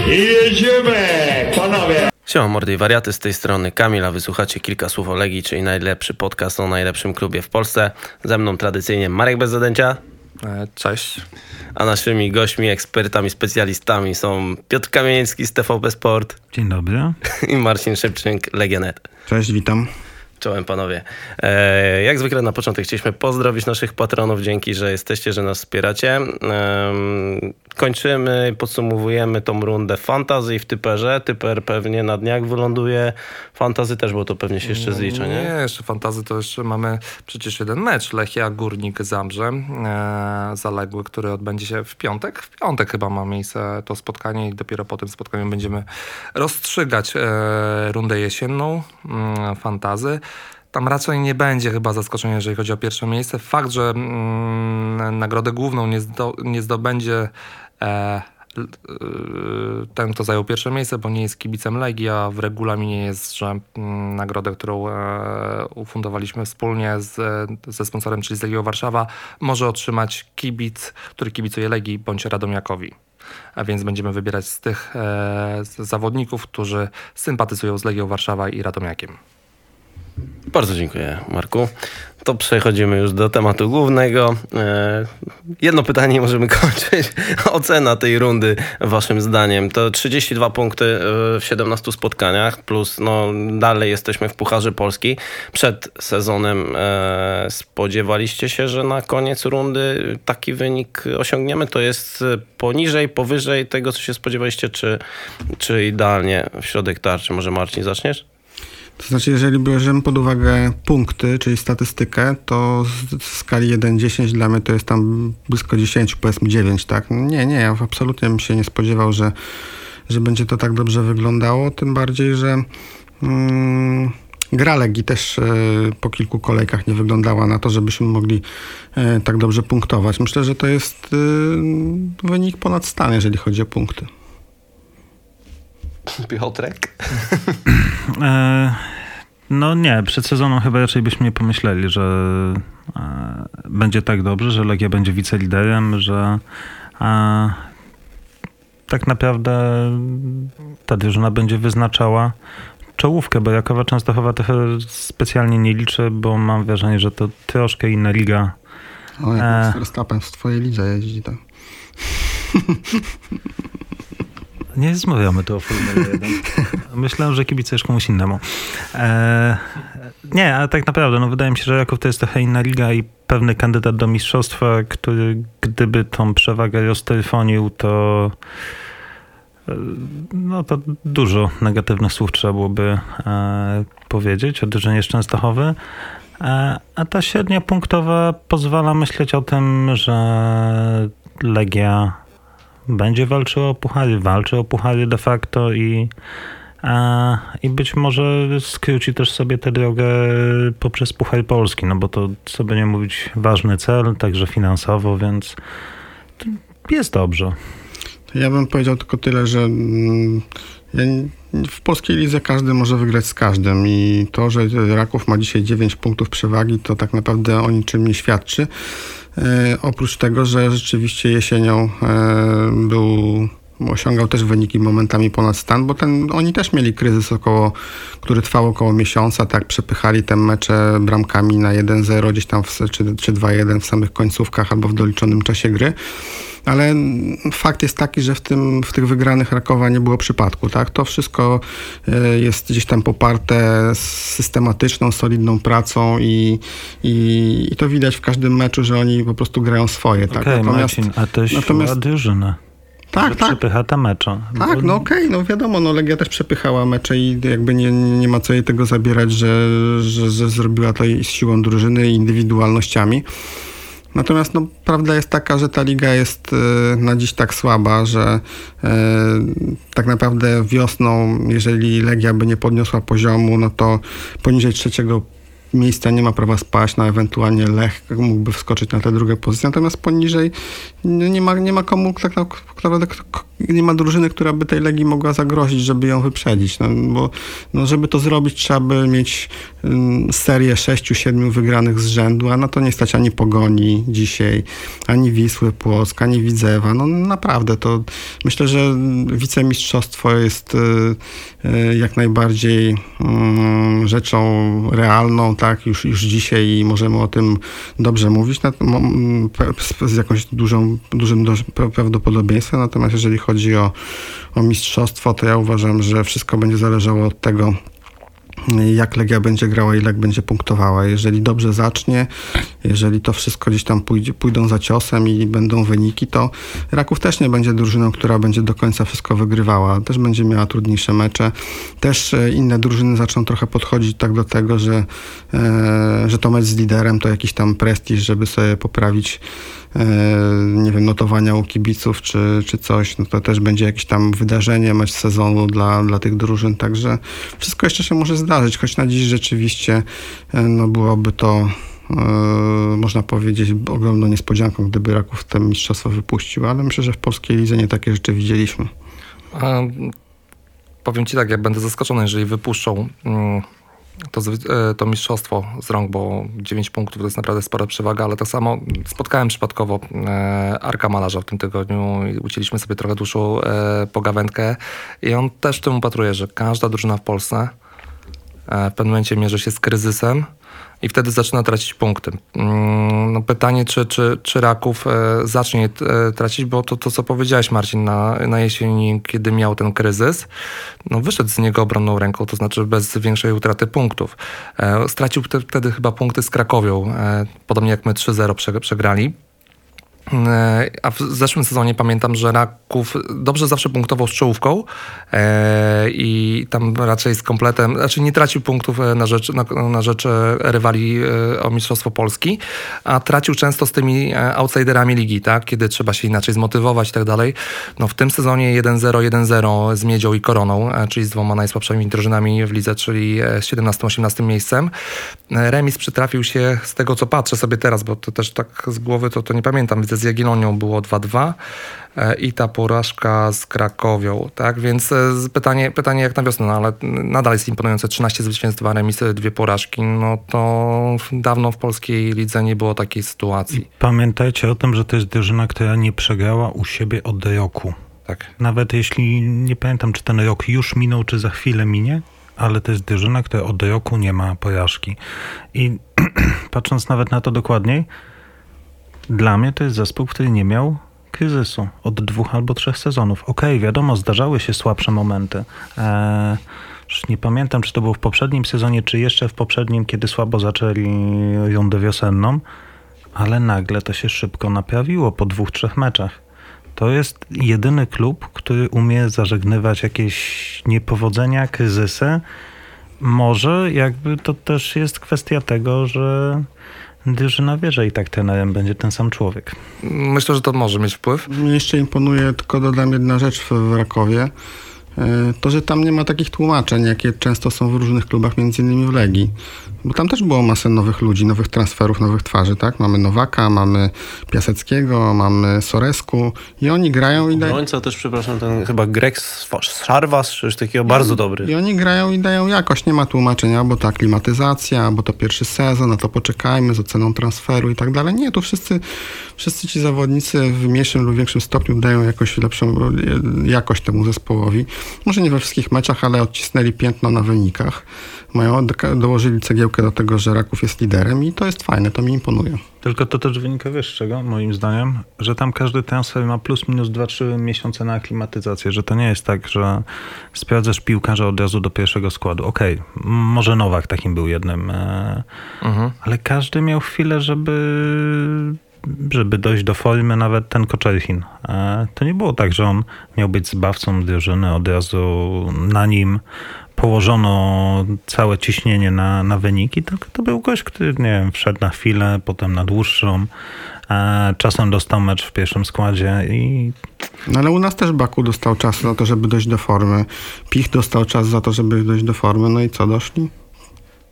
Jedziemy, panowie! Siema mordy i wariaty, z tej strony Kamil, a wysłuchacie Kilka Słów o Legii, czyli najlepszy podcast o najlepszym klubie w Polsce. Ze mną tradycyjnie Marek bez zadęcia. Cześć. A naszymi gośćmi, ekspertami, specjalistami są Piotr Kamieniecki z TVP Sport. Dzień dobry. I Marcin Szybczyk, Legionet. Cześć, witam. Czołem panowie. Jak zwykle na początek chcieliśmy pozdrowić naszych patronów. Dzięki, że jesteście, że nas wspieracie. Kończymy i podsumowujemy tą rundę fantasy w typerze. Typer pewnie na dniach wyląduje. Fantasy też, bo to pewnie się jeszcze zlicza, nie? Nie, jeszcze fantasy to jeszcze mamy przecież jeden mecz. Lechia Górnik Zabrze zaległy, który odbędzie się w piątek. W piątek chyba ma miejsce to spotkanie i dopiero po tym spotkaniu będziemy rozstrzygać rundę jesienną fantasy. Tam raczej nie będzie chyba zaskoczenia, jeżeli chodzi o pierwsze miejsce. Fakt, że nagrodę główną nie zdobędzie ten, kto zajął pierwsze miejsce, bo nie jest kibicem Legii, a w regulaminie jest, że nagrodę, którą ufundowaliśmy wspólnie ze sponsorem, czyli z Legią Warszawa, może otrzymać kibic, który kibicuje Legii bądź Radomiakowi. A więc będziemy wybierać z tych zawodników, którzy sympatyzują z Legią Warszawa i Radomiakiem. Bardzo dziękuję, Marku. To przechodzimy już do tematu głównego. Jedno pytanie możemy kończyć. Ocena tej rundy waszym zdaniem. To 32 punkty w 17 spotkaniach, plus dalej jesteśmy w Pucharze Polski. Przed sezonem spodziewaliście się, że na koniec rundy taki wynik osiągniemy? To jest poniżej, powyżej tego, co się spodziewaliście, czy idealnie w środek tarczy? Może Marcin zaczniesz? To znaczy, jeżeli bierzemy pod uwagę punkty, czyli statystykę, to w skali 1-10 dla mnie to jest tam blisko 10, powiedzmy 9, tak? Nie, ja absolutnie bym się nie spodziewał, że będzie to tak dobrze wyglądało, tym bardziej, że gra Legii też po kilku kolejkach nie wyglądała na to, żebyśmy mogli tak dobrze punktować. Myślę, że to jest wynik ponad stan, jeżeli chodzi o punkty. Piotrek? No nie, przed sezonem chyba raczej byśmy nie pomyśleli, że będzie tak dobrze, że Legia będzie wiceliderem, że tak naprawdę ta drużyna będzie wyznaczała czołówkę, bo Jakowa Częstochowa trochę specjalnie nie liczy, bo mam wrażenie, że to troszkę inna liga. O, jak Verstappen w twojej lidze jeździ, tak? Nie rozmawiamy tu o Formule 1. Myślałem, że kibicujesz komuś innemu. Nie, ale tak naprawdę, wydaje mi się, że Jaków to jest trochę inna liga i pewny kandydat do mistrzostwa, który gdyby tą przewagę roztryfonił, to dużo negatywnych słów trzeba byłoby powiedzieć o drużynie Częstochowy. A ta średnia punktowa pozwala myśleć o tym, że Legia będzie walczył o puchary de facto i być może skróci też sobie tę drogę poprzez Puchar Polski, bo to, co by nie mówić, ważny cel, także finansowo, więc jest dobrze. Ja bym powiedział tylko tyle, że w polskiej lidze każdy może wygrać z każdym i to, że Raków ma dzisiaj 9 punktów przewagi, to tak naprawdę o niczym nie świadczy. Oprócz tego, że rzeczywiście jesienią osiągał też wyniki momentami ponad stan, bo oni też mieli kryzys który trwał około miesiąca, tak, przepychali te mecze bramkami na 1-0 gdzieś tam czy 2-1 w samych końcówkach albo w doliczonym czasie gry. Ale fakt jest taki, że w tych wygranych Rakowa nie było przypadku, tak? To wszystko jest gdzieś tam poparte systematyczną, solidną pracą i to widać w każdym meczu, że oni po prostu grają swoje, tak? Okej, Marcin, a to siła drużyny. Tak. Przepycha te mecze. Tak, wiadomo, Legia też przepychała mecze i jakby nie ma co jej tego zabierać, że zrobiła to z siłą drużyny i indywidualnościami. Natomiast prawda jest taka, że ta liga jest na dziś tak słaba, że tak naprawdę wiosną, jeżeli Legia by nie podniosła poziomu, to poniżej 3. miejsca nie ma prawa spaść, ewentualnie Lech mógłby wskoczyć na tę drugą pozycję, natomiast poniżej nie ma komu tak naprawdę nie ma drużyny, która by tej Legii mogła zagrozić, żeby ją wyprzedzić. Bo żeby to zrobić, trzeba by mieć serię 6-7 wygranych z rzędu, a na to nie stać ani Pogoni dzisiaj, ani Wisły Płock, ani Widzewa. Naprawdę, to myślę, że wicemistrzostwo jest jak najbardziej rzeczą realną, tak, już dzisiaj i możemy o tym dobrze mówić z jakąś dużym prawdopodobieństwem. Natomiast jeżeli chodzi o mistrzostwo, to ja uważam, że wszystko będzie zależało od tego, jak Legia będzie grała, ile będzie punktowała. Jeżeli dobrze zacznie, jeżeli to wszystko gdzieś tam pójdą za ciosem i będą wyniki, to Raków też nie będzie drużyną, która będzie do końca wszystko wygrywała. Też będzie miała trudniejsze mecze. Też inne drużyny zaczną trochę podchodzić tak do tego, że to mecz z liderem to jakiś tam prestiż, żeby sobie poprawić nie wiem, notowania u kibiców czy coś, no to też będzie jakieś tam wydarzenie, mecz sezonu dla tych drużyn, także wszystko jeszcze się może zdarzyć, choć na dziś rzeczywiście byłoby to można powiedzieć ogromną niespodzianką, gdyby Raków te mistrzostwo wypuścił, ale myślę, że w polskiej lidze nie takie rzeczy widzieliśmy. Powiem ci tak, ja będę zaskoczony, jeżeli wypuszczą to mistrzostwo z rąk, bo 9 punktów to jest naprawdę spora przewaga, ale tak samo spotkałem przypadkowo Arka Malarza w tym tygodniu i ucięliśmy sobie trochę dłuższą pogawędkę i on też w tym upatruje, że każda drużyna w Polsce w pewnym momencie mierzy się z kryzysem i wtedy zaczyna tracić punkty. Pytanie, czy Raków zacznie tracić, bo to co powiedziałeś, Marcin, na jesieni, kiedy miał ten kryzys, wyszedł z niego obronną ręką, to znaczy bez większej utraty punktów. Stracił wtedy chyba punkty z Krakowią, podobnie jak my 3-0 przegrali. A w zeszłym sezonie pamiętam, że Raków dobrze zawsze punktował z czołówką i tam raczej z kompletem, znaczy nie tracił punktów na rzecz rywali o Mistrzostwo Polski, a tracił często z tymi outsiderami ligi, tak? Kiedy trzeba się inaczej zmotywować i tak dalej. W tym sezonie 1-0 z Miedzią i Koroną, czyli z dwoma najsłabszymi drużynami w lidze, czyli 17-18 miejscem. Remis przytrafił się z tego, co patrzę sobie teraz, bo to też tak z głowy to nie pamiętam. Z Jagiellonią było 2-2 i ta porażka z Krakowią, tak? Więc pytanie jak na wiosnę, ale nadal jest imponujące. 13 zwycięstw, 2 remisy, 2 porażki. To dawno w polskiej lidze nie było takiej sytuacji. Pamiętajcie o tym, że to jest drużyna, która nie przegrała u siebie od roku. Tak. Nawet jeśli, nie pamiętam, czy ten rok już minął, czy za chwilę minie, ale to jest drużyna, która od roku nie ma porażki. I patrząc nawet na to dokładniej, dla mnie to jest zespół, który nie miał kryzysu od 2 albo 3 sezonów. Okej, wiadomo, zdarzały się słabsze momenty. Już nie pamiętam, czy to było w poprzednim sezonie, czy jeszcze w poprzednim, kiedy słabo zaczęli rundę wiosenną, ale nagle to się szybko naprawiło po 2-3 meczach. To jest jedyny klub, który umie zażegnywać jakieś niepowodzenia, kryzysy. Może jakby to też jest kwestia tego, że drużyna wie, że i tak trenerem będzie ten sam człowiek. Myślę, że to może mieć wpływ. Mnie jeszcze imponuje, tylko dodam jedna rzecz w Rakowie. To, że tam nie ma takich tłumaczeń, jakie często są w różnych klubach, między innymi w Legii. Bo tam też było masę nowych ludzi, nowych transferów, nowych twarzy, tak? Mamy Nowaka, mamy Piaseckiego, mamy Soresku i oni grają i dają... Obrońca też, przepraszam, ten chyba Grek Szarwas, czy coś takiego, bardzo dobry. I oni grają i dają jakość, nie ma tłumaczenia, albo ta klimatyzacja, albo to pierwszy sezon, no to poczekajmy z oceną transferu i tak dalej. Nie, tu wszyscy ci zawodnicy w mniejszym lub większym stopniu dają jakoś lepszą jakość temu zespołowi. Może nie we wszystkich meczach, ale odcisnęli piętno na wynikach. Dołożyli cegiełkę do tego, że Raków jest liderem i to jest fajne, to mi imponuje. Tylko to też wynika, wiesz z czego, moim zdaniem, że tam każdy transfer ma plus minus 2-3 miesiące na aklimatyzację, że to nie jest tak, że sprawdzasz piłkarza od razu do pierwszego składu. Okej, może Nowak takim był jednym, ale każdy miał chwilę, żeby dojść do formy, nawet ten Koczerhin. To nie było tak, że on miał być zbawcą drużyny, od razu na nim położono całe ciśnienie na wyniki, tylko to był gość, który, nie wiem, wszedł na chwilę, potem na dłuższą, czasem dostał mecz w pierwszym składzie i... No ale u nas też Baku dostał czas na to, żeby dojść do formy. Pich dostał czas za to, żeby dojść do formy, no i co, doszli?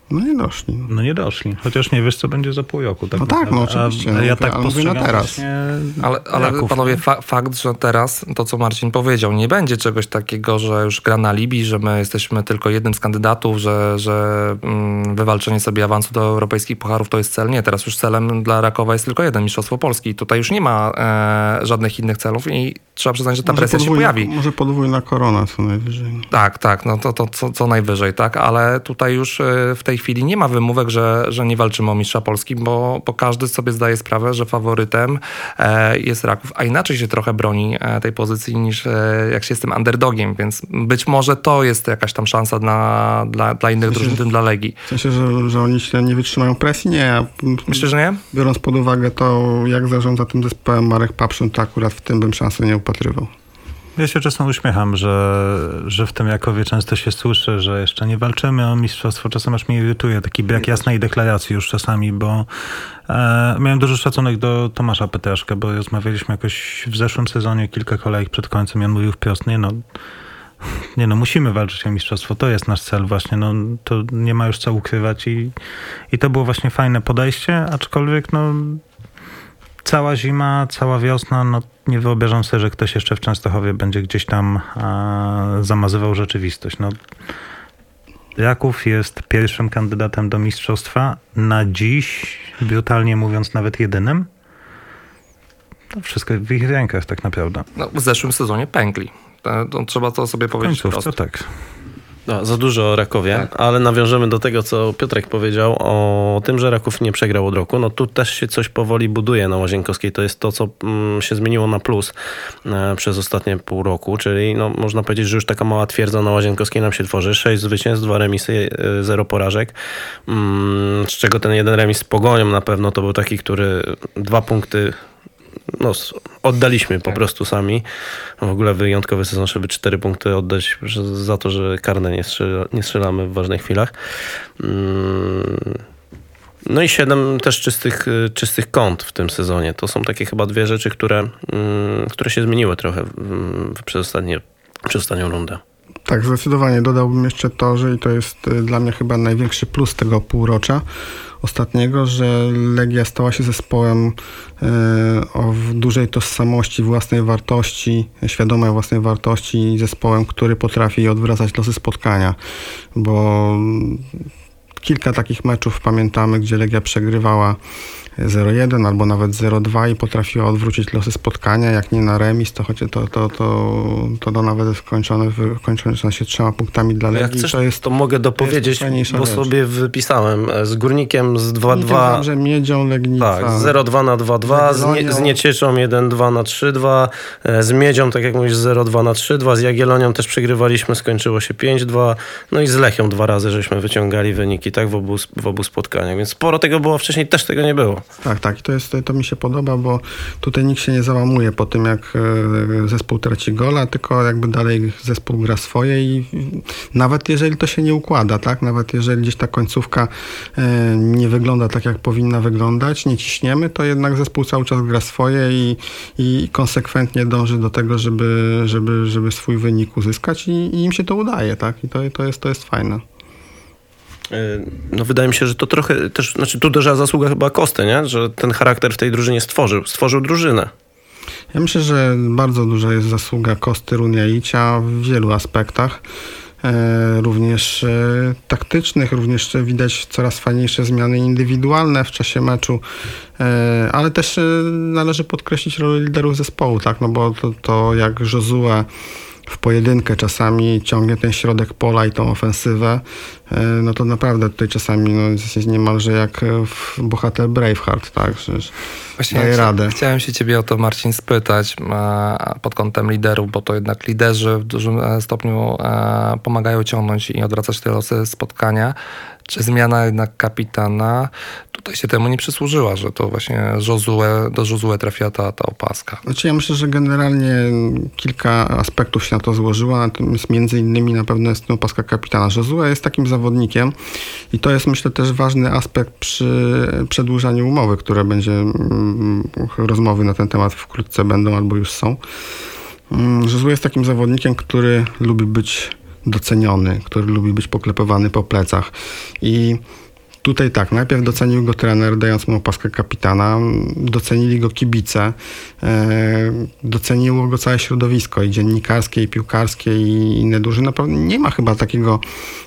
No nie doszli. No nie doszli, chociaż nie wiesz, co będzie za pół roku. Tak No tak, no oczywiście. A ja No, tak ale mówię na postrzegam teraz. właśnie Ale Raków, panowie, nie? fakt, że teraz to, co Marcin powiedział, nie będzie czegoś takiego, że już gra na alibi, że my jesteśmy tylko jednym z kandydatów, że wywalczenie sobie awansu do europejskich pucharów to jest cel. Nie, teraz już celem dla Rakowa jest tylko jeden, Mistrzostwo Polski. Tutaj już nie ma żadnych innych celów i trzeba przyznać, że ta presja się pojawi. Może podwójna korona co najwyżej. Tak, no to co najwyżej, tak, ale tutaj już w tej chwili nie ma wymówek, że nie walczymy o mistrza Polski, bo każdy sobie zdaje sprawę, że faworytem jest Raków, a inaczej się trochę broni tej pozycji niż jak się jest tym underdogiem, więc być może to jest jakaś tam szansa dla innych drużyn, tym dla Legii. W sensie, że oni się nie wytrzymają presji? Nie. Myślę, że nie? Biorąc pod uwagę to, jak zarządza tym zespołem Marek Papszun, to akurat w tym bym szansy nie upatrywał. Ja się czasem uśmiecham, że w tym Jakowie często się słyszy, że jeszcze nie walczymy o mistrzostwo. Czasem aż mnie irytuje taki brak jasnej deklaracji już czasami, bo miałem duży szacunek do Tomasza Petraszka, bo rozmawialiśmy jakoś w zeszłym sezonie kilka kolejek przed końcem i on mówił wprost, nie no, musimy walczyć o mistrzostwo, to jest nasz cel właśnie, no to nie ma już co ukrywać i to było właśnie fajne podejście, aczkolwiek no cała zima, cała wiosna, no nie wyobrażam sobie, że ktoś jeszcze w Częstochowie będzie gdzieś tam zamazywał rzeczywistość. No, Raków jest pierwszym kandydatem do mistrzostwa, na dziś, brutalnie mówiąc, nawet jedynym. To wszystko w ich rękach tak naprawdę. No, w zeszłym sezonie pękli. To trzeba to sobie powiedzieć Końcówce, prosto. tak. No, za dużo o Rakowie, Tak. ale nawiążemy do tego, co Piotrek powiedział o tym, że Raków nie przegrał od roku. No tu też się coś powoli buduje na Łazienkowskiej. To jest to, co się zmieniło na plus przez ostatnie pół roku, czyli no, można powiedzieć, że już taka mała twierdza na Łazienkowskiej nam się tworzy. 6 zwycięstw, 2 remisy, 0 porażek. Z czego ten jeden remis z Pogonią na pewno to był taki, który 2 punkty oddaliśmy po prostu sami. W ogóle wyjątkowy sezon, żeby 4 punkty oddać za to, że karne nie strzelamy w ważnych chwilach. No i 7 też czystych kąt w tym sezonie. To są takie chyba 2 rzeczy, które się zmieniły trochę przez ostatnią rundę. Tak, zdecydowanie dodałbym jeszcze to, że i to jest dla mnie chyba największy plus tego półrocza ostatniego, że Legia stała się zespołem o dużej tożsamości, własnej wartości, świadomej własnej wartości, zespołem, który potrafi odwracać losy spotkania, bo kilka takich meczów pamiętamy, gdzie Legia przegrywała 0-1 albo nawet 0-2 i potrafiła odwrócić losy spotkania, jak nie na remis, to choć to nawet kończące się 3 punktami dla Legii. Jak chcesz, to mogę dopowiedzieć, bo rzecz. sobie wypisałem z Górnikiem z 2-2. Dobrze, Miedzią, Legnica. Tak, z 0-2 na 2-2, z Niecieczą 1-2 na 3-2, z Miedzią, tak jak mówisz, 0-2 na 3-2, z Jagiellonią też przegrywaliśmy, skończyło się 5-2, no i z Lechią 2 razy żeśmy wyciągali wyniki, tak, w obu spotkaniach, więc sporo tego było wcześniej, też tego nie było. Tak, i to mi się podoba, bo tutaj nikt się nie załamuje po tym, jak zespół traci gola, tylko jakby dalej zespół gra swoje i nawet jeżeli to się nie układa, tak, nawet jeżeli gdzieś ta końcówka nie wygląda tak, jak powinna wyglądać, nie ciśniemy, to jednak zespół cały czas gra swoje i konsekwentnie dąży do tego, żeby swój wynik uzyskać i im się to udaje, tak, i to jest fajne. No wydaje mi się, że to trochę też, tu duża zasługa chyba Kosty, nie? Że ten charakter w tej drużynie stworzył drużynę. Ja myślę, że bardzo duża jest zasługa Kosty Runiaicia w wielu aspektach, również taktycznych, również widać coraz fajniejsze zmiany indywidualne w czasie meczu, ale też należy podkreślić rolę liderów zespołu, tak? No bo to jak Josue w pojedynkę czasami ciągnie ten środek pola i tą ofensywę, no to naprawdę tutaj czasami jest niemalże jak bohater Braveheart, tak, że Właśnie daje radę. Chciałem się ciebie o to, Marcin, spytać pod kątem liderów, bo to jednak liderzy w dużym stopniu pomagają ciągnąć i odwracać te losy spotkania. Czy zmiana jednak kapitana tutaj się temu nie przysłużyła, że to właśnie do Josue trafiła ta opaska? Znaczy ja myślę, że generalnie kilka aspektów się na to złożyło, natomiast między innymi na pewno jest to opaska kapitana. Josue jest takim zawodnikiem i to jest, myślę, też ważny aspekt przy przedłużaniu umowy, które rozmowy na ten temat wkrótce będą albo już są. Josue jest takim zawodnikiem, który lubi być doceniony, który lubi być poklepowany po plecach. I tutaj tak, najpierw docenił go trener, dając mu opaskę kapitana, docenili go kibice, doceniło go całe środowisko i dziennikarskie, i piłkarskie, i inne drużyny. Naprawdę nie ma chyba takiego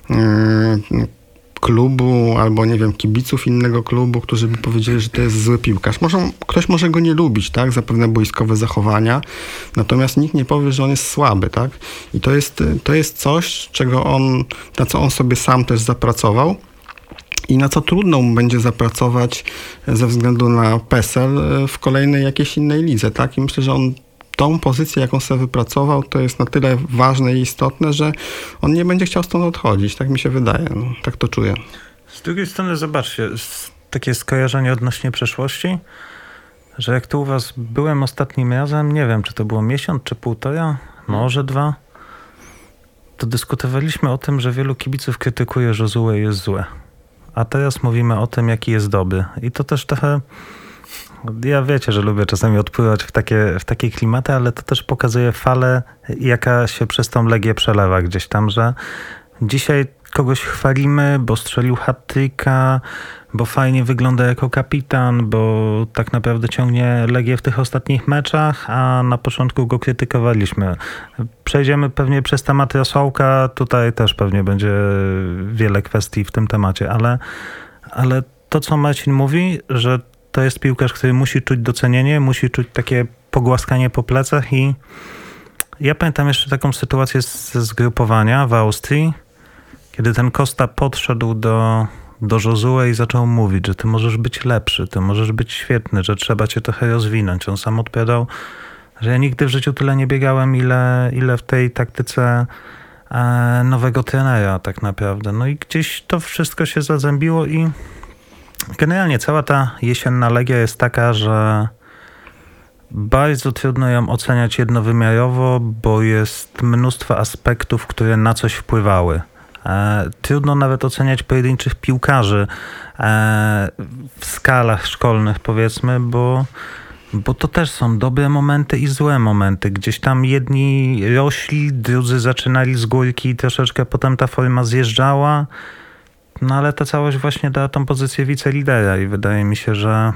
klubu albo, nie wiem, kibiców innego klubu, którzy by powiedzieli, że to jest zły piłkarz. Ktoś może go nie lubić, tak, za pewne boiskowe zachowania, natomiast nikt nie powie, że on jest słaby, tak. I to jest coś, na co on sobie sam też zapracował i na co trudno mu będzie zapracować ze względu na PESEL w kolejnej jakiejś innej lidze, tak. I myślę, że on tą pozycję, jaką sobie wypracował, to jest na tyle ważne i istotne, że on nie będzie chciał stąd odchodzić. Tak mi się wydaje. No, tak to czuję. Z drugiej strony zobaczcie, takie skojarzenie odnośnie przeszłości, że jak tu u was byłem ostatnim razem, nie wiem, czy to było miesiąc, czy półtora, może 2, to dyskutowaliśmy o tym, że wielu kibiców krytykuje, że Josue jest złe. A teraz mówimy o tym, jaki jest dobry. I to też trochę... Ja wiecie, że lubię czasami odpływać w takie klimaty, ale to też pokazuje falę, jaka się przez tą Legię przelewa gdzieś tam, że dzisiaj kogoś chwalimy, bo strzelił hat-tricka, bo fajnie wygląda jako kapitan, bo tak naprawdę ciągnie Legię w tych ostatnich meczach, a na początku go krytykowaliśmy. Przejdziemy pewnie przez temat Rosołka, tutaj też pewnie będzie wiele kwestii w tym temacie, ale to, co Marcin mówi, że to jest piłkarz, który musi czuć docenienie, musi czuć takie pogłaskanie po plecach i ja pamiętam jeszcze taką sytuację ze zgrupowania w Austrii, kiedy ten Costa podszedł do Josue i zaczął mówić, że ty możesz być lepszy, ty możesz być świetny, że trzeba cię trochę rozwinąć. On sam odpowiadał, że ja nigdy w życiu tyle nie biegałem, ile w tej taktyce nowego trenera tak naprawdę. No i gdzieś to wszystko się zazębiło i generalnie cała ta jesienna Legia jest taka, że bardzo trudno ją oceniać jednowymiarowo, bo jest mnóstwo aspektów, które na coś wpływały. Trudno nawet oceniać pojedynczych piłkarzy w skalach szkolnych, powiedzmy, bo to też są dobre momenty i złe momenty. Gdzieś tam jedni rośli, drudzy zaczynali z górki i troszeczkę potem ta forma zjeżdżała. No ale ta całość właśnie dała tą pozycję wicelidera i wydaje mi się, że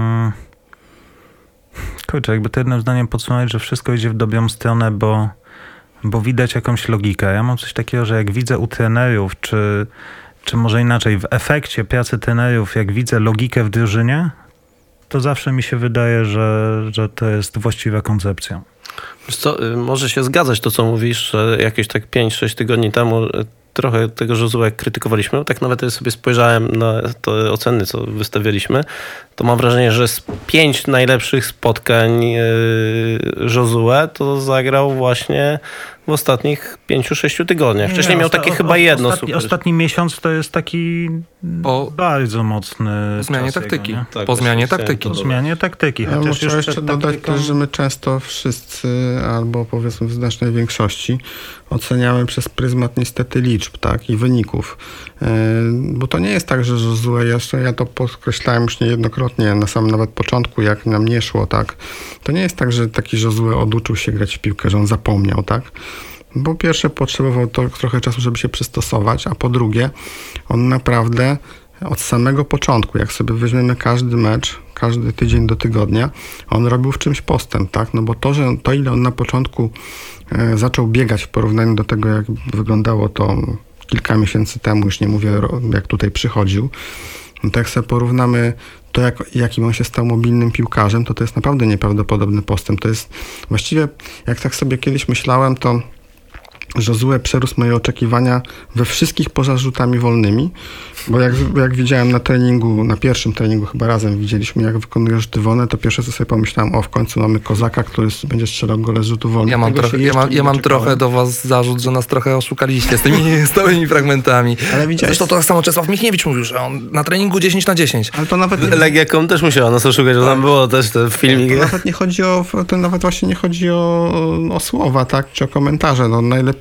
kurczę, jakby to jednym zdaniem podsumować, że wszystko idzie w dobrą stronę, bo widać jakąś logikę. Ja mam coś takiego, że jak widzę u trenerów, czy może inaczej, w efekcie pracy trenerów, jak widzę logikę w drużynie, to zawsze mi się wydaje, że to jest właściwa koncepcja. Wiesz co, może się zgadzać to, co mówisz, że jakieś tak 5-6 tygodni temu trochę tego Josue krytykowaliśmy. Tak nawet sobie spojrzałem na te oceny, co wystawialiśmy, to mam wrażenie, że z 5 najlepszych spotkań Josue to zagrał właśnie w ostatnich 5-6 tygodniach. Wcześniej miał takie chyba jedno super. Ostatni miesiąc to jest taki bardzo mocny zmianie czas taktyki. Jego, Tak, po zmianie taktyki. Po zmianie taktyki. Ja muszę jeszcze dodać też, że my często wszyscy, albo powiedzmy w znacznej większości, oceniamy przez pryzmat niestety liczb, tak, i wyników. Bo to nie jest tak, że Josue jeszcze, ja to podkreślałem już niejednokrotnie na samym nawet początku, jak nam nie szło, tak. To nie jest tak, że taki Josue oduczył się grać w piłkę, że on zapomniał, tak. Bo pierwsze potrzebował to trochę czasu, żeby się przystosować, a po drugie on naprawdę od samego początku, jak sobie weźmiemy każdy mecz, każdy tydzień do tygodnia, on robił w czymś postęp, tak? No bo to ile on na początku zaczął biegać w porównaniu do tego, jak wyglądało to kilka miesięcy temu, już nie mówię, jak tutaj przychodził, no to jak sobie porównamy to, jakim on się stał mobilnym piłkarzem, to jest naprawdę nieprawdopodobny postęp. To jest właściwie, jak tak sobie kiedyś myślałem, to Josue przerósł moje oczekiwania we wszystkich poza rzutami wolnymi, bo jak widziałem na treningu, na pierwszym treningu chyba razem widzieliśmy, jak wykonuje rzuty wolne, to pierwsze co sobie pomyślałem, w końcu mamy kozaka, który będzie strzelał gole z rzutów wolnych. Ja mam trochę do was zarzut, że nas trochę oszukaliście z tymi stałymi fragmentami. Ale widziałeś? Zresztą to tak samo Czesław Michniewicz mówił, że on na treningu 10/10. Ale to nawet Legia.com też musiała nas oszukać, że tam było też te filmiki. To nawet nie chodzi o słowa, tak, czy o komentarze. No najlepiej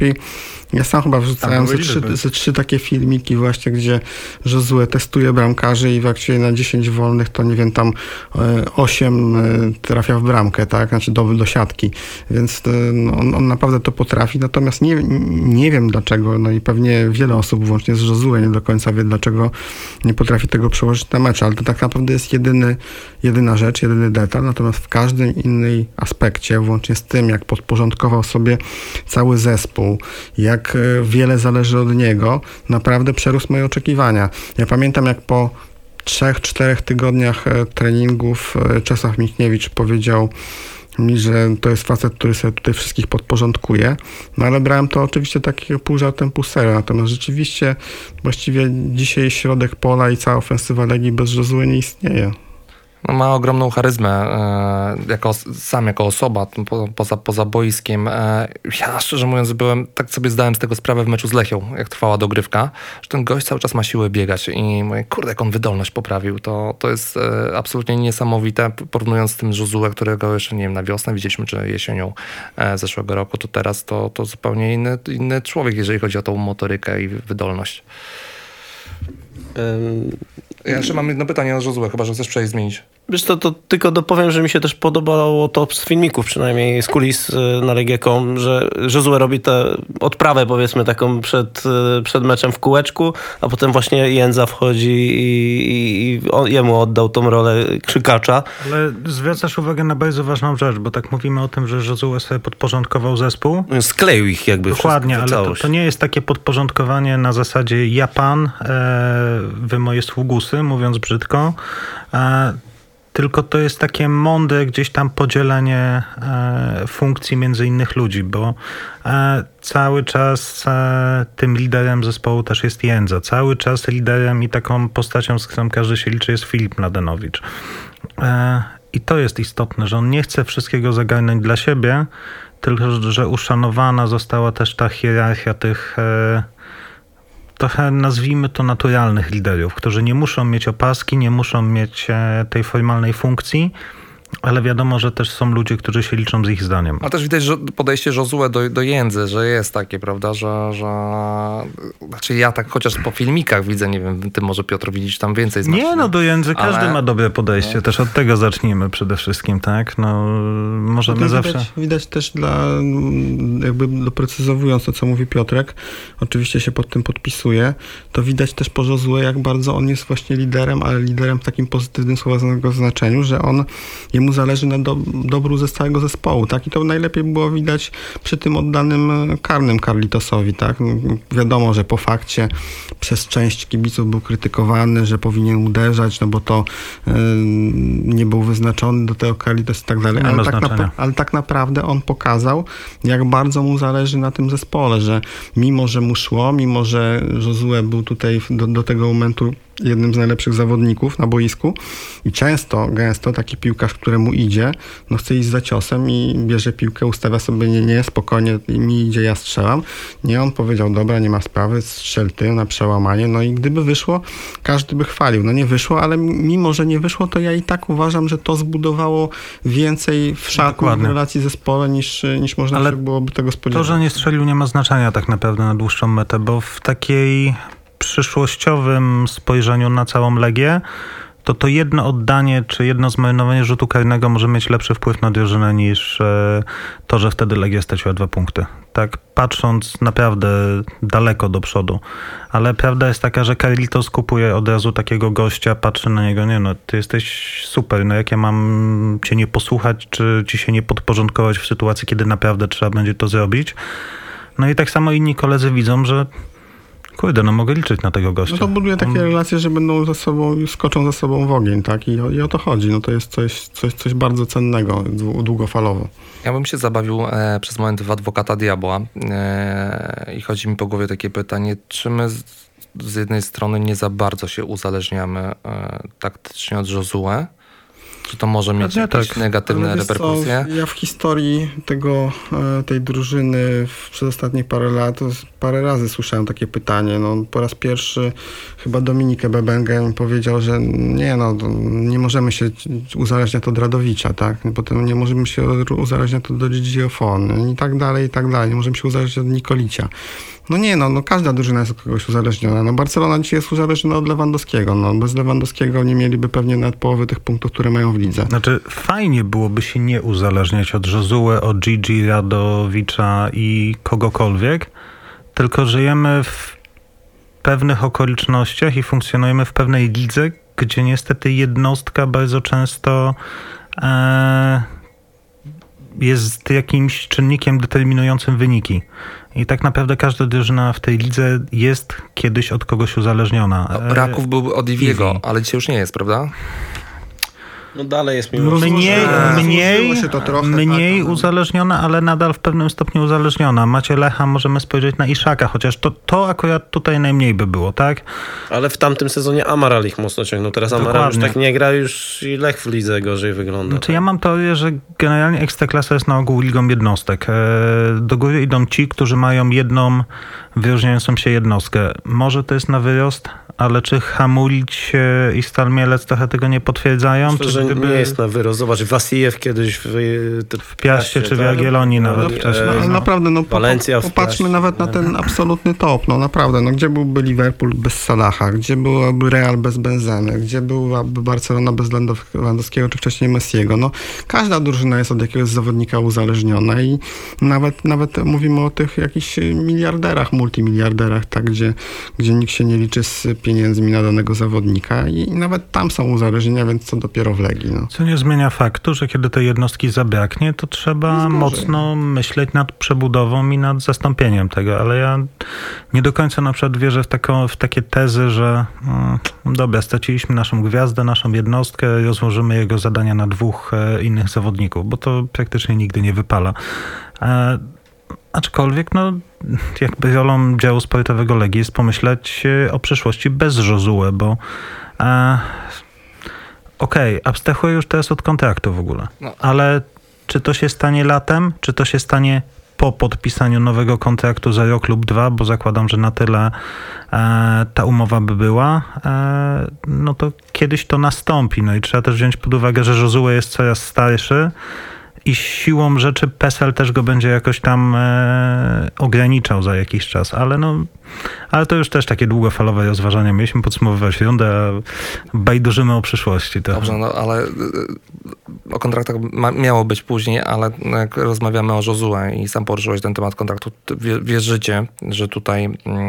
najlepiej. Ja sam chyba wrzucałem ze trzy takie filmiki właśnie, gdzie Josue testuje bramkarzy i właściwie na 10 wolnych to nie wiem, tam 8 trafia w bramkę, tak? Znaczy do siatki. Więc on naprawdę to potrafi. Natomiast nie wiem dlaczego, no i pewnie wiele osób, włącznie z Josue, nie do końca wie, dlaczego nie potrafi tego przełożyć na mecz, ale to tak naprawdę jest jedyna rzecz, jedyny detal. Natomiast w każdym innym aspekcie, włącznie z tym, jak podporządkował sobie cały zespół, jak wiele zależy od niego, naprawdę przerósł moje oczekiwania. Ja pamiętam, jak po 3-4 tygodniach treningów Czesław Michniewicz powiedział mi, że to jest facet, który sobie tutaj wszystkich podporządkuje, no ale brałem to oczywiście takiego pół żartem, pół serio. Natomiast rzeczywiście właściwie dzisiaj środek pola i cała ofensywa Legii bez Josue nie istnieje. No, ma ogromną charyzmę jako osoba poza boiskiem. Ja szczerze mówiąc tak sobie zdałem z tego sprawę w meczu z Lechią, jak trwała dogrywka, że ten gość cały czas ma siłę biegać i mówię, kurde, jak on wydolność poprawił. To jest absolutnie niesamowite, porównując z tym Josue, którego jeszcze nie wiem, na wiosnę widzieliśmy, czy jesienią zeszłego roku, to teraz to zupełnie inny człowiek, jeżeli chodzi o tą motorykę i wydolność. Ja jeszcze mam jedno pytanie o Josue, chyba że chcesz przejść zmienić. Wiesz co, to tylko dopowiem, że mi się też podobało to z filmików, przynajmniej z kulis na Legię.com, że Josue robi tę odprawę, powiedzmy, taką przed meczem w kółeczku, a potem właśnie Jędza wchodzi i jemu oddał tą rolę krzykacza. Ale zwracasz uwagę na bardzo ważną rzecz, bo tak mówimy o tym, że Josue sobie podporządkował zespół. Skleił ich jakby. Dokładnie, ale to nie jest takie podporządkowanie na zasadzie ja pan, wy moje sługusy, mówiąc brzydko, tylko to jest takie mądre gdzieś tam podzielenie funkcji między innych ludzi, bo cały czas tym liderem zespołu też jest Jędza. Cały czas liderem i taką postacią, z którą każdy się liczy, jest Filip Mladenowicz. I to jest istotne, że on nie chce wszystkiego zagarnąć dla siebie, tylko że uszanowana została też ta hierarchia tych trochę, nazwijmy to, naturalnych liderów, którzy nie muszą mieć opaski, nie muszą mieć tej formalnej funkcji, ale wiadomo, że też są ludzie, którzy się liczą z ich zdaniem. A też widać, że podejście Josue do Jędzy, że jest takie, prawda, że znaczy ja tak chociaż po filmikach widzę, nie wiem, ty może Piotr widzisz tam więcej z Marcinem. Nie, no do Jędzy każdy ma dobre podejście, no. Też od tego zacznijmy przede wszystkim, tak? No możemy zawsze... Widać też jakby doprecyzowując to, co mówi Piotrek, oczywiście się pod tym podpisuje, to widać też po Josue, jak bardzo on jest właśnie liderem, ale liderem w takim pozytywnym słowa znaczeniu, że jemu zależy na dobru całego zespołu, tak? I to najlepiej było widać przy tym oddanym karnym Carlitosowi, tak? Wiadomo, że po fakcie przez część kibiców był krytykowany, że powinien uderzać, no bo to nie był wyznaczony do tego Carlitos i tak dalej, ale tak naprawdę on pokazał, jak bardzo mu zależy na tym zespole, że mimo, że mu szło, mimo, że Josue był tutaj do tego momentu jednym z najlepszych zawodników na boisku i gęsto taki piłkarz, któremu idzie, no chce iść za ciosem i bierze piłkę, ustawia sobie nie, spokojnie, mi idzie, ja strzelam. Nie, on powiedział, dobra, nie ma sprawy, strzel ty na przełamanie, no i gdyby wyszło, każdy by chwalił. No nie wyszło, ale mimo, że nie wyszło, to ja i tak uważam, że to zbudowało więcej w szatni, w relacji zespole, niż można się byłoby tego spodziewać. To, że nie strzelił, nie ma znaczenia tak naprawdę na dłuższą metę, bo w takiej przyszłościowym spojrzeniu na całą Legię, to jedno oddanie, czy jedno zmarnowanie rzutu karnego może mieć lepszy wpływ na drużynę niż to, że wtedy Legia straciła 2 punkty. Tak patrząc naprawdę daleko do przodu. Ale prawda jest taka, że Carlitos kupuje od razu takiego gościa, patrzy na niego, nie no, ty jesteś super, no jak ja mam cię nie posłuchać, czy ci się nie podporządkować w sytuacji, kiedy naprawdę trzeba będzie to zrobić. No i tak samo inni koledzy widzą, że kurde, no mogę liczyć na tego gościa. No to buduje takie relacje, że będą skoczą za sobą w ogień, tak? I o to chodzi. No to jest coś bardzo cennego, długofalowo. Ja bym się zabawił przez moment w adwokata diabła i chodzi mi po głowie takie pytanie, czy my z jednej strony nie za bardzo się uzależniamy taktycznie od Josue, Czy to może mieć jakieś negatywne reperkusje? Ja w historii tej drużyny przez ostatnich parę lat parę razy słyszałem takie pytanie. No, po raz pierwszy chyba Dominik Ebebenge powiedział, że nie możemy się uzależniać od Radowicza, tak? Potem nie możemy się uzależniać od Gigi Ofon i tak dalej, i tak dalej. Nie możemy się uzależniać od Nikolicia. Każda drużyna jest od kogoś uzależniona. Barcelona dzisiaj jest uzależniona od Lewandowskiego. Bez Lewandowskiego nie mieliby pewnie nawet połowy tych punktów, które mają w lidze. Znaczy, fajnie byłoby się nie uzależniać od Josue, od Gigi, Radowicza i kogokolwiek, tylko żyjemy w pewnych okolicznościach i funkcjonujemy w pewnej lidze, gdzie niestety jednostka bardzo często jest jakimś czynnikiem determinującym wyniki. I tak naprawdę każda drużyna w tej lidze jest kiedyś od kogoś uzależniona. Raków był od Iwiego, ale dzisiaj już nie jest, prawda? No dalej jest mimo mniej uzależniona, ale nadal w pewnym stopniu uzależniona. Macie Lecha, możemy spojrzeć na Iszaka, chociaż to akurat tutaj najmniej by było, tak? Ale w tamtym sezonie Amaral ich mocno ciągnął. Teraz Amaral już tak nie gra, już i Lech w lidze gorzej wygląda. Znaczy ja mam teorię, że generalnie Ekstraklasa jest na ogół ligą jednostek. Do góry idą ci, którzy mają jedną wyróżniającą się jednostkę. Może to jest na wyrost, ale czy Hamulić i Stal Mielec trochę tego nie potwierdzają? Myślę, że nie jest na wyrost. Zobacz, Wasijew kiedyś w Piaście czy w Jagiellonii nawet wcześniej. Naprawdę, Walencja popatrzmy nawet na ten absolutny top. Naprawdę, gdzie byłby Liverpool bez Salaha? Gdzie byłaby Real bez Benzemy? Gdzie byłaby Barcelona bez Lewandowskiego czy wcześniej Messiego? Każda drużyna jest od jakiegoś zawodnika uzależniona i nawet mówimy o tych jakichś miliarderach, multimiliarderach, tak, gdzie nikt się nie liczy z pieniędzmi na danego zawodnika i nawet tam są uzależnienia, więc co dopiero w Legii. Co nie zmienia faktu, że kiedy tej jednostki zabraknie, to trzeba mocno myśleć nad przebudową i nad zastąpieniem tego, ale ja nie do końca na przykład wierzę w takie tezy, że dobra, straciliśmy naszą gwiazdę, naszą jednostkę, rozłożymy jego zadania na dwóch innych zawodników, bo to praktycznie nigdy nie wypala. Aczkolwiek, jakby rolą działu sportowego Legii jest pomyśleć o przyszłości bez Josue, bo abstrahuję już teraz od kontraktu w ogóle, ale czy to się stanie latem, czy to się stanie po podpisaniu nowego kontraktu za rok lub dwa, bo zakładam, że na tyle ta umowa by była, to kiedyś to nastąpi. I trzeba też wziąć pod uwagę, że Josue jest coraz starszy, i siłą rzeczy PESEL też go będzie jakoś tam ograniczał za jakiś czas, ale to już też takie długofalowe rozważania. Mieliśmy podsumowywać rundę, a bajdurzymy o przyszłości. To. Dobrze, ale o kontraktach miało być później, ale jak rozmawiamy o Josue i sam poruszyłeś ten temat kontraktu, wierzycie, że tutaj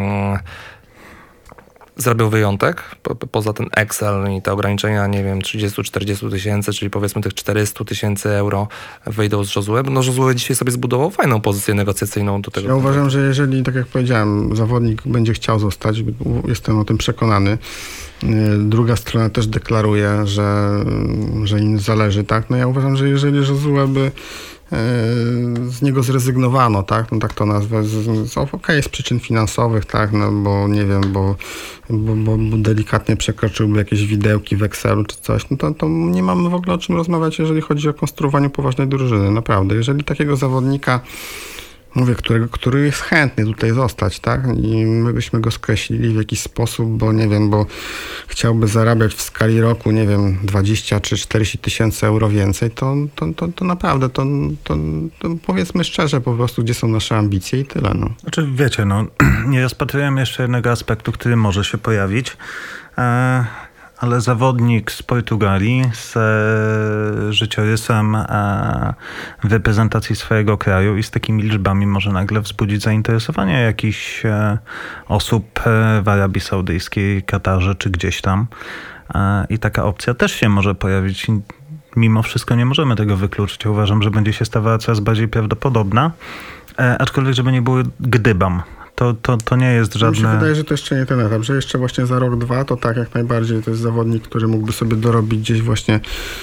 zrobił wyjątek, poza ten Excel i te ograniczenia, 30-40 tysięcy, czyli powiedzmy tych 400 tysięcy euro wyjdą z Josue. Josue dzisiaj sobie zbudował fajną pozycję negocjacyjną do tego. Ja uważam, że jeżeli, tak jak powiedziałem, zawodnik będzie chciał zostać, jestem o tym przekonany, druga strona też deklaruje, że im zależy, tak? Ja uważam, że jeżeli Josue by z niego zrezygnowano, tak? Tak to nazwę. Z przyczyn finansowych, tak? Bo nie wiem, bo delikatnie przekroczyłby jakieś widełki w Excelu czy coś, to nie mamy w ogóle o czym rozmawiać, jeżeli chodzi o konstruowanie poważnej drużyny. Naprawdę. Jeżeli takiego zawodnika który jest chętny tutaj zostać, tak? I my byśmy go skreślili w jakiś sposób, bo chciałby zarabiać w skali roku, 20 czy 40 tysięcy euro więcej, to naprawdę, to powiedzmy szczerze po prostu, gdzie są nasze ambicje i tyle. Znaczy, wiecie, nie rozpatrujemy jeszcze jednego aspektu, który może się pojawić, ale zawodnik z Portugalii z życiorysem w reprezentacji swojego kraju i z takimi liczbami może nagle wzbudzić zainteresowanie jakichś osób w Arabii Saudyjskiej, Katarze czy gdzieś tam. I taka opcja też się może pojawić. Mimo wszystko nie możemy tego wykluczyć. Uważam, że będzie się stawała coraz bardziej prawdopodobna. Aczkolwiek, żeby nie było gdybam. to nie jest Mi się żadne... wydaje, że to jeszcze nie ten etap, że jeszcze właśnie za rok, dwa, to tak jak najbardziej to jest zawodnik, który mógłby sobie dorobić gdzieś właśnie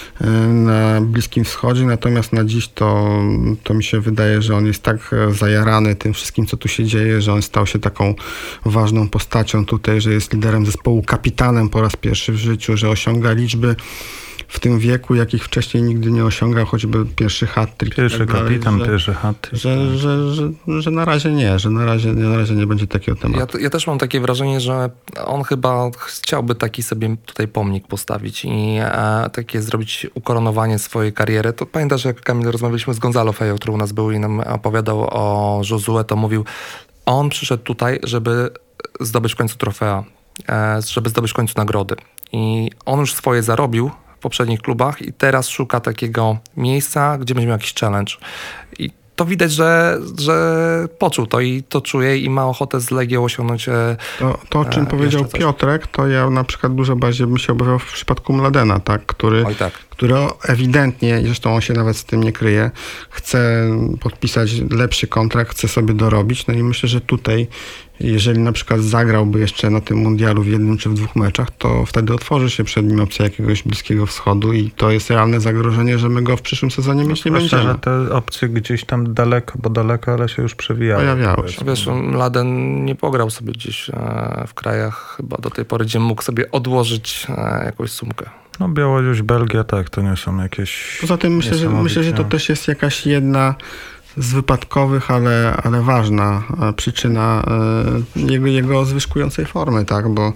na Bliskim Wschodzie, natomiast na dziś to mi się wydaje, że on jest tak zajarany tym wszystkim, co tu się dzieje, że on stał się taką ważną postacią tutaj, że jest liderem zespołu, kapitanem po raz pierwszy w życiu, że osiąga liczby w tym wieku, jakich wcześniej nigdy nie osiągał, choćby pierwszy hat-trick. Pierwszy kapitan, pierwszy hat-trick. Że na razie nie, że na razie nie będzie takiego tematu. Ja też mam takie wrażenie, że on chyba chciałby taki sobie tutaj pomnik postawić i takie zrobić ukoronowanie swojej kariery. To pamiętasz, jak Kamil rozmawialiśmy z Gonzalo Fejo, który u nas był i nam opowiadał o Josue, to mówił, on przyszedł tutaj, żeby zdobyć w końcu trofea, żeby zdobyć w końcu nagrody. I on już swoje zarobił w poprzednich klubach i teraz szuka takiego miejsca, gdzie będzie miał jakiś challenge. I to widać, że poczuł to i to czuje i ma ochotę z Legią osiągnąć. To o czym powiedział Piotrek, to ja na przykład dużo bardziej bym się obawiał w przypadku Mladena, tak? Który ewidentnie, i zresztą on się nawet z tym nie kryje, chce podpisać lepszy kontrakt, chce sobie dorobić. No i myślę, że tutaj, jeżeli na przykład zagrałby jeszcze na tym mundialu w jednym czy w dwóch meczach, to wtedy otworzy się przed nim opcja jakiegoś Bliskiego Wschodu i to jest realne zagrożenie, że my go w przyszłym sezonie mieć nie będziemy. że te opcje gdzieś tam daleko, ale się już pojawiały się. Wiesz, Mladen nie pograł sobie gdzieś w krajach chyba do tej pory, gdzie mógł sobie odłożyć jakąś sumkę. No Białoruś, Belgia, tak, to nie są jakieś... Poza tym myślę, że to też jest jakaś jedna z wypadkowych, ale ważna przyczyna jego zwyżkującej formy, tak, bo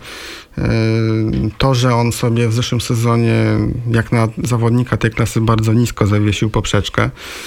to, że on sobie w zeszłym sezonie jak na zawodnika tej klasy bardzo nisko zawiesił poprzeczkę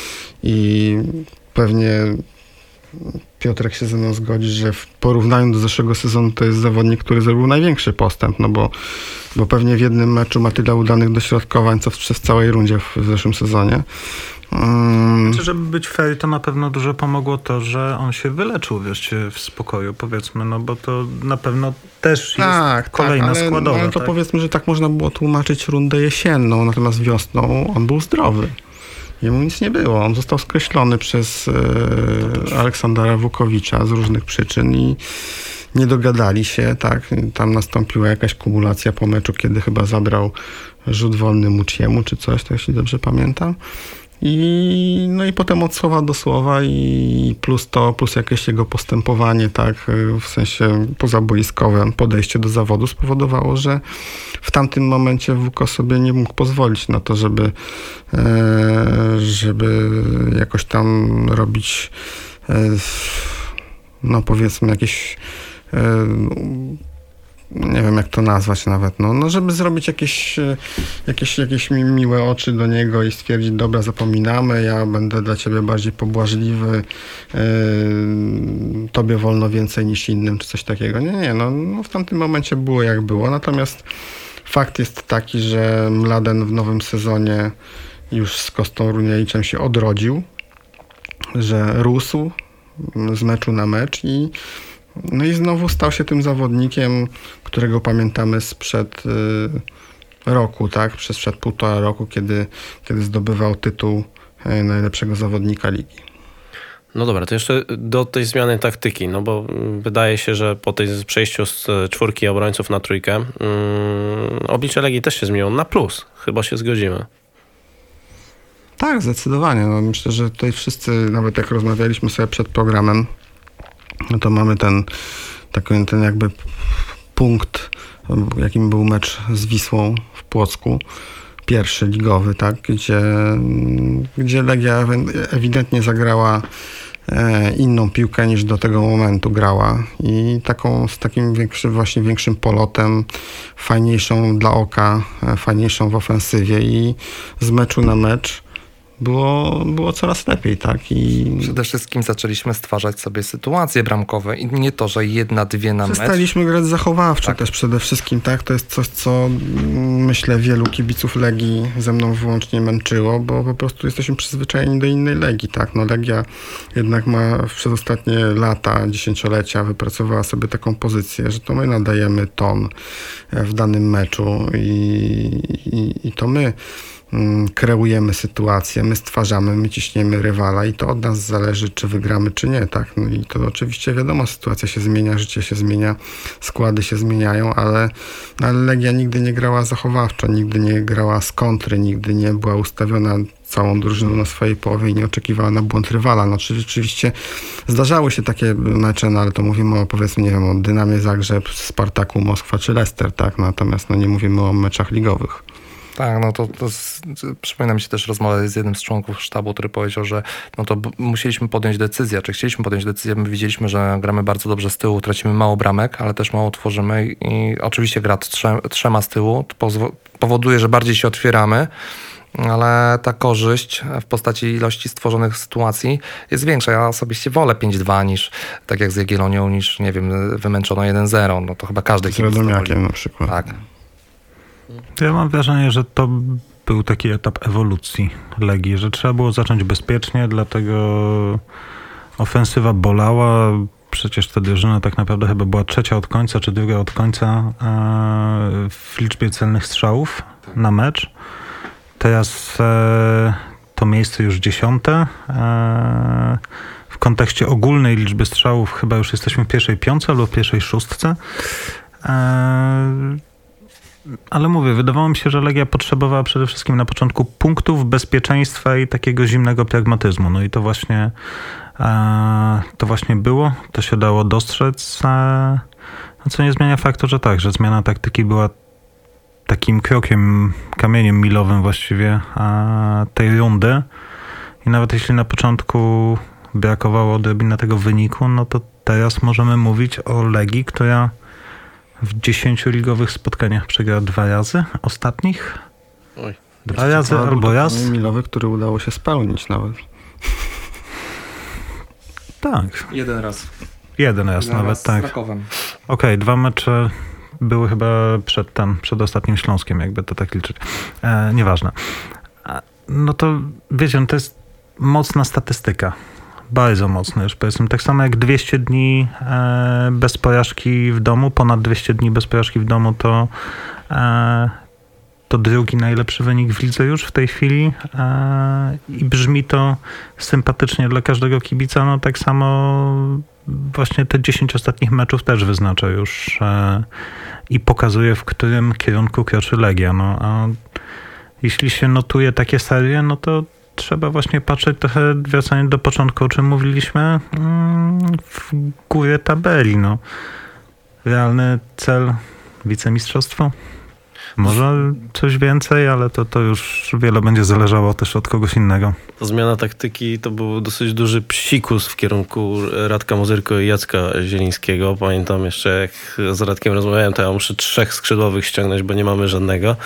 i pewnie Piotrek się ze mną zgodzi, że w porównaniu do zeszłego sezonu to jest zawodnik, który zrobił największy postęp, no bo pewnie w jednym meczu ma tyle udanych dośrodkowań, co w całej rundzie w zeszłym sezonie. Znaczy, żeby być fair, to na pewno dużo pomogło to, że on się wyleczył wreszcie w spokoju, powiedzmy, no bo to na pewno też jest kolejna składowa. Ale to powiedzmy, że tak można było tłumaczyć rundę jesienną, natomiast wiosną on był zdrowy. Jemu nic nie było. On został skreślony przez Aleksandra Wukowicza z różnych przyczyn i nie dogadali się, tak. Tam nastąpiła jakaś kumulacja po meczu, kiedy chyba zabrał rzut wolny Muciemu czy coś, to jeśli dobrze pamiętam. No i potem od słowa do słowa i plus jakieś jego postępowanie, tak, w sensie pozaboiskowe podejście do zawodu spowodowało, że w tamtym momencie Wuko sobie nie mógł pozwolić na to, żeby jakoś tam robić no powiedzmy jakieś nie wiem jak to nazwać nawet, no żeby zrobić jakieś miłe oczy do niego i stwierdzić, dobra, zapominamy, ja będę dla ciebie bardziej pobłażliwy, tobie wolno więcej niż innym, czy coś takiego. Nie, no w tamtym momencie było jak było, natomiast fakt jest taki, że Mladen w nowym sezonie już z Kostą Runiewiczem się odrodził, że rósł z meczu na mecz i znowu stał się tym zawodnikiem, którego pamiętamy sprzed roku, tak? Przed 1,5 roku, kiedy zdobywał tytuł najlepszego zawodnika ligi. No dobra, to jeszcze do tej zmiany taktyki, no bo wydaje się, że po tej przejściu z 4 obrońców na 3 oblicze Legii też się zmieniło na plus. Chyba się zgodzimy. Tak, zdecydowanie. No, myślę, że tutaj wszyscy, nawet jak rozmawialiśmy sobie przed programem, no to mamy ten jakby punkt, jakim był mecz z Wisłą w Płocku, pierwszy ligowy, tak, gdzie Legia ewidentnie zagrała inną piłkę niż do tego momentu grała i z takim większym polotem, fajniejszą dla oka, fajniejszą w ofensywie i z meczu na mecz było coraz lepiej, tak? I przede wszystkim zaczęliśmy stwarzać sobie sytuacje bramkowe i nie to, że 1-2 na mecz. Przestaliśmy grać zachowawczo tak. Też przede wszystkim, tak? To jest coś, co myślę wielu kibiców Legii ze mną wyłącznie męczyło, bo po prostu jesteśmy przyzwyczajeni do innej Legii, tak? No Legia jednak ma przez ostatnie lata, dziesięciolecia wypracowała sobie taką pozycję, że to my nadajemy ton w danym meczu i to my kreujemy sytuację, my stwarzamy, my ciśniemy rywala i to od nas zależy, czy wygramy, czy nie, tak? No i to oczywiście wiadomo, sytuacja się zmienia, życie się zmienia, składy się zmieniają, ale Legia nigdy nie grała zachowawczo, nigdy nie grała z kontry, nigdy nie była ustawiona całą drużyną na swojej połowie i nie oczekiwała na błąd rywala. No rzeczywiście zdarzały się takie mecze, no ale to mówimy o, powiedzmy, nie wiem, o Dynamie Zagrzeb, Spartaku Moskwa czy Leicester, tak? Natomiast nie mówimy o meczach ligowych. Tak, no to przypomina mi się też rozmowę z jednym z członków sztabu, który powiedział, że no to musieliśmy podjąć decyzję, czy chcieliśmy podjąć decyzję, my widzieliśmy, że gramy bardzo dobrze z tyłu, tracimy mało bramek, ale też mało tworzymy i oczywiście gra trzema z tyłu powoduje, że bardziej się otwieramy, ale ta korzyść w postaci ilości stworzonych sytuacji jest większa. Ja osobiście wolę 5-2 niż, tak jak z Jagiellonią, niż, nie wiem, wymęczono 1-0. No to chyba każdy z Radomiakiem na przykład. Tak. Ja mam wrażenie, że to był taki etap ewolucji Legii, że trzeba było zacząć bezpiecznie, dlatego ofensywa bolała. Przecież ta drużyna tak naprawdę chyba była trzecia od końca, czy druga od końca w liczbie celnych strzałów na mecz. Teraz to miejsce już 10. W kontekście ogólnej liczby strzałów chyba już jesteśmy w pierwszej 5 albo w pierwszej 6. Ale mówię, wydawało mi się, że Legia potrzebowała przede wszystkim na początku punktów, bezpieczeństwa i takiego zimnego pragmatyzmu. No i to właśnie było, to się dało dostrzec, co nie zmienia faktu, że tak, że zmiana taktyki była takim krokiem, kamieniem milowym właściwie tej rundy. I nawet jeśli na początku brakowało odrobinę tego wyniku, no to teraz możemy mówić o Legii, która w 10 ligowych spotkaniach przegrała 2 razy ostatnich. Oj. 2 razy albo raz. Kamień milowy, który udało się spełnić nawet. Tak. Jeden raz. Jeden raz nawet, tak. Z Krakowem. Okej, 2 mecze były chyba przed ostatnim Śląskiem, jakby to tak liczyć. Nieważne. No to wiecie, no to jest mocna statystyka. Bardzo mocno już powiedzmy. Tak samo jak 200 dni bez porażki w domu, ponad 200 dni bez porażki w domu, to drugi najlepszy wynik w lidze już w tej chwili i brzmi to sympatycznie dla każdego kibica. No tak samo właśnie te 10 ostatnich meczów też wyznacza już i pokazuje, w którym kierunku kroczy Legia. No, a jeśli się notuje takie serie, no to trzeba właśnie patrzeć trochę, wracając do początku, o czym mówiliśmy, w górę tabeli. No. Realny cel wicemistrzostwo? Może coś więcej, ale to już wiele będzie zależało też od kogoś innego. Ta zmiana taktyki to był dosyć duży psikus w kierunku Radka Mozyrko i Jacka Zielińskiego. Pamiętam jeszcze, jak z Radkiem rozmawiałem, to ja muszę 3 skrzydłowych ściągnąć, bo nie mamy żadnego.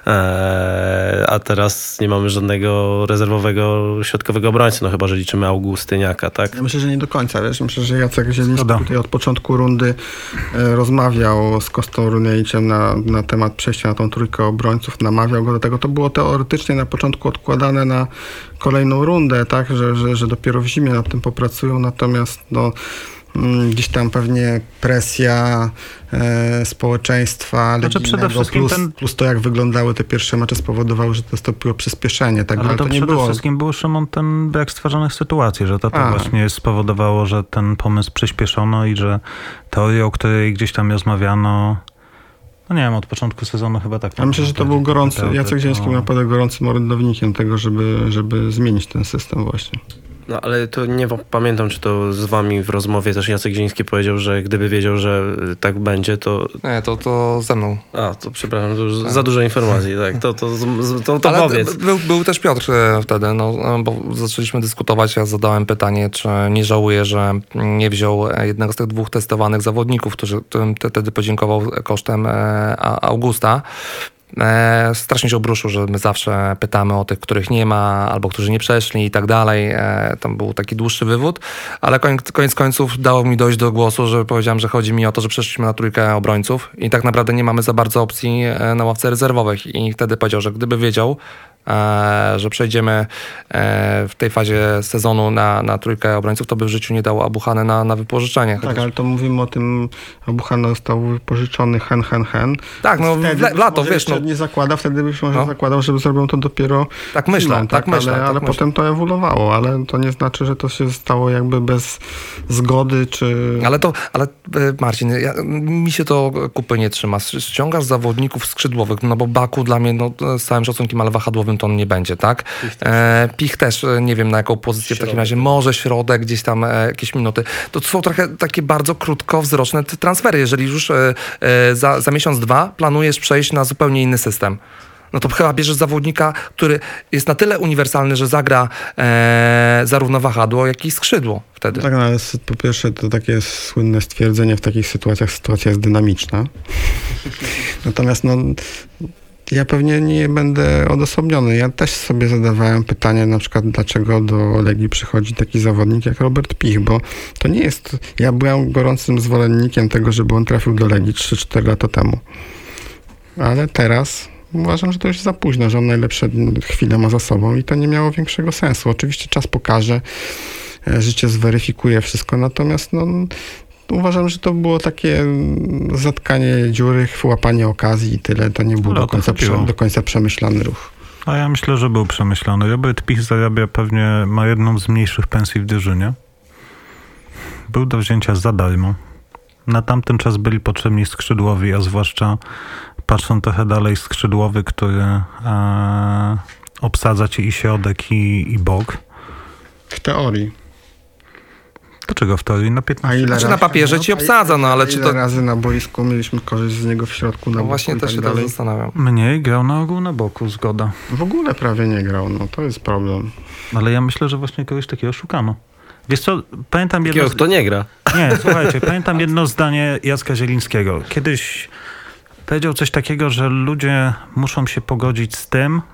A teraz nie mamy żadnego rezerwowego środkowego obrońcy, no chyba, że liczymy Augustyniaka, tak? Ja myślę, że nie do końca, wiesz? Myślę, że Jacek Zieliński tutaj od początku rundy rozmawiał z Kostą Runiejciem na temat przejścia na tą trójkę obrońców, namawiał go do tego. To było teoretycznie na początku odkładane na kolejną rundę, tak, że dopiero w zimie nad tym popracują, natomiast gdzieś tam pewnie presja społeczeństwa legijnego plus to, jak wyglądały te pierwsze mecze, spowodowało, że to nastąpiło przyspieszenie. Tak, ale to nie przede wszystkim był, Szymon, ten brak stworzonych sytuacji, że to właśnie spowodowało, że ten pomysł przyspieszono i że teoria, o której gdzieś tam rozmawiano, no nie wiem, od początku sezonu chyba tak. Ja myślę, że to był gorący, Jacek Zieliński był naprawdę gorącym orędownikiem tego, żeby zmienić ten system właśnie. No ale to nie pamiętam, czy to z wami w rozmowie też Jacek Zieliński powiedział, że gdyby wiedział, że tak będzie, to... Nie, to ze mną. A, to przepraszam, to już za dużo informacji, tak, to ale powiedz. Był też Piotr wtedy, bo zaczęliśmy dyskutować, ja zadałem pytanie, czy nie żałuje, że nie wziął jednego z tych 2 testowanych zawodników, którym wtedy podziękował kosztem Augusta. Strasznie się obruszył, że my zawsze pytamy o tych, których nie ma, albo którzy nie przeszli i tak dalej. Tam był taki dłuższy wywód, ale koniec końców dało mi dojść do głosu, że powiedziałem, że chodzi mi o to, że przeszliśmy na trójkę obrońców i tak naprawdę nie mamy za bardzo opcji na ławce rezerwowych. I wtedy powiedział, że gdyby wiedział, że przejdziemy w tej fazie sezonu na trójkę obrońców, to by w życiu nie dało Abuhane na wypożyczenie. Tak, ale to mówimy o tym, Abuhane został wypożyczony hen. Tak, no wtedy w lato, wiesz. No, nie zakłada, wtedy byś może zakładał, żeby zrobią to dopiero tak myślę, zimą, tak myślę. Ale potem to ewoluowało, ale to nie znaczy, że to się stało jakby bez zgody, czy... Ale Marcin, mi się to kupy nie trzyma. Ściągasz zawodników skrzydłowych, no bo Baku dla mnie, no z całym szacunkiem, ale wahadłowym to on nie będzie, tak? Pich też, nie wiem na jaką pozycję w takim razie, może środek, gdzieś tam jakieś minuty. To są trochę takie bardzo krótkowzroczne transfery. Jeżeli już za miesiąc, dwa planujesz przejść na zupełnie inny system, no to chyba bierzesz zawodnika, który jest na tyle uniwersalny, że zagra zarówno wahadło, jak i skrzydło wtedy. Tak, no, ale po pierwsze to takie słynne stwierdzenie w takich sytuacjach, sytuacja jest dynamiczna. Natomiast no, ja pewnie nie będę odosobniony. Ja też sobie zadawałem pytanie, na przykład dlaczego do Legii przychodzi taki zawodnik jak Robert Pich, bo to nie jest... Ja byłem gorącym zwolennikiem tego, żeby on trafił do Legii 3-4 lata temu. Ale teraz uważam, że to już za późno, że on najlepsze chwile ma za sobą i to nie miało większego sensu. Oczywiście czas pokaże, życie zweryfikuje wszystko, natomiast no, uważam, że to było takie zatkanie dziury, łapanie okazji i tyle. To nie był do końca przemyślany ruch. A ja myślę, że był przemyślany. Robert Pich zarabia pewnie, ma jedną z mniejszych pensji w drużynie. Był do wzięcia za darmo. Na tamten czas byli potrzebni skrzydłowi, a zwłaszcza patrząc trochę dalej, skrzydłowy, który obsadza ci i środek, i bok. W teorii. Dlaczego w teorii? Na 15. Znaczy na papierze ci obsadza, no ale czy to... razy na boisku mieliśmy korzyść z niego w środku, na boku właśnie też się tak zastanawiam. Mniej grał na ogół na boku, zgoda. W ogóle prawie nie grał, no to jest problem. Ale ja myślę, że właśnie kogoś takiego szukano. Wiesz co, pamiętam jedno... Kto nie gra? Nie, słuchajcie, pamiętam jedno zdanie Jacka Zielińskiego. Kiedyś powiedział coś takiego, że ludzie muszą się pogodzić z tym,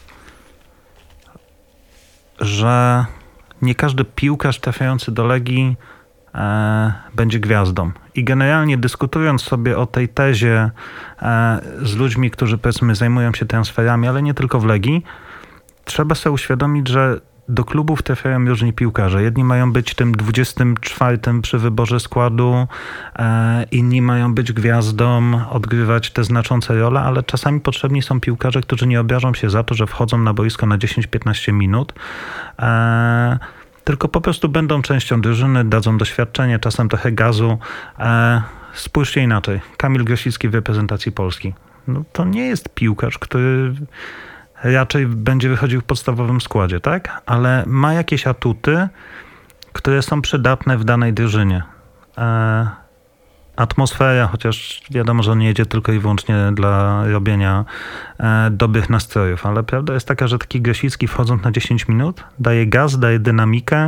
że nie każdy piłkarz trafiający do Legii będzie gwiazdą. I generalnie dyskutując sobie o tej tezie z ludźmi, którzy powiedzmy zajmują się transferami, ale nie tylko w Legii, trzeba sobie uświadomić, że do klubów trafiają różni piłkarze. Jedni mają być tym 24 przy wyborze składu, inni mają być gwiazdą, odgrywać te znaczące role, ale czasami potrzebni są piłkarze, którzy nie obrażą się za to, że wchodzą na boisko na 10-15 minut, tylko po prostu będą częścią drużyny, dadzą doświadczenie, czasem trochę gazu. Spójrzcie inaczej. Kamil Grosicki w reprezentacji Polski. No, to nie jest piłkarz, który raczej będzie wychodził w podstawowym składzie, tak? Ale ma jakieś atuty, które są przydatne w danej drużynie. Atmosfera, chociaż wiadomo, że on nie jedzie tylko i wyłącznie dla robienia dobrych nastrojów, ale prawda jest taka, że taki Grosicki wchodząc na 10 minut daje gaz, daje dynamikę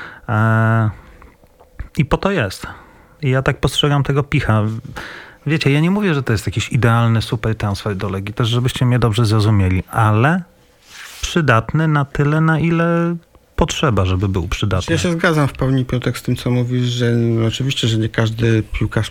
i po to jest. I ja tak postrzegam tego Picha. Wiecie, ja nie mówię, że to jest jakiś idealny super transfer do Legii, też żebyście mnie dobrze zrozumieli, ale przydatny na tyle, na ile potrzeba, żeby był przydatny. Ja się zgadzam w pełni, Piotrek, z tym, co mówisz, że oczywiście, że nie każdy piłkarz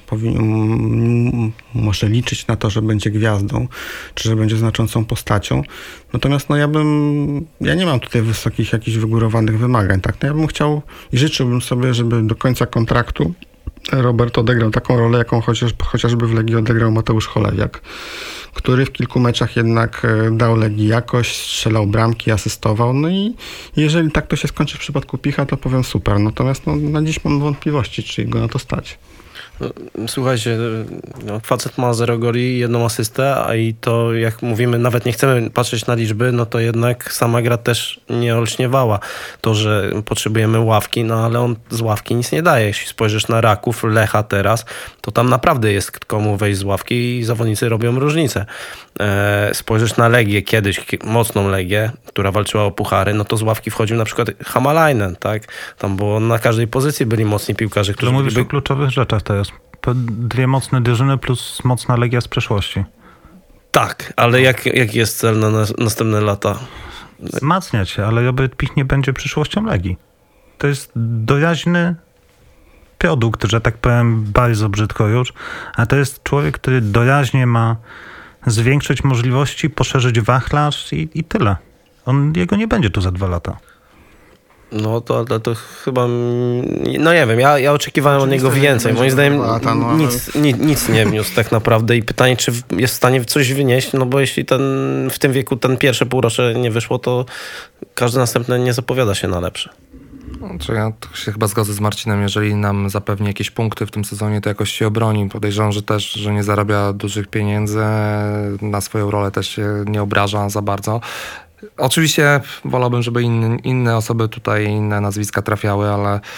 może liczyć na to, że będzie gwiazdą, czy że będzie znaczącą postacią. Natomiast no ja nie mam tutaj wysokich, jakichś wygórowanych wymagań. Tak? No, ja bym chciał i życzyłbym sobie, żeby do końca kontraktu Robert odegrał taką rolę, jaką chociażby w Legii odegrał Mateusz Cholewiak, który w kilku meczach jednak dał Legii jakość, strzelał bramki, asystował. No i jeżeli tak to się skończy w przypadku Picha, to powiem super. Natomiast na dziś mam wątpliwości, czy go na to stać. Słuchajcie, facet ma 0 goli, 1 asystę, a i to jak mówimy, nawet nie chcemy patrzeć na liczby, no to jednak sama gra też nie olśniewała. To, że potrzebujemy ławki, no ale on z ławki nic nie daje. Jeśli spojrzysz na Raków, Lecha teraz, to tam naprawdę jest komu wejść z ławki i zawodnicy robią różnicę. Spojrzysz na Legię kiedyś, mocną Legię, która walczyła o puchary, no to z ławki wchodził na przykład Hamalainen, tak? Tam było na każdej pozycji byli mocni piłkarze, którzy... To mówisz o kluczowych rzeczach teraz. 2 mocne drużyny plus mocna Legia z przeszłości. Tak, ale jaki jest cel na następne lata? Wzmacniać się, ale Robert Pich nie będzie przyszłością Legii. To jest doraźny produkt, że tak powiem, bardzo brzydko już, a to jest człowiek, który doraźnie ma zwiększyć możliwości, poszerzyć wachlarz i tyle. Jego nie będzie tu za 2 lata. No to chyba, no nie wiem, ja oczekiwałem od niego więcej. Moim zdaniem nic nie wniósł tak naprawdę i pytanie, czy jest w stanie coś wynieść, no bo jeśli w tym wieku ten pierwsze półrocze nie wyszło, to każde następne nie zapowiada się na lepsze. Znaczy ja się chyba zgodzę z Marcinem, jeżeli nam zapewni jakieś punkty w tym sezonie, to jakoś się obroni. Podejrzewam, że nie zarabia dużych pieniędzy, na swoją rolę też się nie obraża za bardzo. Oczywiście wolałbym, żeby inne osoby tutaj, inne nazwiska trafiały,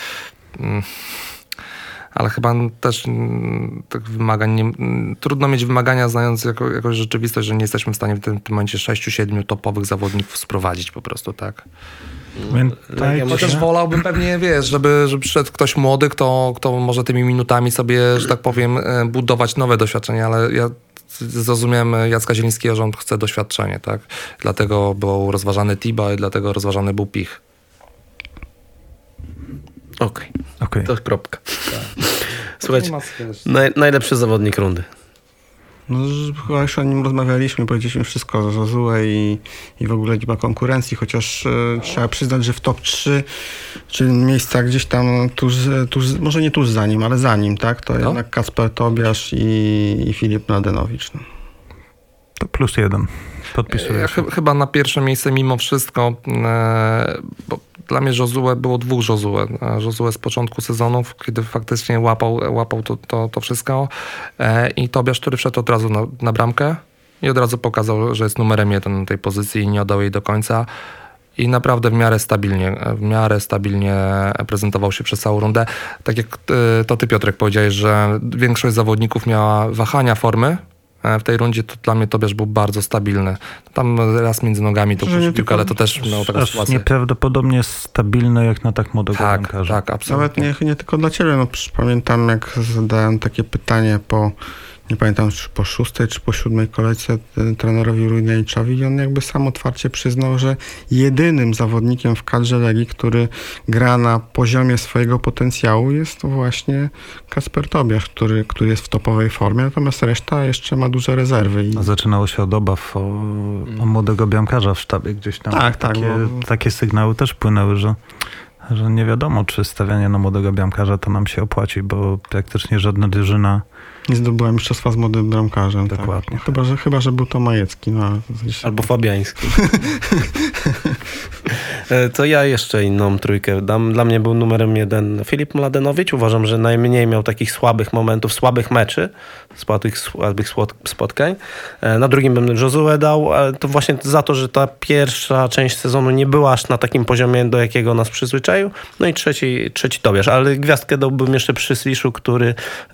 ale chyba też tych wymagań trudno mieć wymagania, znając jakąś rzeczywistość, że nie jesteśmy w stanie w tym momencie 6-7 topowych zawodników sprowadzić po prostu, tak? Chociaż wolałbym pewnie, żeby przyszedł ktoś młody, kto może tymi minutami sobie, że tak powiem, budować nowe doświadczenia, ale ja zrozumiałem Jacka Zielińskiego, że on chce doświadczenie, tak? Dlatego był rozważany Tiba i dlatego rozważany był Pich. Okej. To kropka. Słuchajcie, najlepszy zawodnik rundy. No, chyba już o nim rozmawialiśmy, powiedzieliśmy wszystko o Josue i w ogóle liczba konkurencji, chociaż trzeba przyznać, że w top 3, czyli miejsca gdzieś tam tuż, może nie tuż za nim, ale za nim, tak? To jednak Kacper Tobiasz i Filip Mladenowicz. No. To +1. Podpisuję się. Chyba na pierwsze miejsce mimo wszystko, bo dla mnie było 2 Josue. Josue z początku sezonów, kiedy faktycznie łapał to wszystko i Tobiasz, który wszedł od razu na bramkę i od razu pokazał, że jest numerem 1 na tej pozycji i nie oddał jej do końca. I naprawdę w miarę stabilnie prezentował się przez całą rundę. Tak jak to ty, Piotrek, powiedziałeś, że większość zawodników miała wahania formy. W tej rundzie to dla mnie Tobiasz był bardzo stabilny. Tam raz między nogami to piłkę, ale to też miało taką sytuację. Nieprawdopodobnie stabilny jak na tak młodego bramkarza. Tak, absolutnie. Nawet nie tylko dla ciebie. No, pamiętam, jak zadałem takie pytanie nie pamiętam, czy po 6. czy po 7. kolejce trenerowi Rujniewiczowi i on jakby sam otwarcie przyznał, że jedynym zawodnikiem w kadrze Legii, który gra na poziomie swojego potencjału, jest to właśnie Kacper Tobiasz, który jest w topowej formie, natomiast reszta jeszcze ma duże rezerwy. Zaczynało się od obaw o młodego bramkarza w sztabie gdzieś tam. Takie sygnały też płynęły, że nie wiadomo, czy stawianie na młodego bramkarza to nam się opłaci, bo praktycznie żadna drużyna nie zdobyła mistrzostwa z młodym bramkarzem. Dokładnie. Tak. Chyba, że był to Majecki. No, albo Fabiański. To ja jeszcze inną trójkę dam. Dla mnie był numerem 1 Filip Mladenowicz. Uważam, że najmniej miał takich słabych momentów, słabych meczy, słabych spotkań. Na drugim bym Josue dał, ale to właśnie za to, że ta pierwsza część sezonu nie była aż na takim poziomie, do jakiego nas przyzwyczaił. No i trzeci Tobiasz, ale gwiazdkę dałbym jeszcze przy Sliszu, który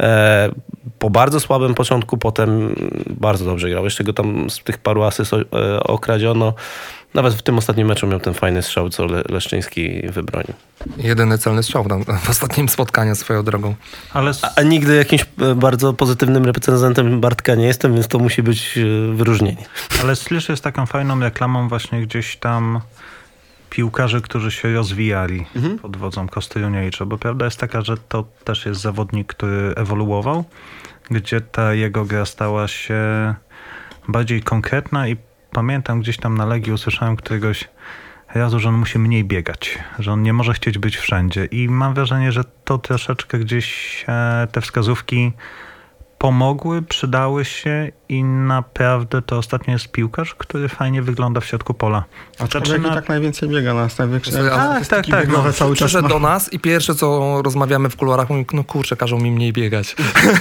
po bardzo słabym początku potem bardzo dobrze grał. Jeszcze go tam z tych paru asyst okradziono. Nawet w tym ostatnim meczu miał ten fajny strzał, co Leszczyński wybronił. Jedyny celny strzał w ostatnim spotkaniu swoją drogą. A nigdy jakimś bardzo pozytywnym reprezentem Bartka nie jestem, więc to musi być wyróżnienie. Ale Slisz jest taką fajną reklamą właśnie gdzieś tam piłkarzy, którzy się rozwijali pod wodzą Kosty Juniewicza, bo prawda jest taka, że to też jest zawodnik, który ewoluował, gdzie ta jego gra stała się bardziej konkretna i pamiętam gdzieś tam na Legii usłyszałem któregoś razu, że on musi mniej biegać, że on nie może chcieć być wszędzie i mam wrażenie, że to troszeczkę gdzieś te wskazówki pomogły, przydały się i naprawdę to ostatnio jest piłkarz, który fajnie wygląda w środku pola. A człowiek tak najwięcej biega na największe tak. No, cały czas przyszedł do nas i pierwsze co rozmawiamy w kuluarach, mówi, no kurczę, każą mi mniej biegać.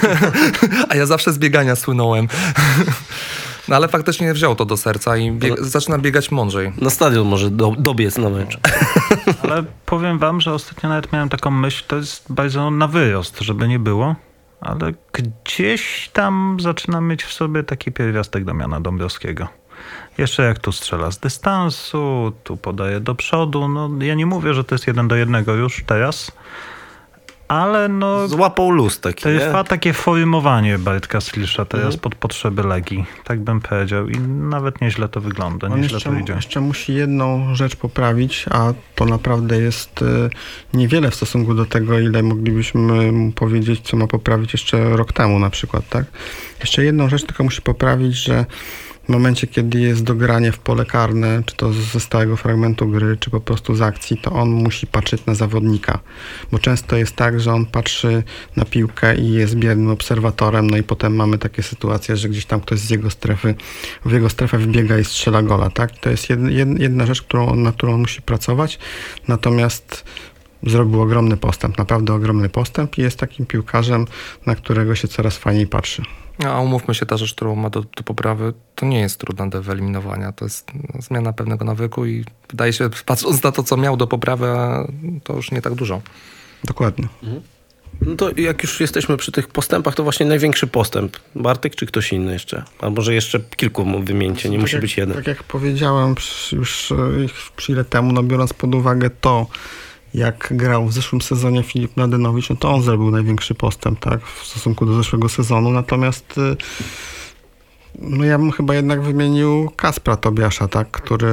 A ja zawsze z biegania słynąłem. No ale faktycznie wziął to do serca i zaczyna biegać mądrzej. Na stadion może dobiec na mecz. Ale powiem wam, że ostatnio nawet miałem taką myśl, to jest bardzo na wyrost, żeby nie było, ale gdzieś tam zaczynam mieć w sobie taki pierwiastek Damiana Dąbrowskiego. Jeszcze jak tu strzela z dystansu, tu podaje do przodu, no ja nie mówię, że to jest 1-1 już teraz, ale no... Złapał luz taki, to trwa takie formowanie Bartka Slisza teraz pod potrzeby Legii. Tak bym powiedział. I nawet nieźle to wygląda, nieźle to idzie. Jeszcze musi jedną rzecz poprawić, a to naprawdę jest niewiele w stosunku do tego, ile moglibyśmy mu powiedzieć, co ma poprawić jeszcze rok temu na przykład, tak? Jeszcze jedną rzecz tylko musi poprawić, że w momencie, kiedy jest dogranie w pole karne, czy to ze stałego fragmentu gry, czy po prostu z akcji, to on musi patrzeć na zawodnika. Bo często jest tak, że on patrzy na piłkę i jest biernym obserwatorem, no i potem mamy takie sytuacje, że gdzieś tam ktoś z jego strefy, w jego strefę wbiega i strzela gola, tak? To jest jedna rzecz, nad którą on musi pracować, natomiast zrobił ogromny postęp, naprawdę ogromny postęp i jest takim piłkarzem, na którego się coraz fajniej patrzy. A umówmy się, ta rzecz, którą ma do poprawy, to nie jest trudna do wyeliminowania. To jest zmiana pewnego nawyku i wydaje się, patrząc na to, co miał do poprawy, to już nie tak dużo. Dokładnie. No to jak już jesteśmy przy tych postępach, to właśnie największy postęp. Bartek czy ktoś inny jeszcze? A może jeszcze kilku wymieńcie, nie musi być jeden. Tak jak powiedziałem już chwilę temu, no biorąc pod uwagę to, jak grał w zeszłym sezonie Filip Mladenowicz, no to on zrobił największy postęp, tak, w stosunku do zeszłego sezonu. Natomiast no ja bym chyba jednak wymienił Kacpra Tobiasza, tak, który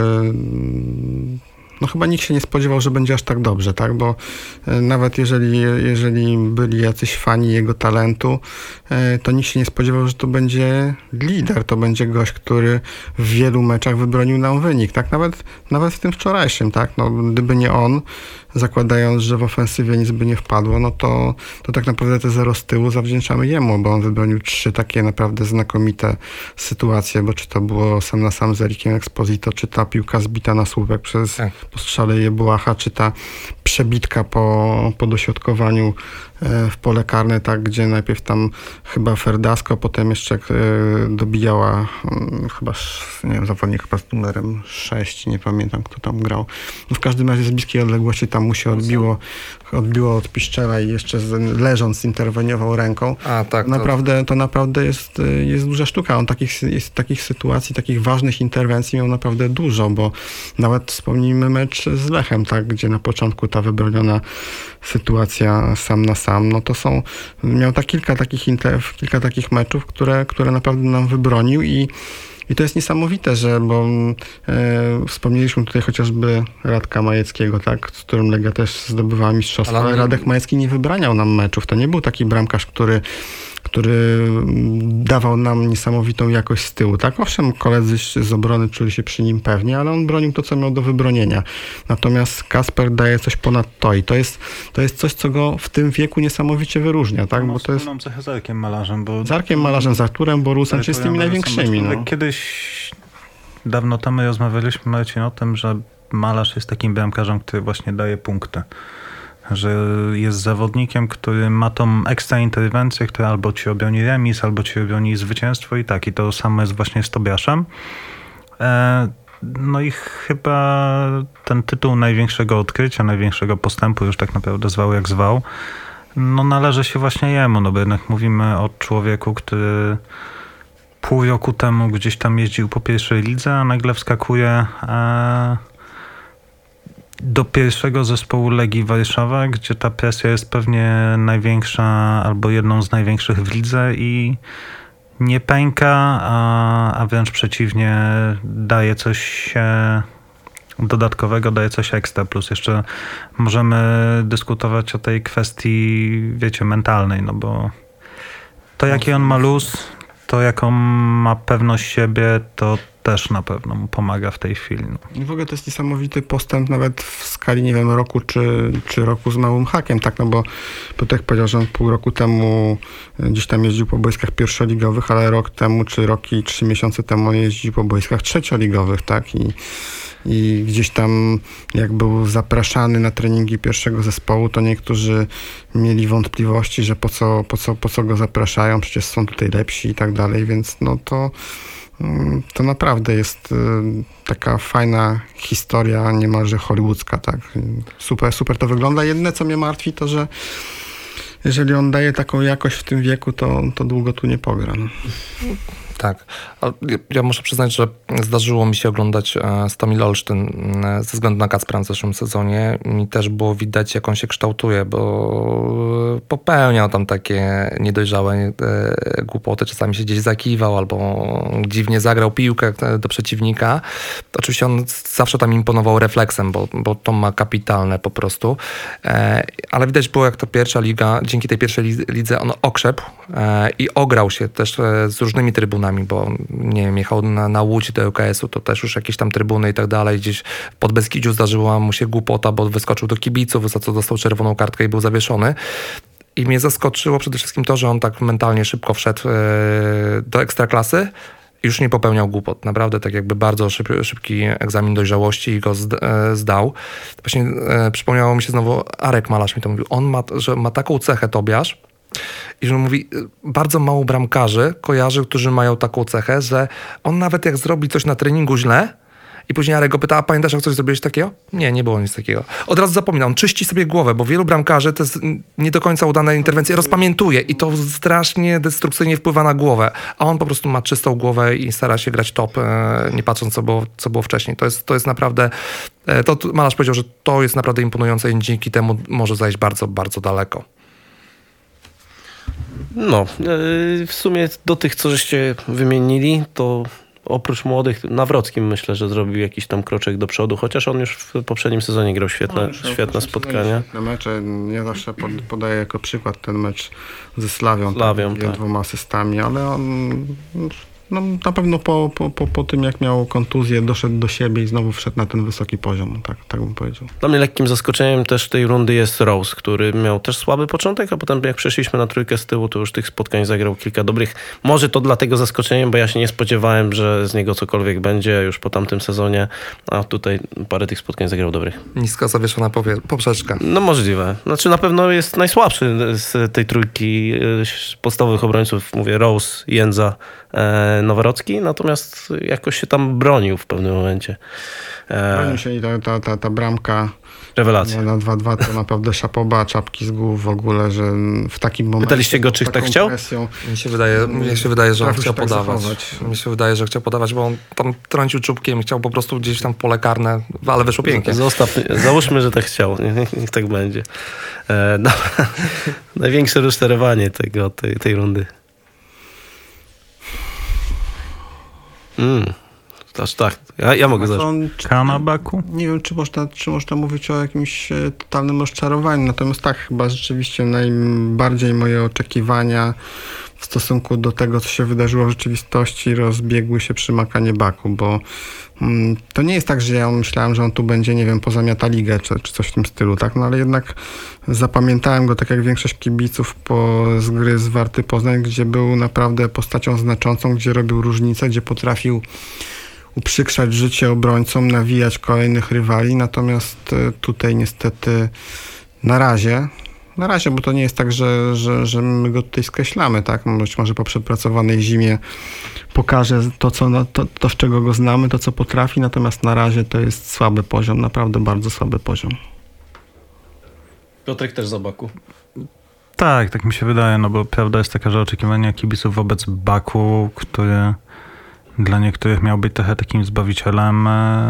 no chyba nikt się nie spodziewał, że będzie aż tak dobrze, tak, bo nawet jeżeli byli jacyś fani jego talentu, to nikt się nie spodziewał, że to będzie lider, to będzie gość, który w wielu meczach wybronił nam wynik, tak, nawet w tym wczorajszym, tak, no gdyby nie on, zakładając, że w ofensywie nic by nie wpadło, no to tak naprawdę te 0 z tyłu zawdzięczamy jemu, bo on wybronił 3 takie naprawdę znakomite sytuacje, bo czy to było sam na sam z Erikiem Exposito, czy ta piłka zbita na słupek przez postrzale Jebłacha, czy ta przebitka po dośrodkowaniu w pole karne, tak, gdzie najpierw tam chyba Ferdasko, potem jeszcze dobijała chyba, nie wiem, zawodnik chyba z numerem 6, nie pamiętam kto tam grał. No w każdym razie z bliskiej odległości tam mu się odbiło od piszczela i jeszcze leżąc interweniował ręką. Tak. To naprawdę jest duża sztuka. On takich sytuacji, takich ważnych interwencji miał naprawdę dużo, bo nawet wspomnijmy mecz z Lechem, tak, gdzie na początku ta wybroniona sytuacja sam na sam, no to miał kilka takich meczów, które naprawdę nam wybronił i to jest niesamowite, bo wspomnieliśmy tutaj chociażby Radka Majeckiego, tak, z którym Legia też zdobywała mistrzostwo, ale Radek Majecki nie wybraniał nam meczów. To nie był taki bramkarz, który dawał nam niesamowitą jakość z tyłu. Tak, owszem, koledzy z obrony czuli się przy nim pewnie, ale on bronił to, co miał do wybronienia. Natomiast Kacper daje coś ponad to i to jest coś, co go w tym wieku niesamowicie wyróżnia. Tak? Bo to jest cechę z Arkiem Malarzem. Z Arkiem Malarzem, z Arturem Borusem, czy z tymi największymi. No. Kiedyś, dawno temu rozmawialiśmy, Marcin, o tym, że Malarz jest takim bramkarzem, który właśnie daje punkty. Że jest zawodnikiem, który ma tą ekstra interwencję, która albo ci obroni remis, albo ci obroni zwycięstwo i to samo jest właśnie z Tobiaszem. No i chyba ten tytuł największego odkrycia, największego postępu, już tak naprawdę zwał jak zwał, no należy się właśnie jemu, no bo jednak mówimy o człowieku, który pół roku temu gdzieś tam jeździł po pierwszej lidze, a nagle wskakuje do pierwszego zespołu Legii Warszawa, gdzie ta presja jest pewnie największa albo jedną z największych w lidze i nie pęka, a wręcz przeciwnie, daje coś dodatkowego, daje coś ekstra. Plus jeszcze możemy dyskutować o tej kwestii, wiecie, mentalnej, no bo to jaki on ma luz, to jaką ma pewność siebie, to też na pewno mu pomaga w tej chwili. No. I w ogóle to jest niesamowity postęp nawet w skali, nie wiem, roku czy roku z małym hakiem, tak, no bo Piotrek powiedział, że on pół roku temu gdzieś tam jeździł po boiskach pierwszoligowych, ale rok temu, czy rok i 3 miesiące temu on jeździł po boiskach trzecioligowych, tak, i gdzieś tam jak był zapraszany na treningi pierwszego zespołu, to niektórzy mieli wątpliwości, że po co go zapraszają, przecież są tutaj lepsi i tak dalej, więc no to naprawdę jest taka fajna historia, niemalże hollywoodzka, tak. Super to wygląda. Jedyne, co mnie martwi, to że jeżeli on daje taką jakość w tym wieku, to długo tu nie pogra. No. Tak, ale ja muszę przyznać, że zdarzyło mi się oglądać Stomil Olsztyn ze względu na Kacpra w zeszłym sezonie. Mi też było widać, jak on się kształtuje, bo popełniał tam takie niedojrzałe głupoty. Czasami się gdzieś zakiwał albo dziwnie zagrał piłkę do przeciwnika. Oczywiście on zawsze tam imponował refleksem, bo to ma kapitalne po prostu. Ale widać było, jak to pierwsza liga, dzięki tej pierwszej lidze on okrzepł i ograł się też z różnymi trybunami. kibicami, bo nie wiem, jechał na Łódź do ŁKS-u, to też już jakieś tam trybuny i tak dalej. Gdzieś pod Beskidziu zdarzyła mu się głupota, bo wyskoczył do kibiców, za co dostał czerwoną kartkę i był zawieszony. I mnie zaskoczyło przede wszystkim to, że on tak mentalnie szybko wszedł do Ekstraklasy. Już nie popełniał głupot. Naprawdę tak jakby bardzo szybki egzamin dojrzałości i go zdał. Właśnie przypomniało mi się znowu, Arek Malarz mi to mówił, że ma taką cechę Tobiasz i że mówi, bardzo mało bramkarzy kojarzy, którzy mają taką cechę, że on nawet jak zrobi coś na treningu źle i później Arek go pyta, a pamiętasz, jak coś zrobiłeś takiego? Nie było nic takiego. Od razu zapomina, on czyści sobie głowę, bo wielu bramkarzy to jest nie do końca udane interwencje, rozpamiętuje i to strasznie destrukcyjnie wpływa na głowę, a on po prostu ma czystą głowę i stara się grać top, nie patrząc co było wcześniej. To jest naprawdę, to Malarz powiedział, że to jest naprawdę imponujące i dzięki temu może zajść bardzo, bardzo daleko. No, w sumie do tych, co żeście wymienili, to oprócz młodych, Nawrockim myślę, że zrobił jakiś tam kroczek do przodu, chociaż on już w poprzednim sezonie grał świetne spotkania. Świetne mecze. Ja zawsze podaję jako przykład ten mecz ze Slawią, Tak. 2 asystami, ale on na pewno po tym, jak miał kontuzję, doszedł do siebie i znowu wszedł na ten wysoki poziom, tak bym powiedział. Dla mnie lekkim zaskoczeniem też tej rundy jest Rose, który miał też słaby początek, a potem jak przeszliśmy na trójkę z tyłu, to już tych spotkań zagrał kilka dobrych. Może to dlatego zaskoczeniem, bo ja się nie spodziewałem, że z niego cokolwiek będzie już po tamtym sezonie, a tutaj parę tych spotkań zagrał dobrych. Nisko zawieszona poprzeczka. No możliwe. Znaczy na pewno jest najsłabszy z tej trójki podstawowych obrońców, mówię Rose, Jędza, Nawrocki, natomiast jakoś się tam bronił w pewnym momencie. Bronił się i ta bramka Rewelacja. na 2-2 to naprawdę szapoba, czapki z głów w ogóle, że w takim momencie... Pytaliście go, czy tak chciał? Mi się wydaje, że on chciał podawać. Mi się wydaje, że chciał podawać, bo on tam trącił czubkiem, chciał po prostu gdzieś tam pole karne, ale wyszło pięknie. Załóżmy, że tak chciał. Niech tak będzie. Największe rozczarowanie tej rundy. Aż tak. Ja mogę zacząć. Kanabaku? Nie wiem, czy można mówić o jakimś totalnym rozczarowaniu. Natomiast tak, chyba rzeczywiście najbardziej moje oczekiwania w stosunku do tego, co się wydarzyło w rzeczywistości, rozbiegły się przy Makanie Baku, bo to nie jest tak, że ja myślałem, że on tu będzie, nie wiem, pozamiata ligę, czy coś w tym stylu, tak? No ale jednak zapamiętałem go, tak jak większość kibiców z gry z Warty Poznań, gdzie był naprawdę postacią znaczącą, gdzie robił różnicę, gdzie potrafił uprzykrzać życie obrońcom, nawijać kolejnych rywali, natomiast tutaj niestety na razie, bo to nie jest tak, że my go tutaj skreślamy, tak? Być może po przepracowanej zimie pokaże to, z czego go znamy, to, co potrafi, natomiast na razie to jest słaby poziom, naprawdę bardzo słaby poziom. Piotrek też za Baku. Tak mi się wydaje, no bo prawda jest taka, że oczekiwania kibiców wobec Baku, który dla niektórych miał być trochę takim zbawicielem,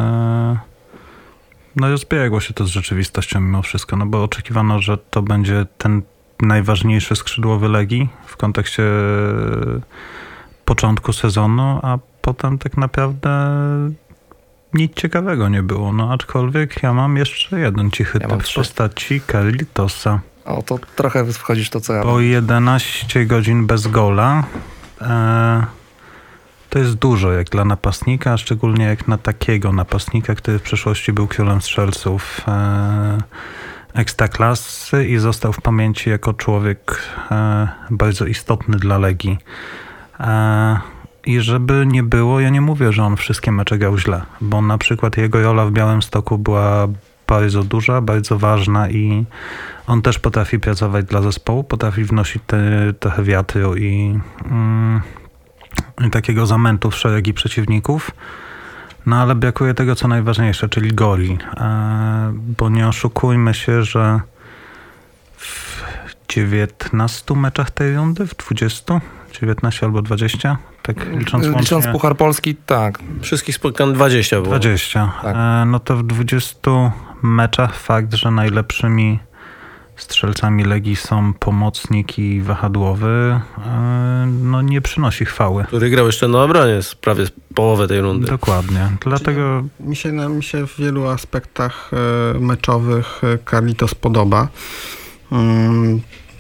no i zbiegło się to z rzeczywistością mimo wszystko, no bo oczekiwano, że to będzie ten najważniejszy skrzydłowy Legii w kontekście początku sezonu, a potem tak naprawdę nic ciekawego nie było, no aczkolwiek ja mam jeszcze jeden cichy typ w postaci Carlitosa. O, to trochę wchodzisz to, co ja Po 11 godzin bez gola to jest dużo jak dla napastnika, a szczególnie jak na takiego napastnika, który w przeszłości był królem strzelców Ekstraklasy i został w pamięci jako człowiek bardzo istotny dla Legii. I żeby nie było, ja nie mówię, że on wszystkie mecze grał źle, bo na przykład jego rola w Białymstoku była bardzo duża, bardzo ważna i on też potrafi pracować dla zespołu, potrafi wnosić trochę wiatru i takiego zamętu w szeregi przeciwników, no ale brakuje tego, co najważniejsze, czyli goli, bo nie oszukujmy się, że w 19 meczach tej rundy, w 20, 19 albo 20, tak licząc łącznie. Licząc Puchar Polski, tak. Wszystkich spotkań 20 było. 20. Tak. No to w 20 meczach fakt, że najlepszymi strzelcami Legii są pomocnik i wahadłowy, no nie przynosi chwały. Który grał jeszcze na obronie z prawie połowę tej rundy. Dokładnie. Dlatego Mi się w wielu aspektach meczowych Carlitos podoba.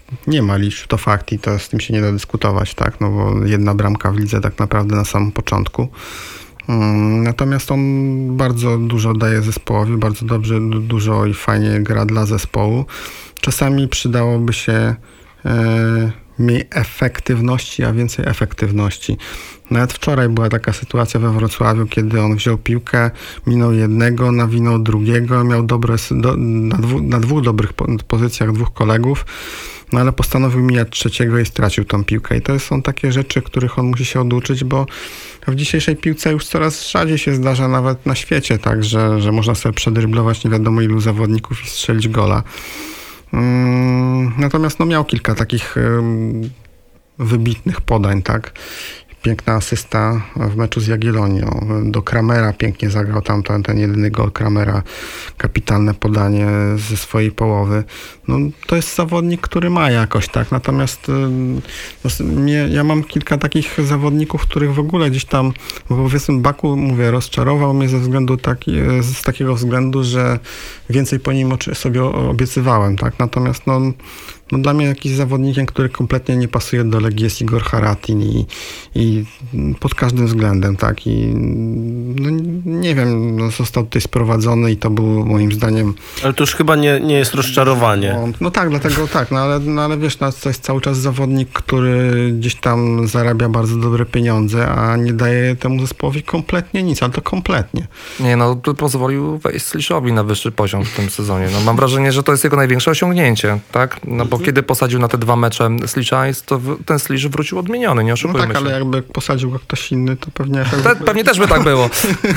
nie ma liczb, to fakt i to z tym się nie da dyskutować, tak? No bo jedna bramka w lidze tak naprawdę na samym początku. Natomiast on bardzo dużo daje zespołowi, bardzo dobrze, dużo i fajnie gra dla zespołu. Czasami przydałoby się mniej efektywności, a więcej efektywności. Nawet wczoraj była taka sytuacja we Wrocławiu, kiedy on wziął piłkę, minął jednego, nawinął drugiego, miał na dwóch dobrych pozycjach dwóch kolegów, no ale postanowił mijać trzeciego i stracił tą piłkę. I to są takie rzeczy, których on musi się oduczyć, bo w dzisiejszej piłce już coraz rzadziej się zdarza nawet na świecie, tak, że można sobie przedryblować nie wiadomo ilu zawodników i strzelić gola. Natomiast miał kilka takich wybitnych podań, tak. Piękna asysta w meczu z Jagiellonią. Do Kramera pięknie zagrał tam ten jedyny gol Kramera. Kapitalne podanie ze swojej połowy. To jest zawodnik, który ma jakość, tak. Natomiast ja mam kilka takich zawodników, których w ogóle gdzieś tam, bo powiedzmy Baku, mówię, rozczarował mnie z takiego względu, że więcej po nim sobie obiecywałem, tak. Natomiast dla mnie jakimś zawodnikiem, który kompletnie nie pasuje do Legii jest Igor Haratin i pod każdym względem, tak. I nie wiem, został tutaj sprowadzony i to był moim zdaniem... Ale to już chyba nie jest rozczarowanie. No tak, dlatego tak, ale wiesz, to jest cały czas zawodnik, który gdzieś tam zarabia bardzo dobre pieniądze, a nie daje temu zespołowi kompletnie nic, ale to kompletnie. Nie, to pozwolił wejść Sliszowi na wyższy poziom w tym sezonie. Mam wrażenie, że to jest jego największe osiągnięcie, tak? Bo kiedy posadził na te 2 mecze Slisza, to ten Slisz wrócił odmieniony, nie oszukujmy się. Ale jakby posadził go ktoś inny, to pewnie... Pewnie też by tak było.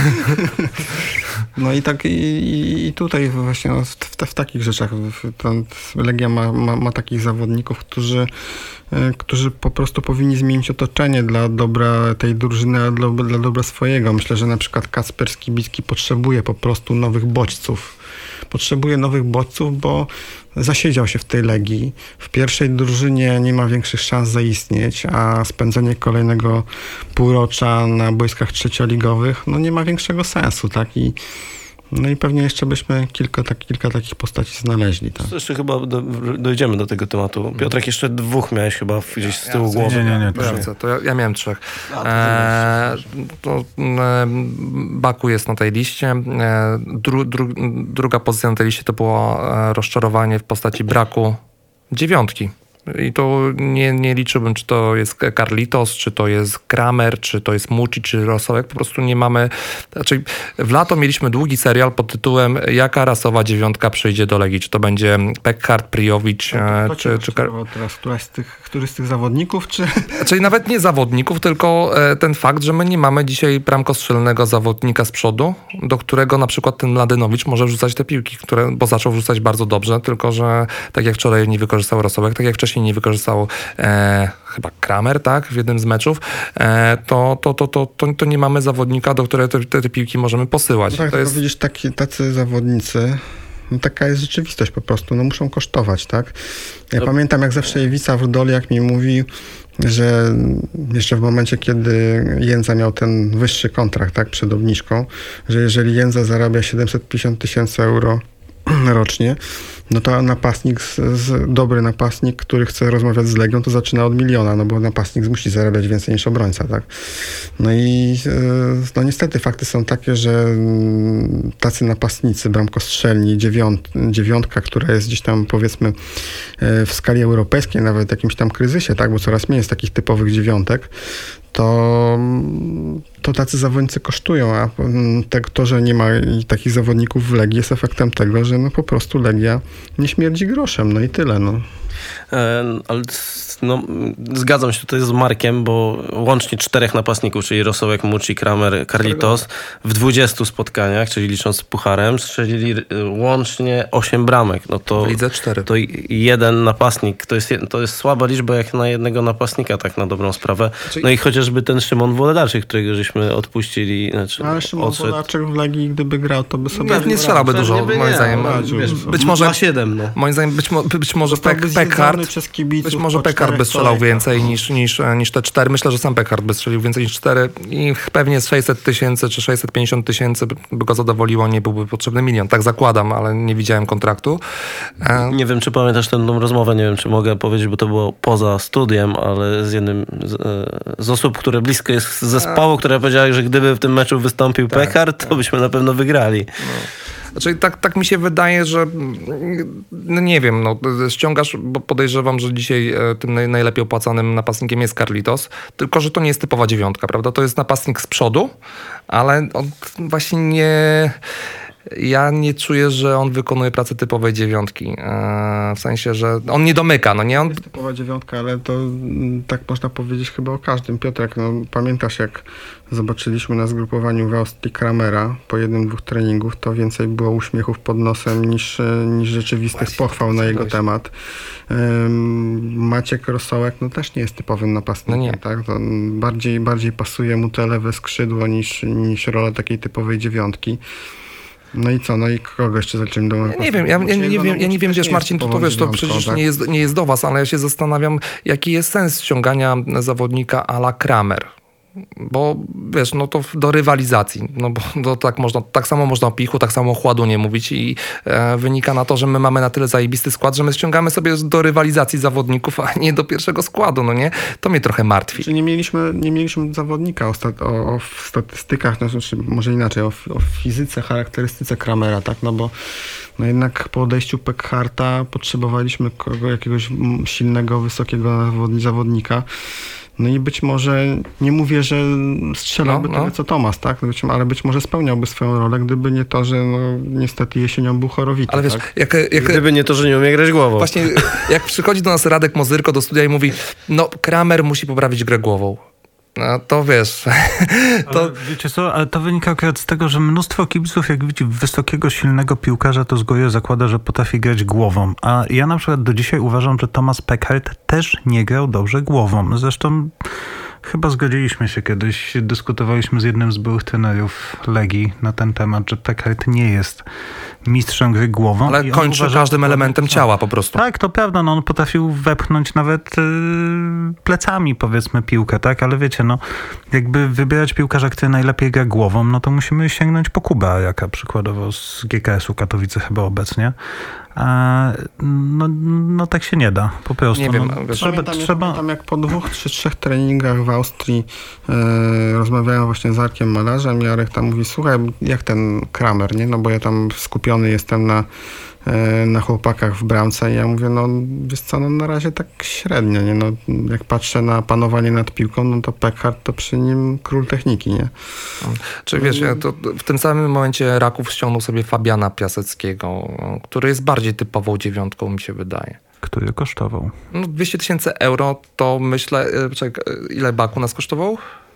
No i tak i tutaj właśnie w takich rzeczach Legia ma takich zawodników, którzy po prostu powinni zmienić otoczenie dla dobra tej drużyny, a dla dobra swojego. Myślę, że na przykład Kacper Skibicki potrzebuje po prostu nowych bodźców. Potrzebuje nowych bodźców, bo zasiedział się w tej Legii. W pierwszej drużynie nie ma większych szans zaistnieć, a spędzenie kolejnego półrocza na boiskach trzecioligowych nie ma większego sensu, tak? I pewnie jeszcze byśmy kilka takich postaci znaleźli. Tak? Jeszcze chyba dojdziemy do tego tematu. Piotrek, jeszcze 2 miałeś chyba gdzieś z tyłu głowy. Nie. To ja miałem 3. Baku jest na tej liście. Druga pozycja na tej liście to było rozczarowanie w postaci braku 9. I to nie liczyłbym, czy to jest Carlitos, czy to jest Kramer, czy to jest Muci, czy Rosołek. Po prostu nie mamy... Znaczy, w lato mieliśmy długi serial pod tytułem Jaka rasowa 9 przyjdzie do Legii? Czy to będzie Pekhard, Prijowicz, czy... Teraz któryś z tych zawodników, czy... Czyli nawet nie zawodników, tylko ten fakt, że my nie mamy dzisiaj bramkostrzelnego zawodnika z przodu, do którego na przykład ten Mladenowicz może wrzucać te piłki, bo zaczął wrzucać bardzo dobrze, tylko że tak jak wczoraj nie wykorzystał Rosołek, tak jak wcześniej nie wykorzystał chyba Kramer, tak, w jednym z meczów, to nie mamy zawodnika, do którego te piłki możemy posyłać. Tak, to jest... widzisz, tacy zawodnicy, taka jest rzeczywistość po prostu, muszą kosztować, tak? Ja pamiętam, jak zawsze Iwica Wródoliak mi mówił, że jeszcze w momencie, kiedy Jędza miał ten wyższy kontrakt, tak, przed obniżką, że jeżeli Jędza zarabia 750 000 euro rocznie, to napastnik, dobry napastnik, który chce rozmawiać z Legią, to zaczyna od 1 miliona, bo napastnik musi zarabiać więcej niż obrońca, tak? Niestety fakty są takie, że tacy napastnicy, bramkostrzelni, dziewiątka, która jest gdzieś tam powiedzmy w skali europejskiej, nawet w jakimś tam kryzysie, tak? Bo coraz mniej jest takich typowych dziewiątek, to tacy zawodnicy kosztują, a to, że nie ma takich zawodników w Legii jest efektem tego, że po prostu Legia nie śmierdzi groszem, i tyle. Ale zgadzam się tutaj z Markiem, bo łącznie 4 napastników, czyli Rosołek, Muci, Kramer, Carlitos w 20 spotkaniach, czyli licząc pucharem, strzelili łącznie 8 bramek. W lidze 4. To jeden napastnik. To jest słaba liczba jak na jednego napastnika, tak na dobrą sprawę. I chociażby ten Szymon Woledarczyk, którego żeśmy odpuścili. Ale Szymon Woledarczyk w Legii, gdyby grał, to by sobie... Nie strzelałby dużo, moim zdaniem. Być może 7, Moim zdaniem być może Peckhardt, przez kibiców. być może po Peckhardt by 4 strzelał kolejkach. więcej niż te 4. Myślę, że sam Peckhardt by strzelił więcej niż 4 i pewnie z 600 tysięcy czy 650 tysięcy by go zadowoliło, nie byłby potrzebny 1 000 000. Tak zakładam, ale nie widziałem kontraktu. Nie wiem, czy pamiętasz tę rozmowę, nie wiem, czy mogę powiedzieć, bo to było poza studiem, ale z jednym z osób, które blisko jest zespołu, które powiedziały, że gdyby w tym meczu wystąpił Peckhardt, to byśmy na pewno wygrali. Znaczy, tak mi się wydaje, że no nie wiem, no, ściągasz, bo podejrzewam, że dzisiaj tym najlepiej opłacanym napastnikiem jest Carlitos, tylko że to nie jest typowa 9, prawda? To jest napastnik z przodu, ale on właśnie nie... Ja nie czuję, że on wykonuje pracę typowej 9. W sensie, że on nie domyka, no nie? On... jest typowa 9, ale to tak można powiedzieć chyba o każdym. Piotrek, no pamiętasz, jak zobaczyliśmy na zgrupowaniu w Austrii Kramera po 1-2 treningów, to więcej było uśmiechów pod nosem niż rzeczywistych pochwał na jego temat. Maciek Rosołek no też nie jest typowym napastnikiem, No nie. tak? To bardziej pasuje mu te lewe skrzydło niż rola takiej typowej 9. No i co? No i kogo jeszcze zaczęli do Ja nie wiem, ja nie wiem, wiesz, Marcin, to wiesz, to przecież tak? nie jest do was, ale ja się zastanawiam, jaki jest sens ściągania zawodnika a la Kramer. Bo wiesz, no to do rywalizacji, no bo to tak samo można o Pichu, tak samo o Chładu nie mówić i wynika na to, że my mamy na tyle zajebisty skład, że my ściągamy sobie do rywalizacji zawodników, a nie do pierwszego składu, no nie? To mnie trochę martwi. Czy nie mieliśmy zawodnika w statystykach, no, znaczy może inaczej, o fizyce, charakterystyce Kramera, tak? No bo no jednak po odejściu Peckhardta potrzebowaliśmy jakiegoś silnego, wysokiego zawodnika. No i być może, nie mówię, że strzelałby tyle co Tomasz, tak? Ale być może spełniałby swoją rolę, gdyby nie to, że no, niestety jesienią był chorowity. Ale wiesz, tak? Gdyby nie to, że nie umie grać głową. Właśnie jak przychodzi do nas Radek Mozyrko do studia i mówi, no Kramer musi poprawić grę głową. No to wiesz... Ale wiecie co, ale to wynika akurat z tego, że mnóstwo kibiców, jak widzi wysokiego, silnego piłkarza, to z góry zakłada, że potrafi grać głową. A ja na przykład do dzisiaj uważam, że Thomas Peckhardt też nie grał dobrze głową. Zresztą chyba zgodziliśmy się kiedyś, dyskutowaliśmy z jednym z byłych trenerów Legii na ten temat, że Peckhardt nie jest mistrzem gry głową. Ale kończy każdym elementem ciała po prostu. Tak, to prawda, no on potrafił wepchnąć nawet plecami, powiedzmy, piłkę, tak? Ale wiecie, no jakby wybierać piłkarza, który najlepiej gra głową, no to musimy sięgnąć po Kubę Ajaka, przykładowo z GKS-u Katowice chyba obecnie. No tak się nie da, po prostu. Nie wiem, Pamiętam jak po 2 czy 3 treningach w Austrii rozmawiałem właśnie z Arkiem Malarzem i Arek tam mówi, słuchaj, jak ten Kramer, nie? No bo ja tam skupiony jestem na chłopakach w bramce i ja mówię, no wiesz co, no na razie tak średnio, nie? No jak patrzę na panowanie nad piłką, no to Peckhardt to przy nim król techniki, nie? Czy wiesz, to w tym samym momencie Raków ściągnął sobie Fabiana Piaseckiego, który jest bardziej typową 9, mi się wydaje. Który kosztował? No 200 000 euro to myślę, ile Baku nas kosztował?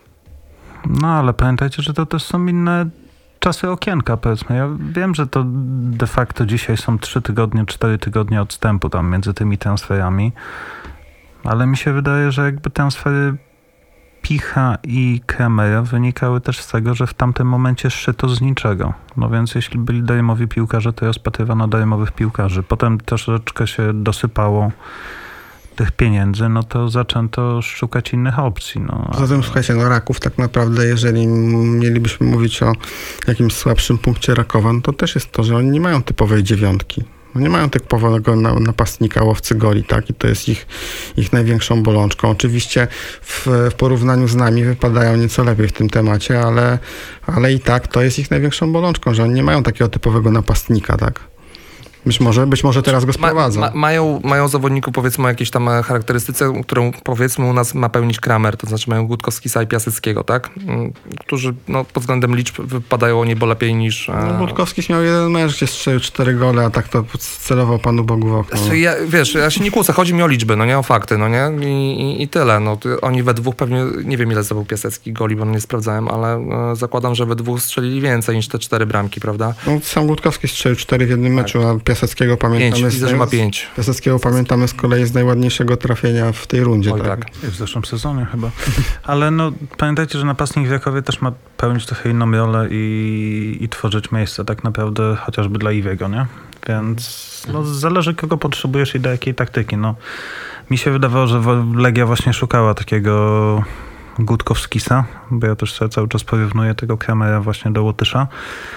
No ale pamiętajcie, że to też są inne czasy okienka, powiedzmy. Ja wiem, że to de facto dzisiaj są 3 tygodnie, 4 tygodnie odstępu tam między tymi transferami, ale mi się wydaje, że jakby transfery Picha i Kramera wynikały też z tego, że w tamtym momencie szyto z niczego. No więc jeśli byli darmowi piłkarze, to rozpatrywano darmowych piłkarzy. Potem troszeczkę się dosypało tych pieniędzy, no to zaczęto szukać innych opcji. No. Zatem słuchajcie, no Raków tak naprawdę, jeżeli mielibyśmy mówić o jakimś słabszym punkcie Rakowa, no to też jest to, że oni nie mają typowej 9. No nie mają typowego napastnika, łowcy goli, tak? I to jest ich największą bolączką. Oczywiście w porównaniu z nami wypadają nieco lepiej w tym temacie, ale i tak to jest ich największą bolączką, że oni nie mają takiego typowego napastnika, tak? Być może teraz go sprowadzą. Mają zawodników, powiedzmy, o jakiejś tam charakterystyce, którą, powiedzmy, u nas ma pełnić Kramer, to znaczy mają Gutkowskisa i Piaseckiego, tak? Którzy no, pod względem liczb wypadają o niebo lepiej niż... No, Gutkowskis miał 1 mecz, gdzie strzelił 4 gole, a tak to celował Panu Bogu w okno. Ja się nie kłócę, chodzi mi o liczby, no nie o fakty, no nie? I tyle. No, oni we dwóch pewnie, nie wiem ile zdobył Piasecki goli, bo nie sprawdzałem, ale zakładam, że we dwóch strzelili więcej niż te 4 bramki, prawda? No, sam Gutkowski strzelił 4 w jednym meczu, a Piaseckiego pamiętamy. 5, widzę, że ma 5. Piaseckiego pamiętamy z kolei z najładniejszego trafienia w tej rundzie. Oj, tak? W zeszłym sezonie chyba. Ale no pamiętajcie, że napastnik w Rakowie też ma pełnić trochę inną rolę i tworzyć miejsce tak naprawdę chociażby dla Iwiego, nie? Więc zależy, kogo potrzebujesz i do jakiej taktyki. No, mi się wydawało, że Legia właśnie szukała takiego Gutkowskisa, bo ja też sobie cały czas porównuję tego Kramera właśnie do Łotysza.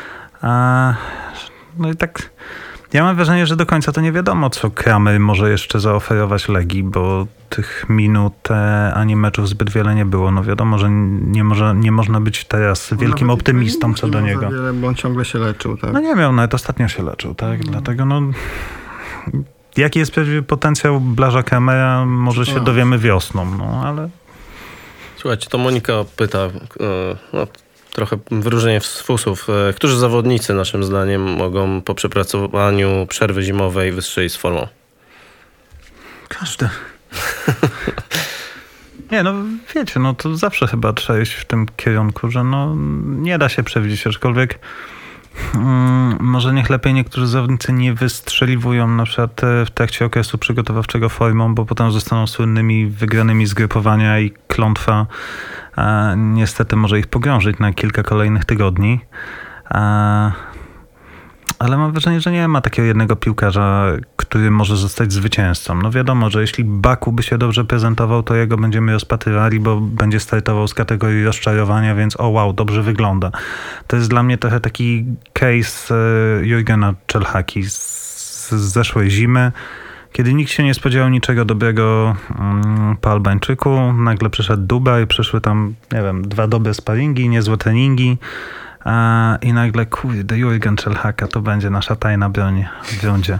No i tak ja mam wrażenie, że do końca to nie wiadomo, co Kramer może jeszcze zaoferować Legii, bo tych minut ani meczów zbyt wiele nie było. No wiadomo, że nie można być teraz wielkim optymistą co do niego. Wiele, bo on ciągle się leczył, tak? No nie miał, nawet ostatnio się leczył, tak? Dlatego jaki jest potencjał Blasza Kramera, może się dowiemy wiosną, no ale... Słuchajcie, to Monika pyta, trochę wyróżnienie z fusów. Którzy zawodnicy naszym zdaniem mogą po przepracowaniu przerwy zimowej wystrzelić z formą? Każdy. Nie, no wiecie, no to zawsze chyba trzeba iść w tym kierunku, że nie da się przewidzieć, aczkolwiek może niech lepiej niektórzy zawodnicy nie wystrzeliwują na przykład w trakcie okresu przygotowawczego formą, bo potem zostaną słynnymi wygranymi zgrupowania i klątwa niestety może ich pogrążyć na kilka kolejnych tygodni. Ale mam wrażenie, że nie ma takiego jednego piłkarza, który może zostać zwycięzcą. No wiadomo, że jeśli Baku by się dobrze prezentował, to jego będziemy rozpatrywali, bo będzie startował z kategorii rozczarowania, więc wow, dobrze wygląda. To jest dla mnie trochę taki case Jurgena Czelhaki z zeszłej zimy, kiedy nikt się nie spodziewał niczego dobrego po Albańczyku. Nagle przyszedł Dubaj, przyszły tam, nie wiem, 2 dobre sparingi, niezłe treningi. I nagle, kurde, Jurgen Czelhaka to będzie nasza tajna broń w rundzie.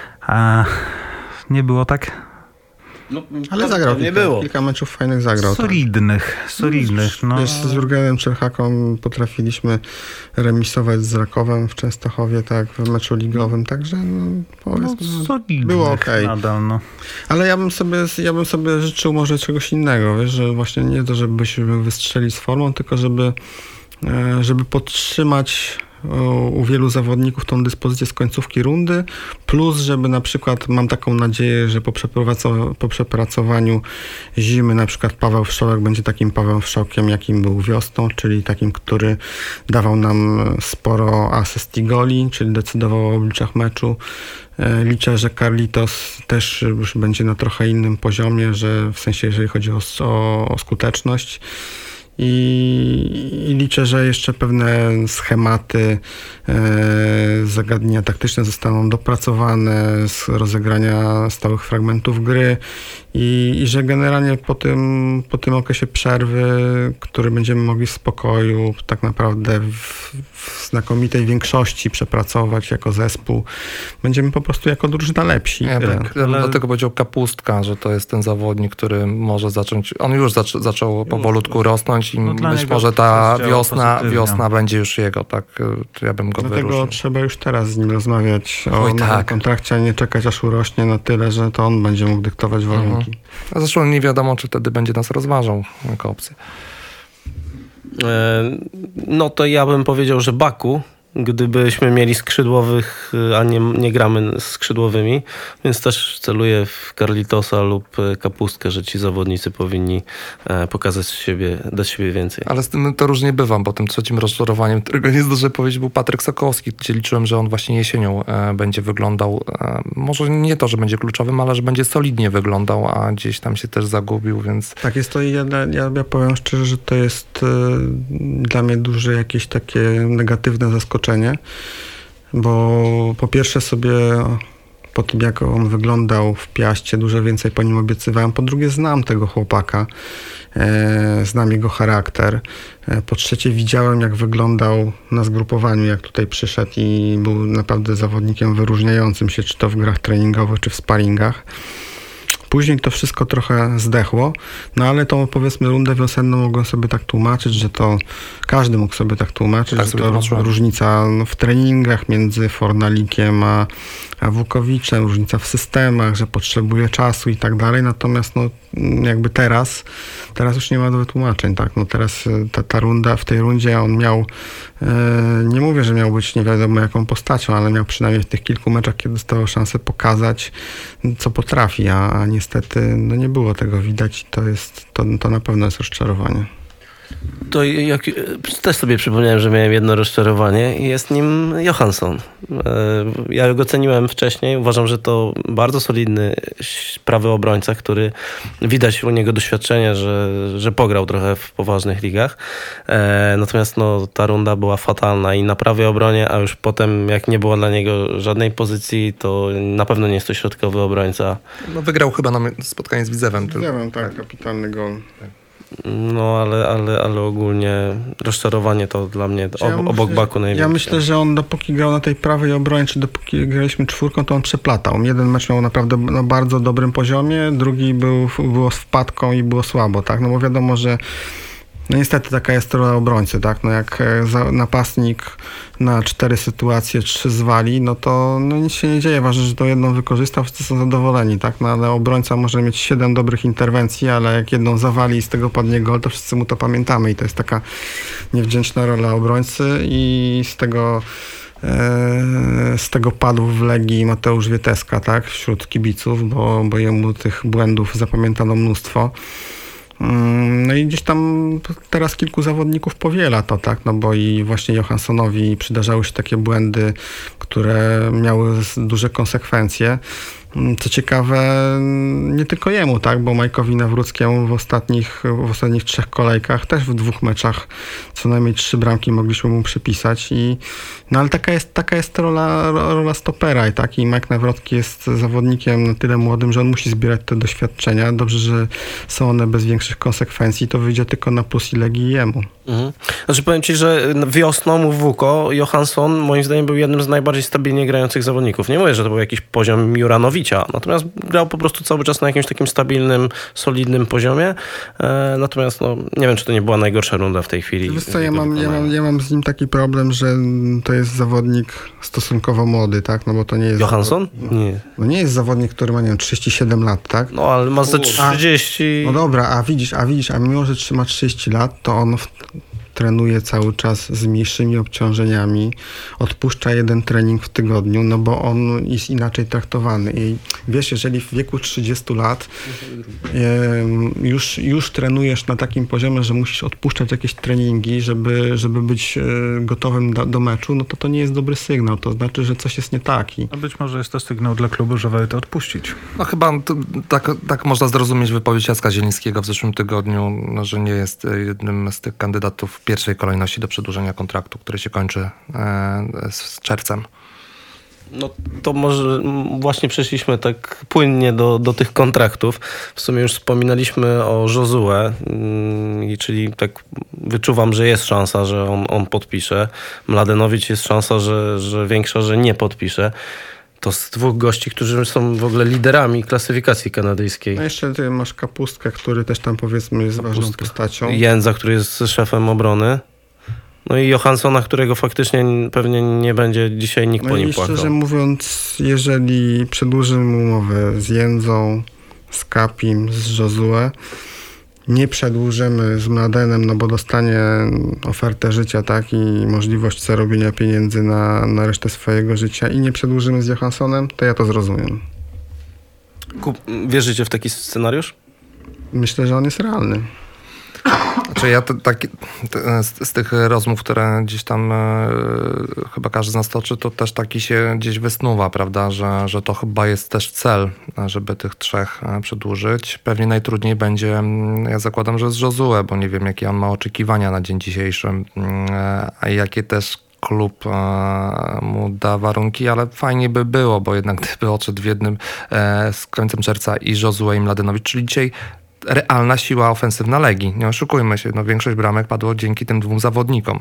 Nie było tak? Ale zagrał kilka meczów fajnych zagrał. Solidnych. No. Wiesz, z Jurgenem Czelhaką potrafiliśmy remisować z Rakowem w Częstochowie, tak, w meczu ligowym, także było okej. Nadal, no. Ale ja bym sobie życzył może czegoś innego, wiesz, że właśnie nie to, żebyśmy wystrzeli z formą, tylko żeby podtrzymać u wielu zawodników tą dyspozycję z końcówki rundy, plus żeby na przykład, mam taką nadzieję, że po przepracowaniu zimy na przykład Paweł Wszołek będzie takim Pawłem Wszołkiem, jakim był wiosną, czyli takim, który dawał nam sporo asyst i goli, czyli decydował o obliczach meczu. Liczę, że Carlitos też już będzie na trochę innym poziomie, że w sensie, jeżeli chodzi o skuteczność. I liczę, że jeszcze pewne schematy, zagadnienia taktyczne zostaną dopracowane z rozegrania stałych fragmentów gry i że generalnie po tym okresie przerwy, który będziemy mogli w spokoju tak naprawdę w znakomitej większości przepracować jako zespół, będziemy po prostu jako drużyna lepsi. Dlatego powiedział Kapustka, że to jest ten zawodnik, który może zacząć, on już zaczął powolutku rosnąć i być może ta wiosna będzie już jego, tak? Ja bym go Dlatego wyróżnił. trzeba już teraz z nim rozmawiać o nowym kontrakcie, a nie czekać aż urośnie na tyle, że to on będzie mógł dyktować warunki. A zresztą nie wiadomo, czy wtedy będzie nas rozważał jako opcję. No to ja bym powiedział, że Baku, gdybyśmy mieli skrzydłowych, a nie gramy z skrzydłowymi, więc też celuję w Carlitosa lub Kapustkę, że ci zawodnicy powinni pokazać dać siebie więcej. Ale z tym to różnie bywam, bo tym trzecim rozczarowaniem, którego nie zdążę powiedzieć, był Patryk Sokowski, gdzie liczyłem, że on właśnie jesienią będzie wyglądał, może nie to, że będzie kluczowym, ale że będzie solidnie wyglądał, a gdzieś tam się też zagubił, więc... Tak jest to i ja powiem szczerze, że to jest dla mnie duże jakieś takie negatywne zaskoczenie, bo po pierwsze sobie po tym, jak on wyglądał w Piaście, dużo więcej po nim obiecywałem. Po drugie, znam tego chłopaka, znam jego charakter. Po trzecie, widziałem, jak wyglądał na zgrupowaniu, jak tutaj przyszedł i był naprawdę zawodnikiem wyróżniającym się, czy to w grach treningowych, czy w sparingach. Później to wszystko trochę zdechło, no ale tą, powiedzmy, rundę wiosenną mogłem sobie tak tłumaczyć, że to każdy mógł sobie tak tłumaczyć, tak, że to różnica w treningach między Fornalikiem a Wukowiczem, różnica w systemach, że potrzebuje czasu i tak dalej, natomiast no jakby teraz już nie ma do wytłumaczeń, tak, no teraz ta runda, w tej rundzie on miał, nie mówię, że miał być nie wiadomo jaką postacią, ale miał przynajmniej w tych kilku meczach, kiedy dostawał szansę pokazać, co potrafi, a niestety no nie było tego widać i to na pewno jest rozczarowanie. To też sobie przypomniałem, że miałem jedno rozczarowanie i jest nim Johansson. Ja go ceniłem wcześniej. Uważam, że to bardzo solidny prawy obrońca, który widać u niego doświadczenie, że pograł trochę w poważnych ligach. Natomiast ta runda była fatalna i na prawej obronie, a już potem jak nie było dla niego żadnej pozycji, to na pewno nie jest to środkowy obrońca. No wygrał chyba na spotkanie z Widzewem. Widzewem, tak, kapitalny gol. No ale ogólnie rozczarowanie to dla mnie obok Baku największe. Ja myślę, że on dopóki grał na tej prawej obronie, czy dopóki graliśmy czwórką, to on przeplatał. Jeden mecz miał naprawdę na bardzo dobrym poziomie, drugi było z wpadką i było słabo, tak? No bo wiadomo, że niestety taka jest rola obrońcy, tak? No jak napastnik na 4 sytuacje 3 zwali, no to nic się nie dzieje. Ważne, że to jedną wykorzystał, wszyscy są zadowoleni, tak? No ale obrońca może mieć 7 dobrych interwencji, ale jak jedną zawali i z tego padnie gol, to wszyscy mu to pamiętamy i to jest taka niewdzięczna rola obrońcy i z tego padł w Legii Mateusz Wieteska, tak? Wśród kibiców, bo jemu tych błędów zapamiętano mnóstwo. No i gdzieś tam teraz kilku zawodników powiela to, tak? No bo i właśnie Johanssonowi przydarzały się takie błędy, które miały duże konsekwencje. Co ciekawe, nie tylko jemu, tak? Bo Majkowi Nawróckiemu w ostatnich 3 kolejkach też w 2 meczach co najmniej 3 bramki mogliśmy mu przypisać. No ale taka jest rola stopera i tak? I Mike Nawrocki jest zawodnikiem na tyle młodym, że on musi zbierać te doświadczenia. Dobrze, że są one bez większych konsekwencji. To wyjdzie tylko na plus i Legii i jemu. Znaczy powiem ci, że wiosną w WUKO Johansson moim zdaniem był jednym z najbardziej stabilnie grających zawodników. Nie mówię, że to był jakiś poziom Juranowicza, natomiast grał po prostu cały czas na jakimś takim stabilnym, solidnym poziomie. Natomiast nie wiem, czy to nie była najgorsza runda w tej chwili. Wiesz co, ja mam z nim taki problem, że to jest zawodnik stosunkowo młody, tak? No bo to nie jest... Johansson? Nie. No nie jest zawodnik, który ma, nie wiem, 37 lat, tak? No ale ma ze 30... No dobra, a mimo, że trzyma 30 lat, to on trenuje cały czas z mniejszymi obciążeniami, odpuszcza 1 trening w tygodniu, no bo on jest inaczej traktowany. I wiesz, jeżeli w wieku 30 lat już trenujesz na takim poziomie, że musisz odpuszczać jakieś treningi, żeby być gotowym do meczu, no to nie jest dobry sygnał. To znaczy, że coś jest nie tak. A być może jest to sygnał dla klubu, że warto odpuścić. No chyba tak można zrozumieć wypowiedź Jacka Zielińskiego w zeszłym tygodniu, że nie jest jednym z tych kandydatów w pierwszej kolejności do przedłużenia kontraktu, który się kończy z czerwcem. No to może właśnie przeszliśmy tak płynnie do tych kontraktów. W sumie już wspominaliśmy o Josue, czyli tak wyczuwam, że jest szansa, że on podpisze. Mladenowicz jest szansa, że większa, że nie podpisze. To z 2 gości, którzy są w ogóle liderami klasyfikacji kanadyjskiej. No jeszcze ty masz Kapustkę, który też tam powiedzmy jest ważną postacią. Jędza, który jest szefem obrony. No i Johanssona, którego faktycznie pewnie nie będzie dzisiaj nikt po nim płakał. Szczerze mówiąc, jeżeli przedłużymy umowę z Jędzą, z Kapim, z Josue, nie przedłużymy z Mladenem, no bo dostanie ofertę życia, tak, i możliwość zarobienia pieniędzy na resztę swojego życia i nie przedłużymy z Johanssonem, to ja to zrozumiem. Wierzycie w taki scenariusz? Myślę, że on jest realny. Znaczy ja z tych rozmów, które gdzieś tam chyba każdy z nas toczy, to też taki się gdzieś wysnuwa, prawda, że to chyba jest też cel, żeby tych 3 przedłużyć. Pewnie najtrudniej będzie, ja zakładam, że z Josue, bo nie wiem, jakie on ma oczekiwania na dzień dzisiejszy, a jakie też klub mu da warunki, ale fajnie by było, bo jednak gdyby odszedł w jednym z końcem czerwca i Josue i Mladenowicz, czyli dzisiaj realna siła ofensywna Legii. Nie oszukujmy się, większość bramek padło dzięki tym 2 zawodnikom.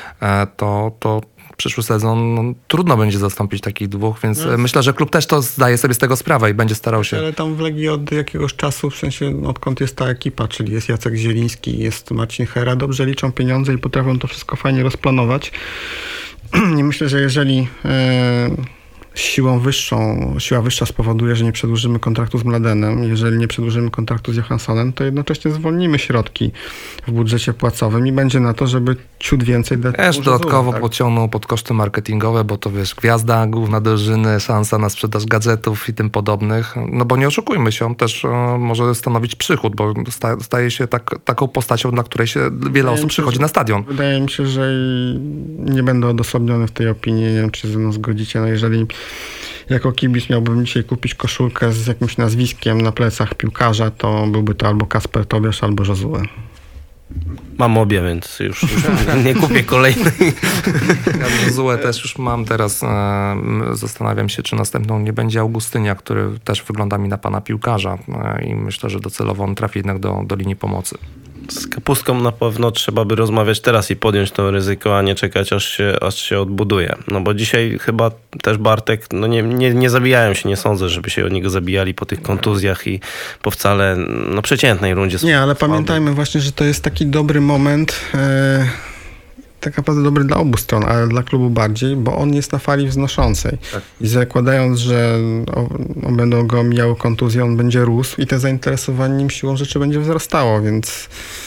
To przyszły sezon trudno będzie zastąpić takich 2, więc myślę, że klub też to zdaje sobie z tego sprawę i będzie starał się. Ale tam w Legii od jakiegoś czasu, w sensie odkąd jest ta ekipa, czyli jest Jacek Zieliński, jest Marcin Hera, dobrze liczą pieniądze i potrafią to wszystko fajnie rozplanować. I myślę, że jeżeli siła wyższa spowoduje, że nie przedłużymy kontraktu z Mladenem. Jeżeli nie przedłużymy kontraktu z Johanssonem, to jednocześnie zwolnimy środki w budżecie płacowym i będzie na to, żeby ciut więcej dać. Też dodatkowo pociągnął pod koszty marketingowe, bo to wiesz, gwiazda główna drużyny, szansa na sprzedaż gadżetów i tym podobnych. No bo nie oszukujmy się, on też może stanowić przychód, bo staje się taką postacią, dla której się wiele osób przychodzi na stadion. Wydaje mi się, że nie będę odosobniony w tej opinii, nie wiem, czy ze mną zgodzicie. No jeżeli jako kibic miałbym dzisiaj kupić koszulkę z jakimś nazwiskiem na plecach piłkarza, to byłby to albo Kasper Tobiasz, albo Josue. Mam obie, więc już nie kupię kolejnej. Ja Josue też już mam teraz. Zastanawiam się, czy następną nie będzie Augustynia, który też wygląda mi na pana piłkarza i myślę, że docelowo on trafi jednak do linii pomocy. Z Kapustką na pewno trzeba by rozmawiać teraz i podjąć to ryzyko, a nie czekać, aż się odbuduje. No bo dzisiaj chyba też Bartek, no nie zabijają się, nie sądzę, żeby się o niego zabijali po tych kontuzjach i po wcale przeciętnej rundzie. Nie, ale pamiętajmy właśnie, że to jest taki dobry moment, tak naprawdę dobry dla obu stron, ale dla klubu bardziej, bo on jest na fali wznoszącej. Tak. I zakładając, że będą go mijały kontuzje, on będzie rósł i te zainteresowanie nim siłą rzeczy będzie wzrastało, więc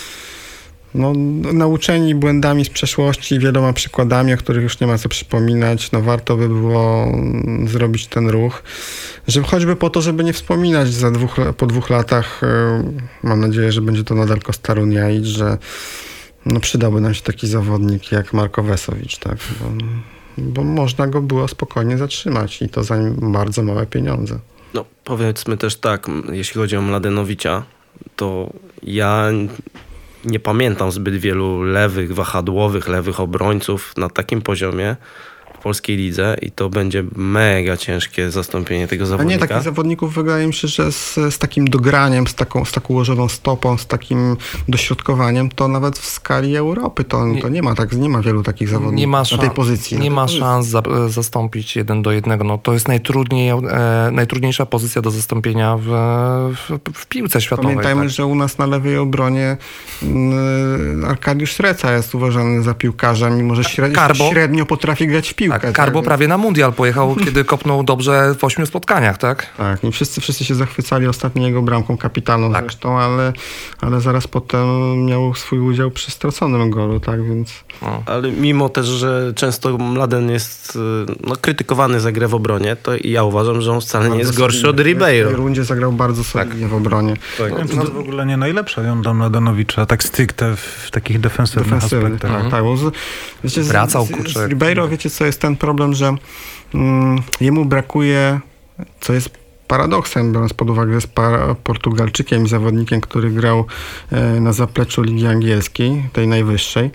nauczeni błędami z przeszłości, wieloma przykładami, o których już nie ma co przypominać, warto by było zrobić ten ruch, żeby choćby po to, żeby nie wspominać po 2 latach, mam nadzieję, że będzie to nadal Kostarun Jaić, że przydałby nam się taki zawodnik jak Marko Wesowicz, tak? Bo można go było spokojnie zatrzymać i to za bardzo małe pieniądze. No powiedzmy też tak, jeśli chodzi o Mladenowicza, to ja nie pamiętam zbyt wielu lewych, wahadłowych, lewych obrońców na takim poziomie w polskiej lidze i to będzie mega ciężkie zastąpienie tego zawodnika. A nie, takich zawodników wydaje mi się, że z takim dograniem, z taką ułożoną stopą, z takim dośrodkowaniem, to nawet w skali Europy to nie ma wielu takich zawodników na tej pozycji. Nie ma szans zastąpić 1-1. No, to jest najtrudniejsza pozycja do zastąpienia w piłce światowej. Pamiętajmy, że u nas na lewej obronie Arkadiusz Sreca jest uważany za piłkarza, mimo że średnio potrafi grać w piłkę. Tak, Karbo prawie na mundial pojechał, kiedy kopnął dobrze w 8 spotkaniach, tak? Tak, i wszyscy się zachwycali ostatnio jego bramką kapitalną zresztą, ale zaraz potem miał swój udział przy straconym golu, tak, więc... Ale mimo też, że często Mladen jest krytykowany za grę w obronie, to ja uważam, że on wcale nie jest gorszy od Ribeiro. W tej rundzie zagrał bardzo solidnie w obronie. Tak. To jest w ogóle nie najlepsza runda Mladenowicza, tak stricte w takich defensywnych aspektach. Tak, bo wracał, z Ribeiro, wiecie co jest ten problem, że jemu brakuje, co jest paradoksem, biorąc pod uwagę, że jest Portugalczykiem i zawodnikiem, który grał na zapleczu Ligi Angielskiej, tej najwyższej.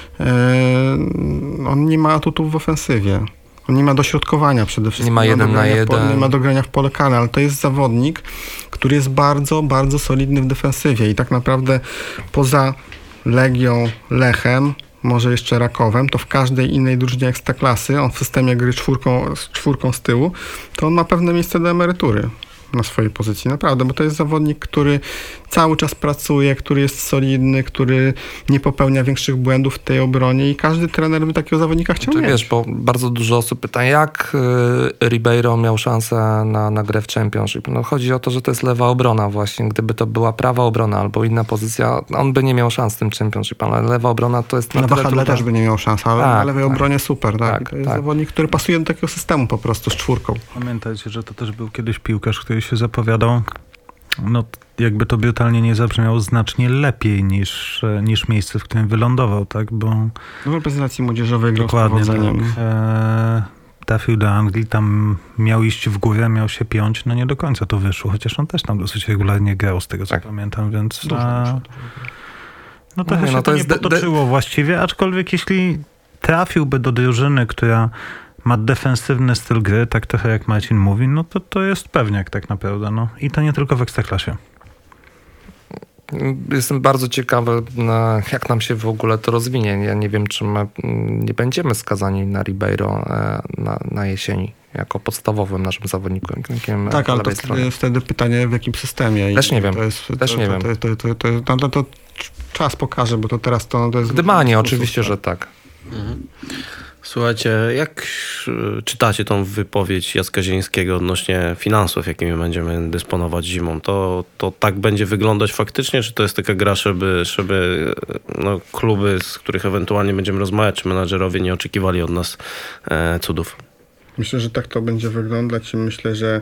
On nie ma atutów w ofensywie. On nie ma dośrodkowania przede wszystkim. Nie ma 1 na 1. Nie ma do grania w pole karne, ale to jest zawodnik, który jest bardzo, bardzo solidny w defensywie i tak naprawdę poza Legią, Lechem, może jeszcze Rakowem, to w każdej innej drużynie ekstraklasy, on w systemie gry czwórką z tyłu, to on ma pewne miejsce do emerytury na swojej pozycji, naprawdę, bo to jest zawodnik, który cały czas pracuje, który jest solidny, który nie popełnia większych błędów w tej obronie i każdy trener by takiego zawodnika chciał mieć. Wiesz, bo bardzo dużo osób pyta, jak Ribeiro miał szansę na grę w Championship. No chodzi o to, że to jest lewa obrona właśnie. Gdyby to była prawa obrona albo inna pozycja, on by nie miał szans w tym Championship, ale lewa obrona to jest... Na wahadle też by nie miał szans, ale na lewej obronie super, tak? To jest zawodnik, który pasuje do takiego systemu po prostu z czwórką. Pamiętajcie, że to też był kiedyś piłkarz, który się zapowiadał, jakby to brutalnie nie zabrzmiało, znacznie lepiej niż miejsce, w którym wylądował, tak? Bo w reprezentacji młodzieżowej grał dokładnie, z powodzeniem. Trafił do Anglii, tam miał iść w górę, miał się piąć, nie do końca to wyszło, chociaż on też tam dosyć regularnie grał, z tego co pamiętam, więc trochę się to nie potoczyło właściwie, aczkolwiek jeśli trafiłby do drużyny, która ma defensywny styl gry, tak trochę jak Marcin mówi, to jest pewniak tak naprawdę. I to nie tylko w Ekstraklasie. Jestem bardzo ciekawy, jak nam się w ogóle to rozwinie. Ja nie wiem, czy my nie będziemy skazani na Ribeiro na jesieni, jako podstawowym naszym zawodnikiem. Tak, ale to wtedy pytanie, w jakim systemie. Też nie wiem. To czas pokaże, bo to teraz to jest... Gdybanie, oczywiście, że tak. Słuchajcie, jak czytacie tą wypowiedź Jacka Zielińskiego odnośnie finansów, jakimi będziemy dysponować zimą? To tak będzie wyglądać faktycznie, czy to jest taka gra, żeby kluby, z których ewentualnie będziemy rozmawiać, czy menadżerowie nie oczekiwali od nas cudów? Myślę, że tak to będzie wyglądać i myślę, że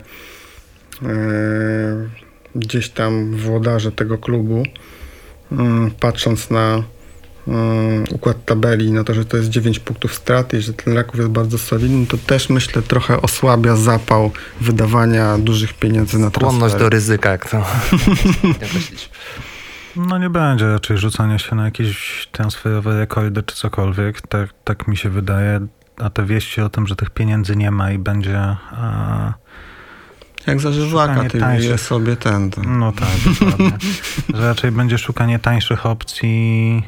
gdzieś tam włodarze tego klubu, patrząc na układ tabeli, na to, że to jest 9 punktów straty i że ten Raków jest bardzo solidny, to też myślę trochę osłabia zapał wydawania dużych pieniędzy na transfery. Skłonność do ryzyka, jak to nie myślić. No nie będzie raczej rzucania się na jakieś transferowe rekordy czy cokolwiek. Tak mi się wydaje. A te wieści o tym, że tych pieniędzy nie ma i będzie... Jak za żywaka, ty je sobie ten. No tak, dokładnie. Że raczej będzie szukanie tańszych opcji.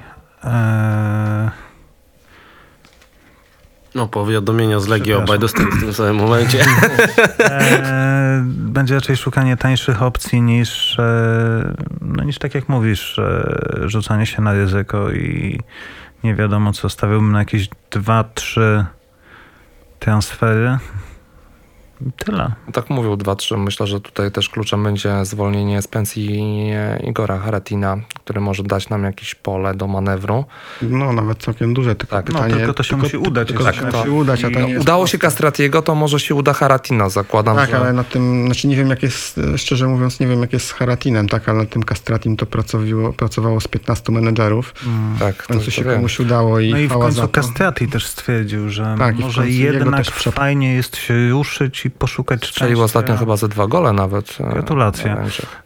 Powiadomienia z Legii obaj dostali w tym samym momencie. Będzie raczej szukanie tańszych opcji niż tak jak mówisz, rzucanie się na ryzyko i nie wiadomo co. Stawiałbym na jakieś 2-3 transfery. Tyle. Tak mówił 2-3. Myślę, że tutaj też kluczem będzie zwolnienie z pensji Igora Haratina, który może dać nam jakieś pole do manewru. No nawet całkiem duże. Tylko tak, pytanie, tylko to się musi udać. Udało się Castratiego, to może się uda Haratina, zakładam. Tak, ale na tym, nie wiem jak jest, szczerze mówiąc nie wiem jak jest z Haratinem, tak, ale na tym Castratim to pracowało z 15 menedżerów. Tak, w końcu się komuś udało i w końcu Castrati też stwierdził, że może jednak fajnie jest się ruszyć i poszukać szczęścia. Strzelił ostatnio chyba ze 2 gole nawet. Gratulacje.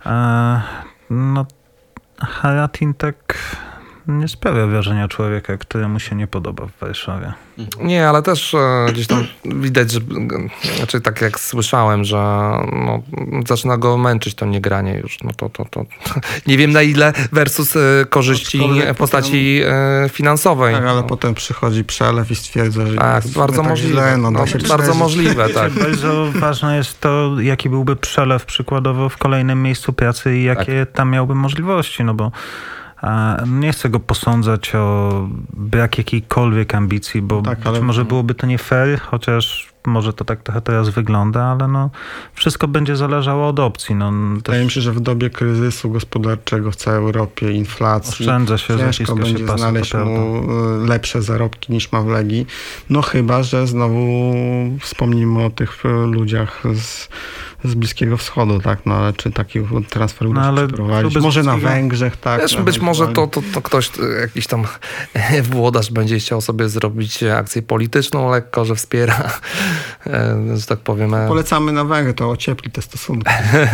Haratin tak nie sprawia wrażenia człowieka, któremu się nie podoba w Warszawie. Nie, ale też gdzieś tam widać, że znaczy tak jak słyszałem, że zaczyna go męczyć to niegranie już. To nie wiem na ile versus korzyści w postaci finansowej. Tak, ale potem przychodzi przelew i stwierdza, że tak, jest bardzo możliwe. Bardzo możliwe, tak. Bardzo ważne jest to, jaki byłby przelew przykładowo w kolejnym miejscu pracy i jakie tam miałby możliwości, bo nie chcę go posądzać o brak jakiejkolwiek ambicji, bo być może byłoby to nie fair, chociaż może to tak trochę teraz wygląda, ale wszystko będzie zależało od opcji. Wydaje mi się, że w dobie kryzysu gospodarczego w całej Europie, inflacji, oszczędza się, ciężko będzie znaleźć mu lepsze zarobki niż ma w Legii. Chyba, że znowu wspomnimy o tych ludziach z Bliskiego Wschodu, tak? Ale czy taki transfer uda się przeprowadzić? Może na Węgrzech, tak? Wiesz, być może to ktoś, jakiś tam włodarz będzie chciał sobie zrobić akcję polityczną lekko, że wspiera, że tak powiem. Polecamy na Węgry, to ociepli te stosunki.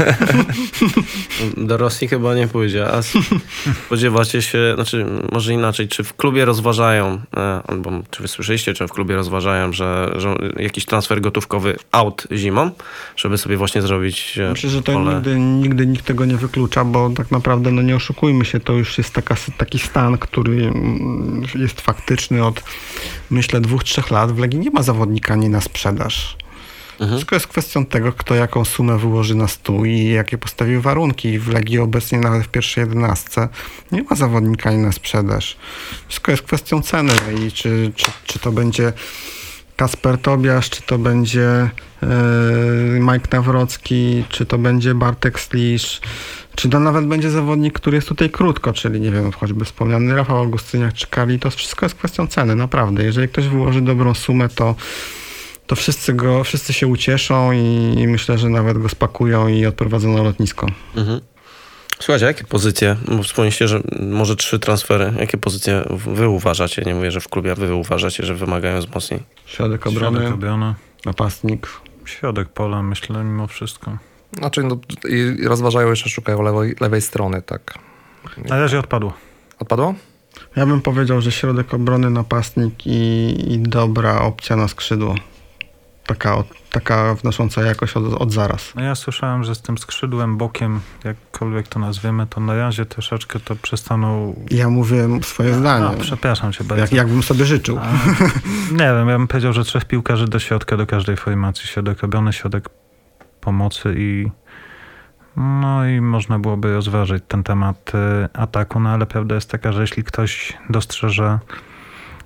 Do Rosji chyba nie pójdzie. A spodziewacie się, może inaczej, czy w klubie rozważają, albo czy wy słyszeliście, czy w klubie rozważają, że jakiś transfer gotówkowy out zimą, żeby sobie właśnie zrobić Myślę, że to pole. nigdy nikt tego nie wyklucza, bo tak naprawdę, nie oszukujmy się, to już jest taki stan, który jest faktyczny od, myślę, 2-3 lat. W Legii nie ma zawodnika nie na sprzedaż. Wszystko jest kwestią tego, kto jaką sumę wyłoży na stół i jakie postawił warunki. W Legii obecnie nawet w pierwszej 11 nie ma zawodnika nie na sprzedaż. Wszystko jest kwestią ceny i czy to będzie Kasper Tobiasz, czy to będzie Mike Nawrocki, czy to będzie Bartek Slisz, czy to nawet będzie zawodnik, który jest tutaj krótko, czyli nie wiem, choćby wspomniany Rafał Augustyniak czy Kali, to wszystko jest kwestią ceny, naprawdę. Jeżeli ktoś wyłoży dobrą sumę, to wszyscy się ucieszą i myślę, że nawet go spakują i odprowadzą na lotnisko. Słuchajcie, jakie pozycje, bo wspomnieliście, że może 3 transfery, jakie pozycje wy uważacie, nie mówię, że w klubie, wy uważacie, że wymagają wzmocnień? Środek obrony, napastnik. Środek pola, myślę, mimo wszystko. I rozważają jeszcze, szukają lewej strony, tak. Na razie odpadło. Odpadło? Ja bym powiedział, że środek obrony, napastnik i dobra opcja na skrzydło. Taka wnosząca jakość od zaraz. Ja słyszałem, że z tym skrzydłem, bokiem, jakkolwiek to nazwiemy, to na razie troszeczkę to przestaną... Ja mówię swoje zdanie. Przepraszam cię bardzo. Jakbym sobie życzył. Nie wiem, ja bym powiedział, że 3 piłkarzy do środka, do każdej formacji. Środek obrony, środek pomocy i można byłoby rozważyć ten temat ataku, ale prawda jest taka, że jeśli ktoś dostrzeże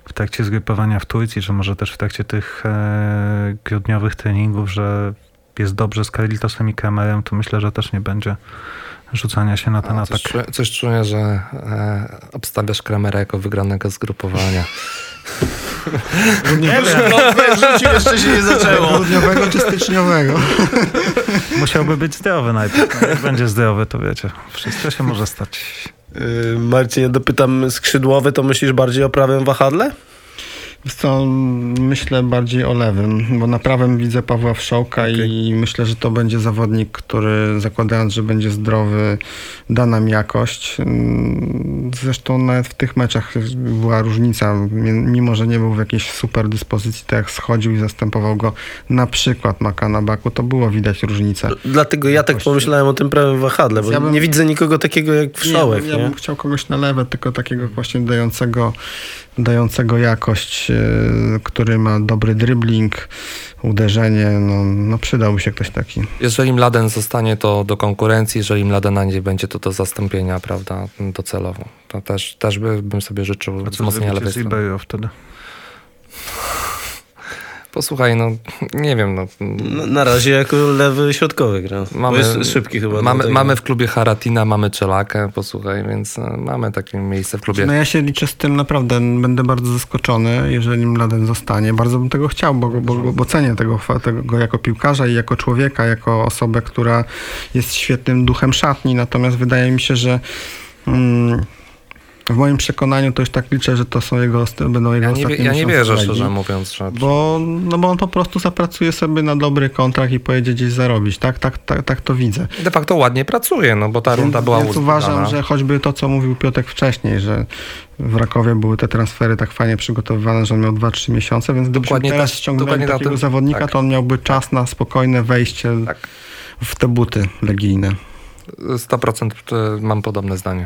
w trakcie zgrupowania w Turcji, czy może też w trakcie tych grudniowych treningów, że jest dobrze z Carlitosem i Kramerem, to myślę, że też nie będzie rzucania się na ten atak. Coś czuję, że obstawiasz Kramera jako wygranego zgrupowania. W życiu jeszcze się nie zaczęło. Grudniowego czy styczniowego? Musiałby być zdrowy najpierw. No, jak będzie zdrowy, to wiecie, wszystko się może stać. Marcinie, dopytam, skrzydłowy, to myślisz bardziej o prawym wahadle? Wiesz co, myślę bardziej o lewym, bo na prawym widzę Pawła Wszołka i myślę, że to będzie zawodnik, który zakładając, że będzie zdrowy, da nam jakość. Zresztą nawet w tych meczach była różnica, mimo że nie był w jakiejś super dyspozycji, tak jak schodził i zastępował go na przykład Makana Baku, to było widać różnicę. Dlatego ja tak pomyślałem o tym prawym wahadle, bo nie widzę nikogo takiego jak Wszołek. Ja bym chciał kogoś na lewe, tylko takiego właśnie dającego jakość, który ma dobry dribbling, uderzenie, no przydałby się ktoś taki. Jeżeli Mladen zostanie, to do konkurencji, jeżeli Mladena nie będzie, to do zastąpienia, prawda, docelowo. To też bym sobie życzył wzmocnienia lewej strony. Ribeiro wtedy? Posłuchaj, no nie wiem. Na razie jako lewy środkowy gra. Jest szybki chyba. Mamy w klubie Haratina, mamy Czelakę, posłuchaj, więc mamy takie miejsce w klubie. No ja się liczę z tym naprawdę, będę bardzo zaskoczony, jeżeli Mladen zostanie. Bardzo bym tego chciał, bo cenię tego jako piłkarza i jako człowieka, jako osobę, która jest świetnym duchem szatni, natomiast wydaje mi się, że w moim przekonaniu to już tak liczę, że to są będą jego ostatnie miesiące. Ja nie wierzę, szczerze mówiąc. Bo on po prostu zapracuje sobie na dobry kontrakt i pojedzie gdzieś zarobić. Tak to widzę. De facto ładnie pracuje, no bo ta runda była Więc uważam, że choćby to, co mówił Piotrek wcześniej, że w Rakowie były te transfery tak fajnie przygotowywane, że on miał 2-3 miesiące, więc gdybyśmy teraz ściągnęli takiego zawodnika, to on miałby czas na spokojne wejście w te buty legijne. 100% mam podobne zdanie.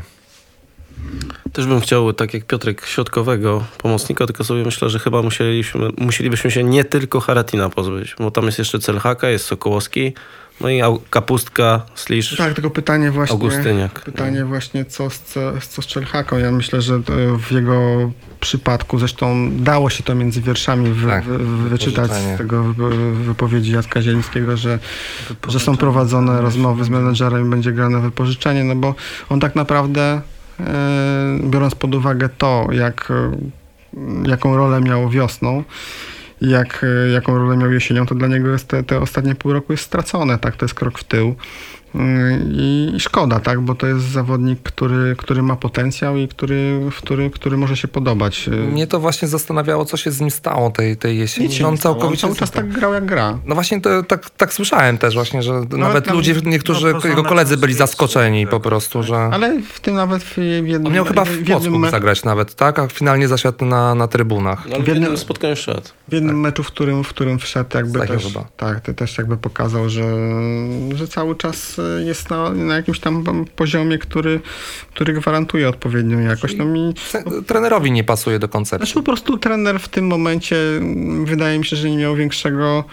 Też bym chciał, tak jak Piotrek, środkowego pomocnika, tylko sobie myślę, że chyba musielibyśmy się nie tylko Haratina pozbyć, bo tam jest jeszcze Celhaka, jest Sokołowski, no i Kapustka, Slisz, tak, tylko Augustyniak. Pytanie właśnie, co z Celhaką. Ja myślę, że w jego przypadku, zresztą dało się to między wierszami wyczytać z tego wypowiedzi Jacka Zielińskiego, że są prowadzone rozmowy z menedżerem i będzie grane wypożyczenie, no bo on tak naprawdę, biorąc pod uwagę to, jaką rolę miał wiosną i jaką rolę miał jesienią, to dla niego jest te ostatnie pół roku jest stracone, tak? To jest krok w tył. I szkoda, tak? Bo to jest zawodnik, który ma potencjał i który może się podobać. Mnie to właśnie zastanawiało, co się z nim stało tej jesieni. On cały czas tak grał, jak gra. No właśnie tak słyszałem też właśnie, że nawet ludzie, niektórzy jego koledzy byli zaskoczeni po prostu, że... Ale w tym nawet w jednym... On miał chyba w Płocku zagrać nawet, tak? A finalnie zasiadł na trybunach. Ale w jednym spotkaniu wszedł. W jednym meczu, w którym wszedł, jakby też... Tak, to też jakby pokazał, że cały czas jest na jakimś tam poziomie, który gwarantuje odpowiednią jakość. Trenerowi nie pasuje do koncepcji. Znaczy po prostu trener w tym momencie wydaje mi się, że nie miał większego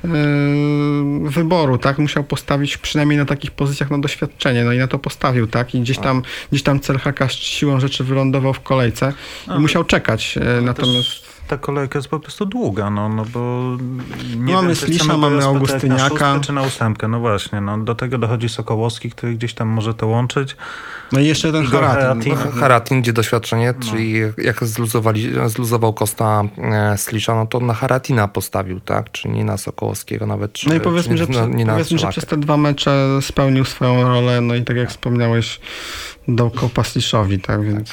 wyboru, tak? Musiał postawić przynajmniej na takich pozycjach na doświadczenie, no i na to postawił, tak? I gdzieś tam Celhaka siłą rzeczy wylądował w kolejce i musiał czekać. Natomiast ta kolejka jest po prostu długa, no bo nie mamy wiem, Slisza, mamy Augustyniaka. Na czy na 8, no właśnie, no do tego dochodzi Sokołowski, który gdzieś tam może to łączyć. No i jeszcze ten Haratin. Haratin, gdzie doświadczenie, czyli jak zluzował Costa Slisza, no to na Haratina postawił, tak? Czy nie na Sokołowskiego nawet. No i powiedzmy, że przez te 2 mecze spełnił swoją rolę, no i tak jak wspomniałeś, dał kopa Sliszowi, tak więc...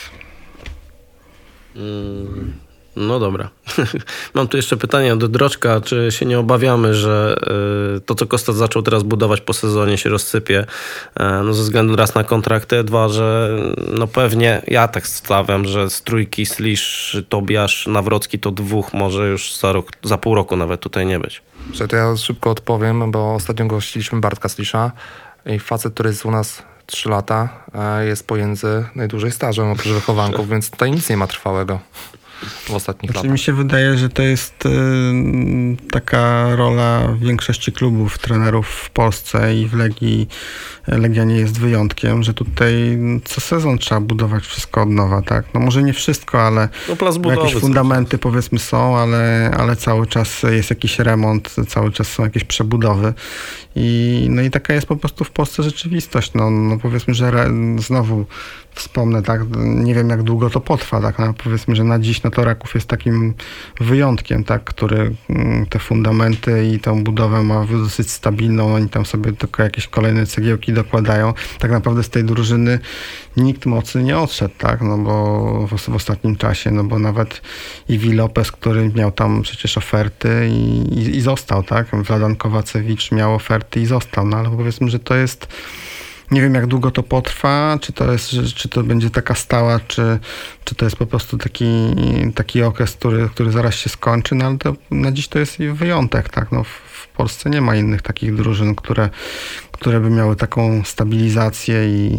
No dobra. Mam tu jeszcze pytanie do Droczka. Czy się nie obawiamy, że to, co Kostas zaczął teraz budować po sezonie, się rozsypie? No ze względu raz na kontraktę, 2, że no pewnie ja tak stawiam, że z trójki Slisz, Tobiasz, Nawrocki to 2 może już za pół roku nawet tutaj nie być. To ja szybko odpowiem, bo ostatnio gościliśmy Bartka Slisza i facet, który jest u nas 3 lata, jest pomiędzy najdłużej stażem oprócz wychowanków, więc tutaj nic nie ma trwałego. w ostatnich Znaczy, latach. mi się wydaje, że to jest taka rola większości klubów, trenerów w Polsce i w Legii. Legia nie jest wyjątkiem, że tutaj co sezon trzeba budować wszystko od nowa, tak? No może nie wszystko, ale No plac budowy. jakieś fundamenty powiedzmy są, ale cały czas jest jakiś remont, cały czas są jakieś przebudowy i taka jest po prostu w Polsce rzeczywistość. No powiedzmy, że znowu wspomnę, tak, nie wiem jak długo to potrwa, tak, no powiedzmy, że na dziś no to Raków jest takim wyjątkiem, tak, który te fundamenty i tą budowę ma dosyć stabilną, oni tam sobie tylko jakieś kolejne cegiełki dokładają. Tak naprawdę z tej drużyny nikt mocny nie odszedł, tak, no bo w ostatnim czasie, no bo nawet Iwi Lopez, który miał tam przecież oferty i został, tak, Vladan Kowacewicz miał oferty i został, no ale powiedzmy, że to jest, nie wiem jak długo to potrwa, czy to będzie taka stała, czy to jest po prostu taki okres, który zaraz się skończy, no ale to na dziś to jest wyjątek, tak, no w Polsce nie ma innych takich drużyn, które by miały taką stabilizację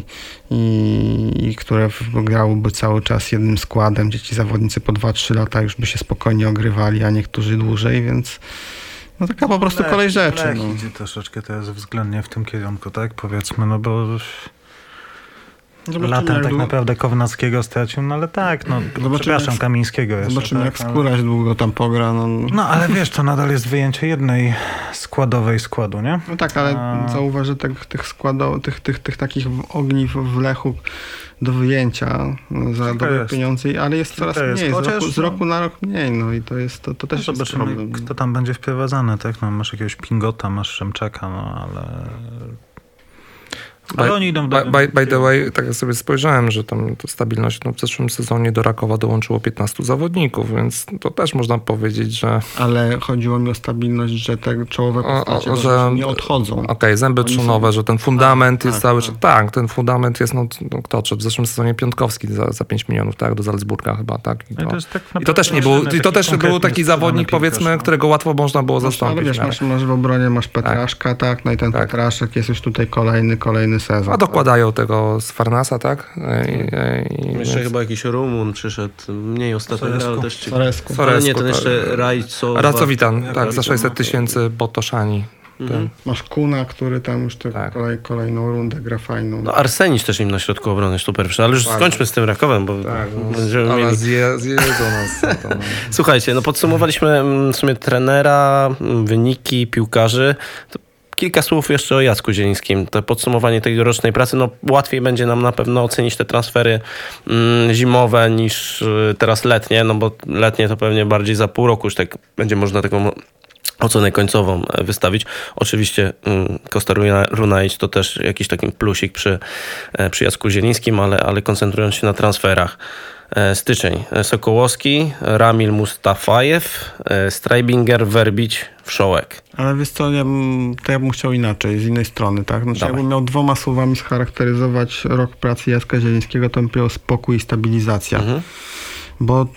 i które grałyby cały czas jednym składem, gdzie ci zawodnicy po 2-3 lata już by się spokojnie ogrywali, a niektórzy dłużej, więc no taka po prostu kolej rzeczy. Lech No. idzie troszeczkę teraz względnie w tym kierunku, tak? Powiedzmy, no bo latem tak naprawdę Kownackiego stracił, no ale tak, no przepraszam, Kamińskiego jeszcze. Zobaczymy tak, jak Skóraś długo tam pogra. No ale wiesz, to nadal jest wyjęcie jednej składowej składu, nie? No tak, ale zauważ, że tych takich ogniw w Lechu do wyjęcia za dobre pieniądze, ale jest coraz mniej, z roku na rok mniej, no i to też jest problem. Kto tam będzie wprowadzany, tak? No, masz jakiegoś Pingota, masz Szymczaka, no ale oni idą By the way, tak jak sobie spojrzałem, że tam to stabilność, no w zeszłym sezonie do Rakowa dołączyło 15 zawodników, więc to też można powiedzieć, że... Ale chodziło mi o stabilność, że te czołowe postacie że nie odchodzą. Okej, zęby trzonowe, że ten fundament jest cały... Tak, ten fundament jest, no kto odszedł w zeszłym sezonie Piątkowski za 5 milionów, tak, do Salzburga chyba, tak? I to też nie był, i to też był taki zawodnik, powiedzmy, którego łatwo można było zastąpić. Ale wiesz, masz w obronie, masz Petraszka, tak, no i ten Petraszek jest już tutaj kolejny sezon. A dokładają tego z Farnasa, tak? Jeszcze chyba jakiś Rumun przyszedł, mniej ostatnio, ale też Soresku. Ale nie, ten jeszcze Racowitan, tak, za 600 000 Botoszani. Masz Kuna, który tam już kolejną rundę gra fajną. No Arsenicz też im na środku obrony super przyszedł, ale już skończmy z tym Rakowem, bo będziemy mieli... zjedzą nas. Słuchajcie, no podsumowaliśmy w sumie trenera, wyniki piłkarzy. Kilka słów jeszcze o Jacku Zielińskim. To podsumowanie tej rocznej pracy. No łatwiej będzie nam na pewno ocenić te transfery zimowe niż teraz letnie, no bo letnie to pewnie bardziej za pół roku już tak będzie można taką ocenę końcową wystawić. Oczywiście Kosta Runaić to też jakiś taki plusik przy Jacku Zielińskim, ale koncentrując się na transferach. Styczeń. Sokołowski, Ramil Mustafajew, Strajbinger, Werbić, Wszołek. Ale wiesz co, ja bym chciał inaczej, z innej strony, tak? Znaczy, jakbym miał 2 słowami scharakteryzować rok pracy Jacka Zielińskiego, to bym powiedział spokój i stabilizacja. Bo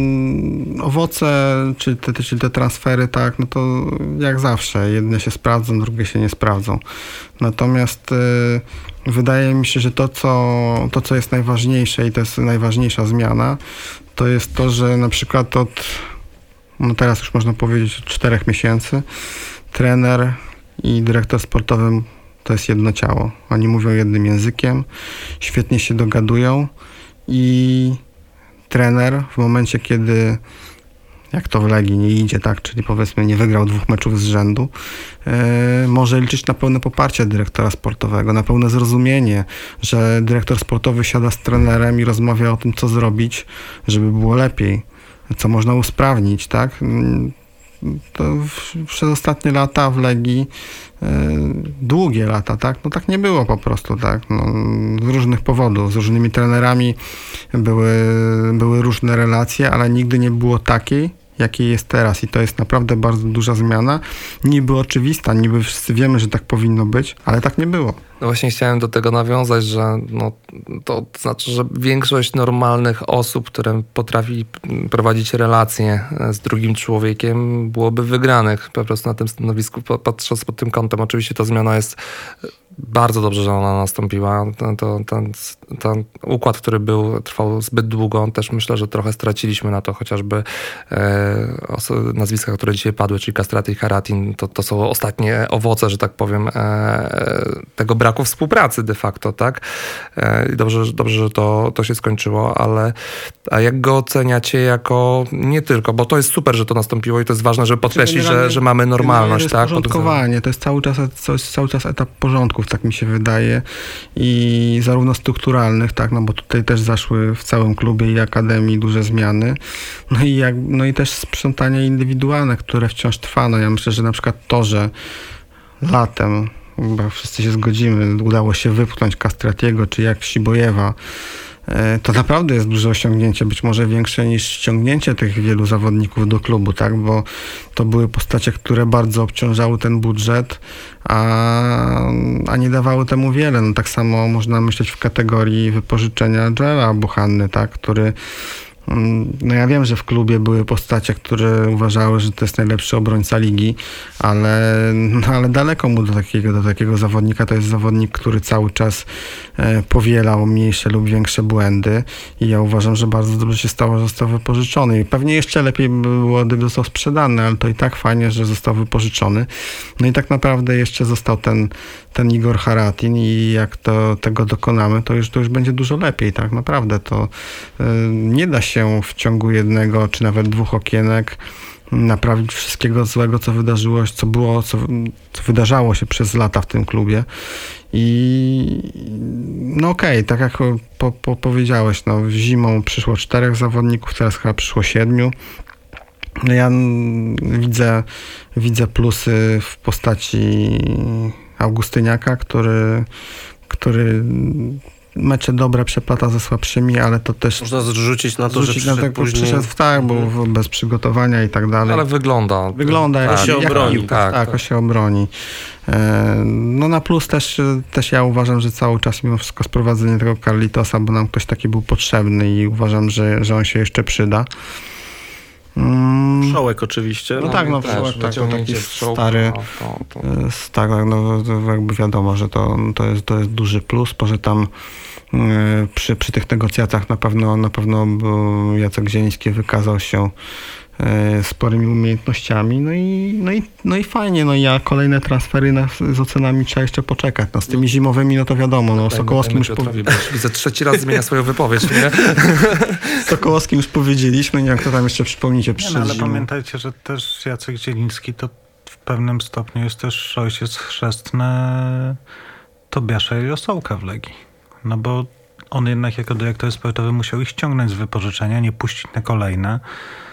owoce, czy te transfery, tak, no to jak zawsze, jedne się sprawdzą, drugie się nie sprawdzą. Natomiast wydaje mi się, że to, co jest najważniejsze i to jest najważniejsza zmiana, to jest to, że na przykład no teraz już można powiedzieć od 4 miesięcy, trener i dyrektor sportowy to jest jedno ciało. Oni mówią jednym językiem, świetnie się dogadują i trener w momencie, kiedy jak to w Legii nie idzie, tak, czyli powiedzmy nie wygrał 2 meczów z rzędu, może liczyć na pełne poparcie dyrektora sportowego, na pełne zrozumienie, że dyrektor sportowy siada z trenerem i rozmawia o tym, co zrobić, żeby było lepiej, co można usprawnić, tak. To przez ostatnie lata w Legii, długie lata, tak? No tak nie było po prostu, tak? No, z różnych powodów, z różnymi trenerami były różne relacje, ale nigdy nie było takiej, jakiej jest teraz i to jest naprawdę bardzo duża zmiana. Niby oczywista, niby wszyscy wiemy, że tak powinno być, ale tak nie było. No właśnie chciałem do tego nawiązać, że no, to znaczy, że większość normalnych osób, które potrafi prowadzić relacje z drugim człowiekiem, byłoby wygranych po prostu na tym stanowisku, patrząc pod tym kątem. Oczywiście ta zmiana jest bardzo dobrze, że ona nastąpiła. Ten układ, który trwał zbyt długo, też myślę, że trochę straciliśmy na to, chociażby nazwiska, które dzisiaj padły, czyli Castrati i Haratin, to są ostatnie owoce, że tak powiem, tego braku współpracy de facto, tak? Dobrze, że to się skończyło, ale a jak go oceniacie jako nie tylko, bo to jest super, że to nastąpiło i to jest ważne, żeby podkreślić, że mamy normalność, tak? Porządkowanie, to jest cały czas etap porządków, tak mi się wydaje, i zarówno strukturalnych, tak, no bo tutaj też zaszły w całym klubie i akademii duże zmiany, no i też sprzątanie indywidualne, które wciąż trwa. No ja myślę, że na przykład to, że latem, chyba wszyscy się zgodzimy, udało się wypchnąć Castratiego czy jak Sibojewa, to naprawdę jest duże osiągnięcie, być może większe niż ściągnięcie tych wielu zawodników do klubu, tak? Bo to były postacie, które bardzo obciążały ten budżet, a nie dawały temu wiele. No tak samo można myśleć w kategorii wypożyczenia Joela Buchanny, tak? Który, no ja wiem, że w klubie były postacie, które uważały, że to jest najlepszy obrońca ligi, ale daleko mu do takiego zawodnika. To jest zawodnik, który cały czas powielał mniejsze lub większe błędy i ja uważam, że bardzo dobrze się stało, że został wypożyczony. I pewnie jeszcze lepiej było, gdyby został sprzedany, ale to i tak fajnie, że został wypożyczony. No i tak naprawdę jeszcze został ten Igor Haratin i jak tego dokonamy, to już będzie dużo lepiej, tak naprawdę. To nie da się w ciągu jednego czy nawet dwóch okienek naprawić wszystkiego złego, co wydarzyło, co wydarzało się przez lata w tym klubie. I no okej, tak jak powiedziałeś, no zimą przyszło 4 zawodników, teraz chyba przyszło 7. No ja widzę plusy w postaci Augustyniaka, który mecze dobre przeplata ze słabszymi, ale to też... Można zrzucić na to, że przyszedł później. Bo bez przygotowania i tak dalej. Ale wygląda. Jak się obroni. Tak, się obroni. No na plus też ja uważam, że cały czas mimo wszystko sprowadzenie tego Carlitosa, bo nam ktoś taki był potrzebny i uważam, że on się jeszcze przyda. Wszołek oczywiście. No tak, Wszołek, tak, to taki stary, no jakby wiadomo, że to jest duży plus, bo że tam przy tych negocjacjach na pewno Jacek Zieliński wykazał się sporymi umiejętnościami, no i fajnie, no i kolejne transfery z ocenami trzeba jeszcze poczekać. No z tymi zimowymi, no to wiadomo, no Sokołowskim już widzę, 3 razy zmienia swoją wypowiedź, nie? Sokołowskim już powiedzieliśmy, nie wiem, kto tam jeszcze przypomnicie. Ale pamiętajcie, że też Jacek Zieliński to w pewnym stopniu jest też ojciec chrzestny Tobiasza i Rosołka w Legii. No bo on jednak jako dyrektor sportowy musiał ich ściągnąć z wypożyczenia, nie puścić na kolejne.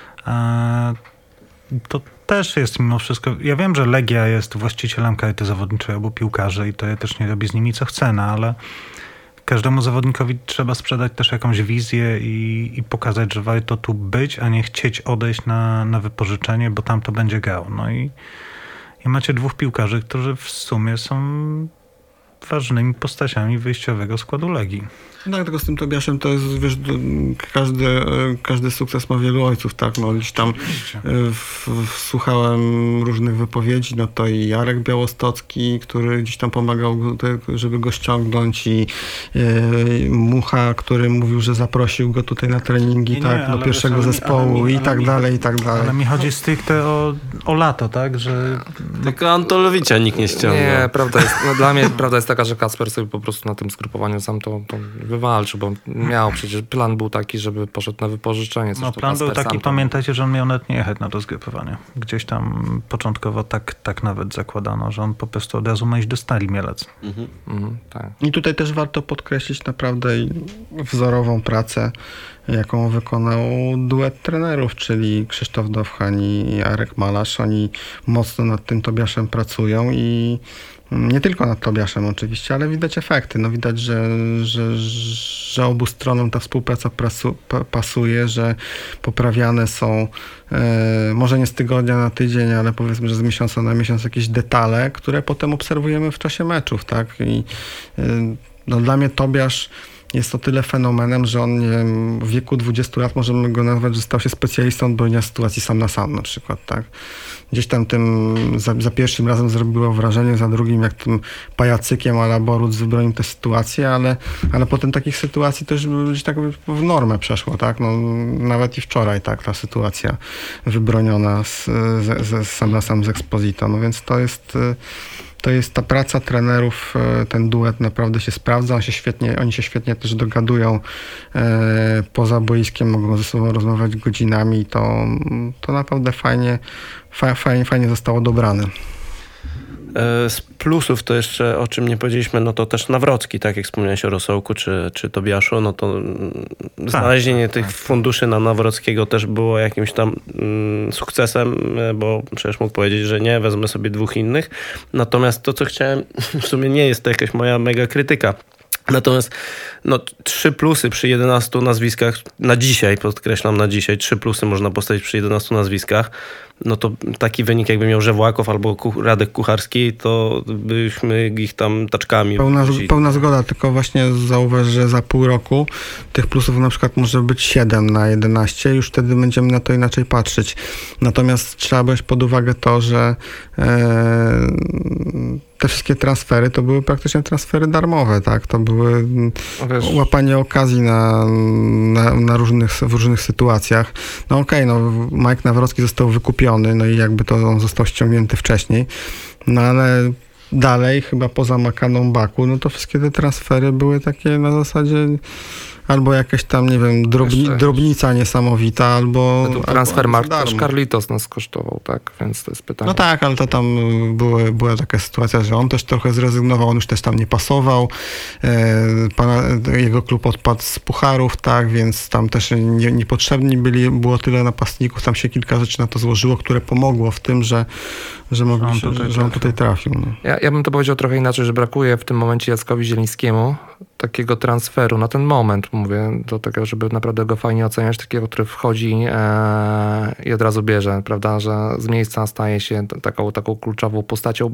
To też jest mimo wszystko... Ja wiem, że Legia jest właścicielem karty zawodniczej obu piłkarzy i to ja też nie robi z nimi co chce, no ale każdemu zawodnikowi trzeba sprzedać też jakąś wizję i pokazać, że warto tu być, a nie chcieć odejść na wypożyczenie, bo tam to będzie grał. No i macie 2 piłkarzy, którzy w sumie są ważnymi postaciami wyjściowego składu Legii. Tak, tylko z tym Tobiaszem to jest, wiesz, każdy sukces ma wielu ojców, tak, no gdzieś tam słuchałem różnych wypowiedzi, no to i Jarek Białostocki, który gdzieś tam pomagał, żeby go ściągnąć i Mucha, który mówił, że zaprosił go tutaj na treningi, do pierwszego zespołu i tak dalej. Ale mi chodzi stricte o lato, tak, że... Tylko Antolowicza nikt nie ściągnął. Nie, prawda jest, dla mnie prawda jest taka, że Kacper sobie po prostu na tym zgrupowaniu sam to wywalczył, bo miał przecież plan był taki, żeby poszedł na wypożyczenie. No plan był taki, pamiętajcie, że on miał nawet nie jechać na to zgrupowanie. Gdzieś tam początkowo tak nawet zakładano, że on po prostu od razu ma iść do Stali Mielec. Tak. I tutaj też warto podkreślić naprawdę wzorową pracę, jaką wykonał duet trenerów, czyli Krzysztof Dowchań i Arek Malarz. Oni mocno nad tym Tobiaszem pracują i nie tylko nad Tobiaszem oczywiście, ale widać efekty. No widać, że obu stronom ta współpraca pasuje, że poprawiane są może nie z tygodnia na tydzień, ale powiedzmy, że z miesiąca na miesiąc jakieś detale, które potem obserwujemy w czasie meczów, tak? I no, dla mnie Tobiasz jest o tyle fenomenem, że on, nie wiem, w wieku 20 lat możemy go nazwać, że stał się specjalistą od bronienia sytuacji sam na sam na przykład, tak? Gdzieś tam tym za pierwszym razem zrobiło wrażenie, za drugim jak tym pajacykiem a la Boruc wybronił tę sytuację, ale potem takich sytuacji też gdzieś tak w normę przeszło, tak? No, nawet i wczoraj, tak, ta sytuacja wybroniona sam na sam z Exposito. No więc to jest ta praca trenerów, ten duet naprawdę się sprawdza, oni się świetnie też dogadują poza boiskiem, mogą ze sobą rozmawiać godzinami, to naprawdę fajnie zostało dobrane. Z plusów to jeszcze, o czym nie powiedzieliśmy, no to też Nawrocki, tak jak wspomniałeś o Rosołku czy Tobiaszu, no to znalezienie tych funduszy na Nawrockiego też było jakimś tam sukcesem, bo przecież mógł powiedzieć, że nie, wezmę sobie 2 innych. Natomiast to, co chciałem, w sumie nie jest to jakaś moja mega krytyka. Natomiast 3 plusy przy 11 nazwiskach, na dzisiaj, podkreślam na dzisiaj, 3 plusy można postawić przy 11 nazwiskach, no to taki wynik jakby miał Żewłakow albo Radek Kucharski, to byśmy ich tam taczkami... Pełna zgoda, tylko właśnie zauważ, że za pół roku tych plusów na przykład może być 7 na 11, już wtedy będziemy na to inaczej patrzeć. Natomiast trzeba brać pod uwagę to, że te wszystkie transfery to były praktycznie transfery darmowe, tak? To były łapanie okazji w różnych sytuacjach. No okej, Mike Nawrocki został wykupiony, no i jakby to on został ściągnięty wcześniej, no ale dalej, chyba poza Makaną Baku, no to wszystkie te transfery były takie na zasadzie albo jakaś tam, nie wiem, drobnica niesamowita, albo... Transfermarkt też Carlitos nas kosztował, tak? Więc to jest pytanie. No tak, ale to tam była taka sytuacja, że on też trochę zrezygnował, on już też tam nie pasował. Jego klub odpadł z pucharów, tak, więc tam też niepotrzebni było tyle napastników, tam się kilka rzeczy na to złożyło, które pomogło w tym, że on tutaj trafił. No. Ja bym to powiedział trochę inaczej, że brakuje w tym momencie Jackowi Zielińskiemu takiego transferu na ten moment, mówię, do tego, żeby naprawdę go fajnie oceniać, takiego, który wchodzi i od razu bierze, prawda, że z miejsca staje się taką kluczową postacią.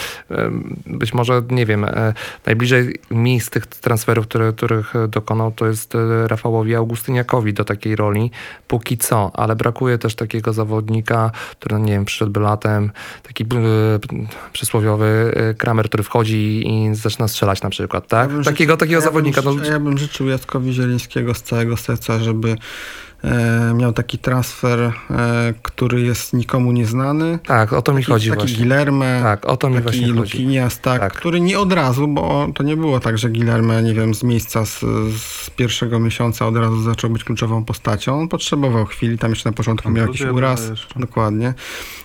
Być może, nie wiem, najbliżej mi z tych transferów, których dokonał, to jest Rafałowi Augustyniakowi do takiej roli, póki co, ale brakuje też takiego zawodnika, który, nie wiem, przyszedłby latem, taki przysłowiowy Kramer, który wchodzi i zaczyna strzelać na przykład, tak? Takiego zawodnika. Ja bym życzył Jackowi Zielińskiego z całego serca, żeby miał taki transfer, który jest nikomu nieznany. Tak, o to mi chodzi taki właśnie. Guilherme, tak, o to mi taki Lukinias, tak, który nie od razu, bo to nie było tak, że Guilherme, nie wiem, z miejsca z pierwszego miesiąca od razu zaczął być kluczową postacią. On potrzebował chwili, tam jeszcze na początku miał jakiś uraz. Dokładnie.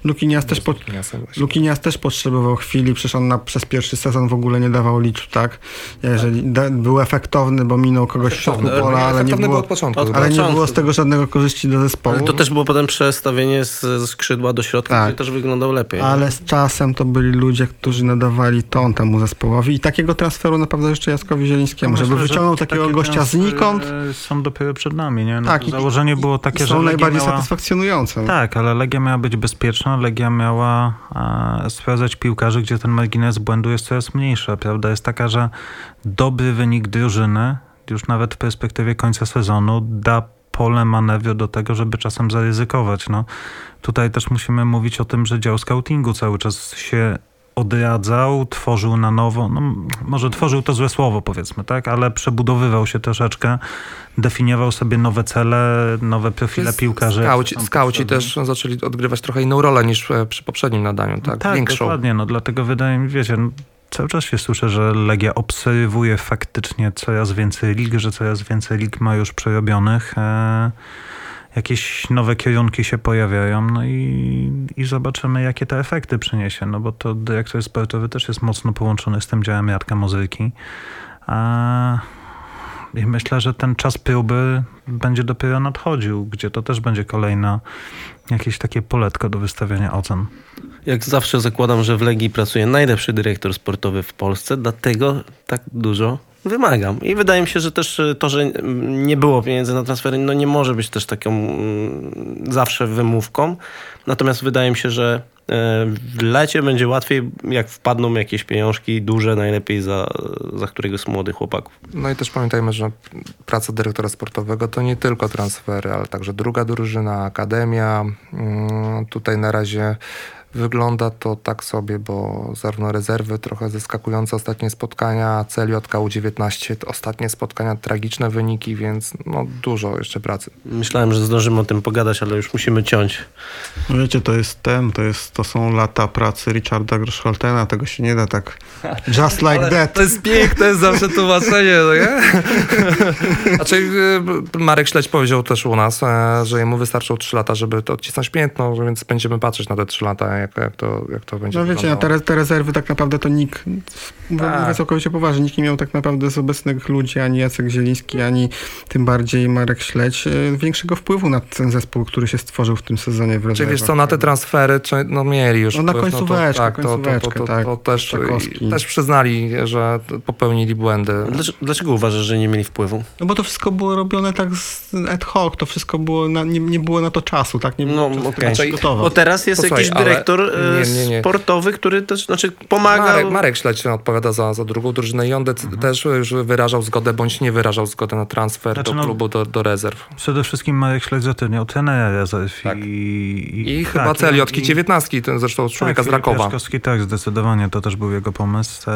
Lukinias też potrzebował chwili, przecież on przez pierwszy sezon w ogóle nie dawał liczb, tak? Jeżeli był efektowny, bo minął kogoś w środku pola, ale nie było z tego żadnego korzyści do zespołu. Ale to też było potem przestawienie ze skrzydła do środka, tak, gdzie też wyglądał lepiej. Ale z czasem to byli ludzie, którzy nadawali ton temu zespołowi i takiego transferu naprawdę jeszcze Jackowi Zielińskiemu, żeby wyciągnął takiego gościa znikąd. Są dopiero przed nami, nie? Tak, założenie było takie, że są najbardziej satysfakcjonujące. Tak, ale Legia miała być bezpieczna, Legia miała sprawdzać piłkarzy, gdzie ten margines błędu jest coraz mniejszy. Prawda jest taka, że dobry wynik drużyny, już nawet w perspektywie końca sezonu, da pole manewru do tego, żeby czasem zaryzykować. No, tutaj też musimy mówić o tym, że dział scoutingu cały czas się odradzał, tworzył na nowo, no może tworzył to złe słowo, powiedzmy, tak, ale przebudowywał się troszeczkę, definiował sobie nowe cele, nowe profile piłkarzy. Skauci też zaczęli odgrywać trochę inną rolę niż przy poprzednim nadaniu, tak? Tak, większą. Dokładnie, no dlatego wydaje mi, wiecie, cały czas się słyszę, że Legia obserwuje faktycznie coraz więcej lig, że coraz więcej lig ma już przerobionych. Jakieś nowe kierunki się pojawiają, no i zobaczymy, jakie te efekty przyniesie, no bo to dyrektor sportowy też jest mocno połączony z tym działem Jarka Mozyki. I myślę, że ten czas próby będzie dopiero nadchodził, gdzie to też będzie kolejna jakieś takie poletko do wystawiania ocen. Jak zawsze zakładam, że w Legii pracuje najlepszy dyrektor sportowy w Polsce, dlatego tak dużo wymagam. I wydaje mi się, że też to, że nie było pieniędzy na transfery, no nie może być też taką zawsze wymówką. Natomiast wydaje mi się, że w lecie będzie łatwiej, jak wpadną jakieś pieniążki duże, najlepiej za któregoś z młodych chłopaków. No i też pamiętajmy, że praca dyrektora sportowego to nie tylko transfery, ale także druga drużyna, akademia. Tutaj na razie wygląda to tak sobie, bo zarówno rezerwy, trochę zaskakujące ostatnie spotkania, Celiotka U19, to ostatnie spotkania, tragiczne wyniki, więc no dużo jeszcze pracy. Myślałem, że zdążymy o tym pogadać, ale już musimy ciąć. No wiecie, to są lata pracy Richarda Grossholtena, tego się nie da tak just like that. To jest piękne zawsze tłumaczenie, no nie? Znaczy Marek Śledź powiedział też u nas, że jemu wystarczą 3 lata, żeby to odcisnąć piętno, więc będziemy patrzeć na te 3 lata, jak to będzie. No wiecie, te rezerwy tak naprawdę to nikt, mówię całkowicie poważnie, nikt nie miał tak naprawdę z obecnych ludzi, ani Jacek Zieliński, ani tym bardziej Marek Śledź, większego wpływu na ten zespół, który się stworzył w tym sezonie w rezerwach. Czyli wiesz co, na te transfery, no mieli już. No na końcóweczkę, to też przyznali, że popełnili błędy. Dlaczego uważasz, że nie mieli wpływu? No bo to wszystko było robione tak ad hoc, to wszystko było, nie było na to czasu, tak? Nie było gotowe. Bo teraz jest jakiś dyrektor sportowy, który też pomaga. Marek Śledź odpowiada za drugą drużynę i on też już wyrażał zgodę, bądź nie wyrażał zgodę na transfer do klubu, do rezerw. Przede wszystkim Marek Śledź zatrudniał trenera rezerw i chyba Celiotki 19, zresztą człowieka z Rakowa. Piaszkowski, tak, zdecydowanie, to też był jego pomysł.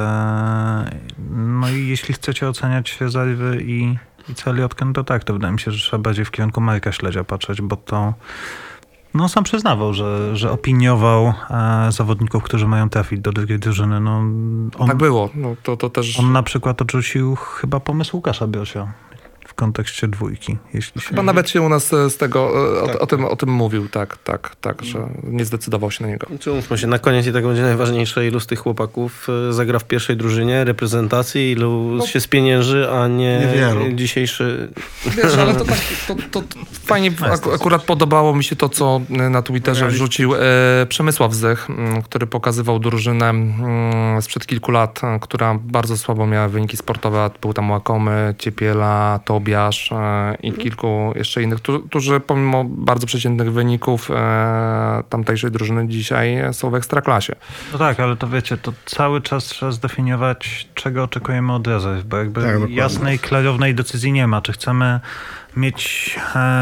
No i jeśli chcecie oceniać rezerwy i Celiotkę, to tak, to wydaje mi się, że trzeba bardziej w kierunku Marka Śledzia patrzeć, bo to no sam przyznawał, że opiniował zawodników, którzy mają trafić do drugiej drużyny. Tak było. No, to też... On na przykład odrzucił chyba pomysł Łukasza Biosia w kontekście dwójki. Chyba nawet się u nas z tego o tym mówił, tak, że nie zdecydował się na niego. Umówmy się, na koniec i tak będzie najważniejsze, ilu z tych chłopaków zagra w pierwszej drużynie, reprezentacji, ilu się spienięży, a nie dzisiejszy... Wiesz, ale to tak, to fajnie, akurat podobało mi się to, co na Twitterze wrzucił Przemysław Zych, który pokazywał drużynę sprzed kilku lat, która bardzo słabo miała wyniki sportowe. Był tam Łakomy, Ciepiela, Tobiasz i kilku jeszcze innych, którzy pomimo bardzo przeciętnych wyników tamtejszej drużyny dzisiaj są w ekstraklasie. No tak, ale to wiecie, to cały czas trzeba zdefiniować, czego oczekujemy od rezerw, bo jakby jasnej, klarownej decyzji nie ma. Czy chcemy mieć...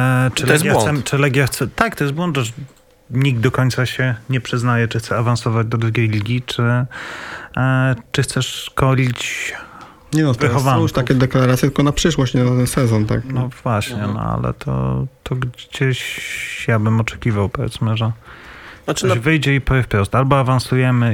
czy Legia chce... Tak, to jest błąd, że nikt do końca się nie przyznaje, czy chce awansować do drugiej ligi, czy chcesz szkolić... Nie no, to są już takie deklaracje tylko na przyszłość, nie na ten sezon, tak? No właśnie, ale to gdzieś ja bym oczekiwał, powiedzmy, że ktoś wyjdzie i powie wprost, albo awansujemy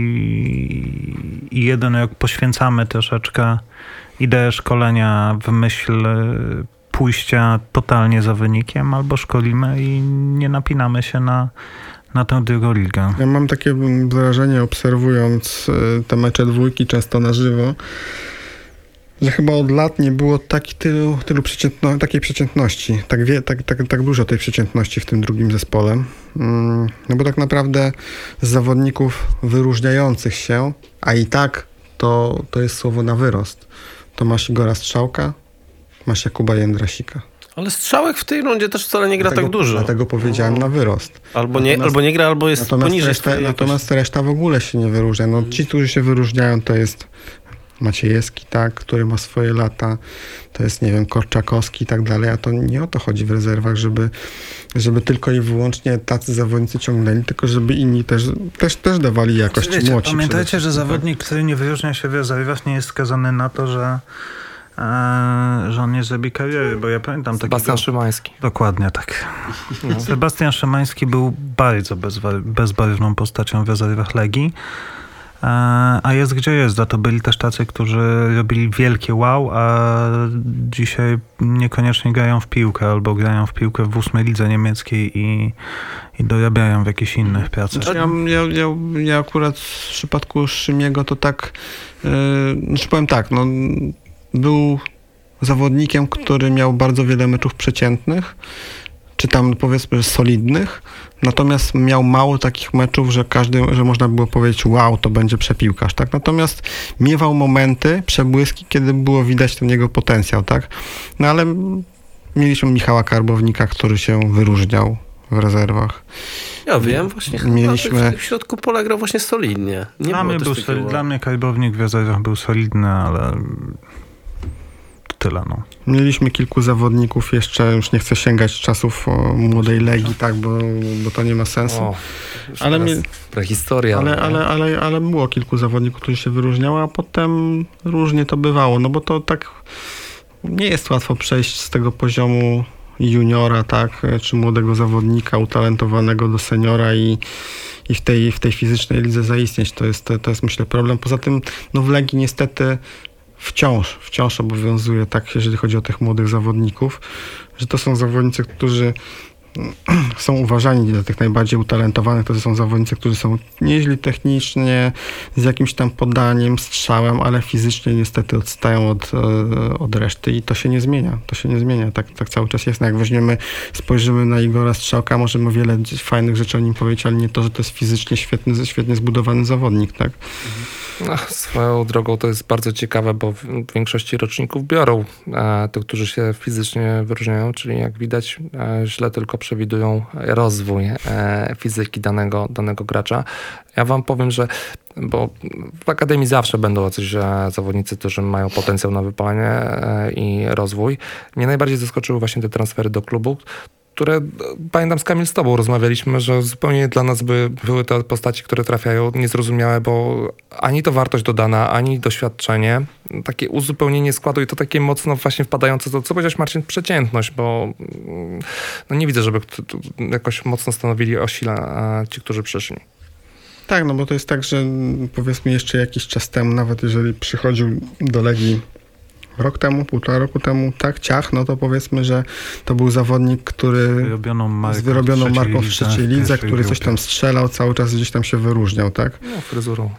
i jeden rok poświęcamy troszeczkę ideę szkolenia w myśl pójścia totalnie za wynikiem, albo szkolimy i nie napinamy się na tę drugą ligę. Ja mam takie wrażenie, obserwując te mecze dwójki często na żywo, że chyba od lat nie było takiej przeciętności, tak dużo tej przeciętności w tym drugim zespole. No bo tak naprawdę z zawodników wyróżniających się, a i tak to jest słowo na wyrost, to masz Igora Strzałka, masz Jakuba Jędrasika. Ale Strzałek w tej rundzie też wcale nie gra tak dużo. Dlatego powiedziałem na wyrost. Albo nie gra, albo jest poniżej. Natomiast reszta w ogóle się nie wyróżnia. No, ci, którzy się wyróżniają, to jest Maciejewski, tak, który ma swoje lata, to jest, nie wiem, Korczakowski i tak dalej, a to nie o to chodzi w rezerwach, żeby tylko i wyłącznie tacy zawodnicy ciągnęli, tylko żeby inni też dawali jakość, ci młodsi. Pamiętajcie, że zawodnik, który nie wyróżnia się w rezerwach, nie jest skazany na to, że on nie zrobi kariery, bo ja pamiętam Sebastian Szymański. Dokładnie tak. No. Sebastian Szymański był bardzo bezbarwną postacią w rezerwach Legii. A jest gdzie jest. Za to byli też tacy, którzy robili wielkie wow, a dzisiaj niekoniecznie grają w piłkę albo grają w piłkę w 8. lidze niemieckiej i dorabiają w jakichś innych pracach. Ja akurat w przypadku Szymiego to tak, powiem tak, był zawodnikiem, który miał bardzo wiele meczów przeciętnych, czy tam powiedzmy solidnych, natomiast miał mało takich meczów, że można było powiedzieć, wow, to będzie przepiłkarz, tak? Natomiast miewał momenty, przebłyski, kiedy było widać ten jego potencjał, tak? No ale mieliśmy Michała Karbownika, który się wyróżniał w rezerwach. Ja wiem, właśnie Mieliśmy... w środku pola grał właśnie solidnie. Dla mnie Kajbownik w rezerwach był solidny, ale tyle, no. Mieliśmy kilku zawodników jeszcze, już nie chcę sięgać czasów młodej Legii, tak, bo to nie ma sensu. Prehistoria. Ale było kilku zawodników, którzy się wyróżniały, a potem różnie to bywało, no bo to tak nie jest łatwo przejść z tego poziomu juniora, tak, czy młodego zawodnika utalentowanego do seniora i w tej fizycznej lidze zaistnieć. To jest myślę problem. Poza tym no w Legii niestety wciąż obowiązuje, tak, jeżeli chodzi o tych młodych zawodników, że to są zawodnicy, którzy są uważani za tych najbardziej utalentowanych, to są zawodnicy, którzy są nieźli technicznie, z jakimś tam podaniem, strzałem, ale fizycznie niestety odstają od reszty i to się nie zmienia. Tak cały czas jest. No jak spojrzymy na Igora Strzałka, możemy wiele fajnych rzeczy o nim powiedzieć, ale nie to, że to jest fizycznie świetnie zbudowany zawodnik, tak? No, swoją drogą to jest bardzo ciekawe, bo w większości roczników biorą tych, którzy się fizycznie wyróżniają, czyli jak widać źle tylko przewidują rozwój fizyki danego gracza. Ja wam powiem, że bo w Akademii zawsze będą jacyś zawodnicy, którzy mają potencjał na wypalenie i rozwój. Mnie najbardziej zaskoczyły właśnie te transfery do klubu, które, pamiętam, z Kamil z tobą rozmawialiśmy, że zupełnie dla nas były te postaci, które trafiają niezrozumiałe, bo ani to wartość dodana, ani doświadczenie, takie uzupełnienie składu i to takie mocno właśnie wpadające, to co powiedziałeś, Marcin, przeciętność, bo no nie widzę, żeby jakoś mocno stanowili o sile ci, którzy przyszli. Tak, no bo to jest tak, że powiedzmy jeszcze jakiś czas temu, nawet jeżeli przychodził do Legii rok temu, 1,5 roku temu, tak, Ciach, no to powiedzmy, że to był zawodnik, który z wyrobioną marką w trzeciej lidze, który coś tam strzelał, cały czas gdzieś tam się wyróżniał, tak? No, fryzurą.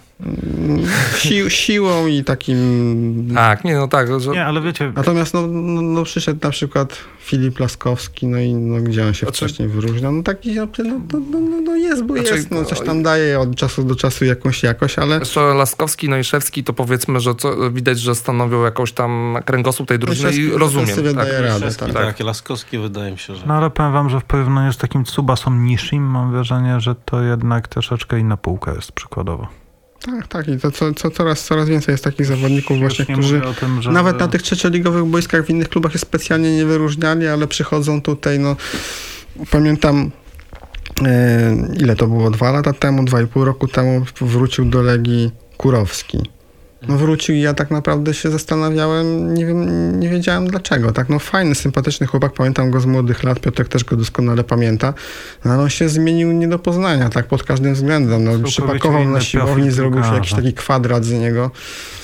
Siłą i takim... Tak, nie, no tak. Że... Nie, ale wiecie... Natomiast no przyszedł na przykład Filip Laskowski, no i gdzie on się wcześniej wyróżniał? No taki, no jest, bo jest, no coś tam daje od czasu do czasu jakąś jakość, ale... Jeszcze Laskowski, no i Szewski to powiedzmy, że widać, że stanowią jakąś tam kręgosłup tej drużyny i rozumiem. Daje radę, tak, Laskowski wydaje mi się, że... No ale powiem wam, że w porównaniu z takim Tsubasą Nishim mam wrażenie, że to jednak troszeczkę inna półka jest przykładowo. Tak. I to coraz więcej jest takich zawodników właśnie, którzy tym, że... nawet na tych trzecioligowych boiskach w innych klubach się specjalnie nie wyróżniali, ale przychodzą tutaj, no pamiętam ile to było, 2 lata temu, 2,5 roku temu wrócił do Legii Kurowski. No wrócił i ja tak naprawdę się zastanawiałem, nie wiedziałem dlaczego, tak, no fajny, sympatyczny chłopak, pamiętam go z młodych lat, Piotrek też go doskonale pamięta, no ale on się zmienił nie do poznania, tak, pod każdym względem, no przypakował na siłowni, zrobił się jakiś taki kwadrat z niego.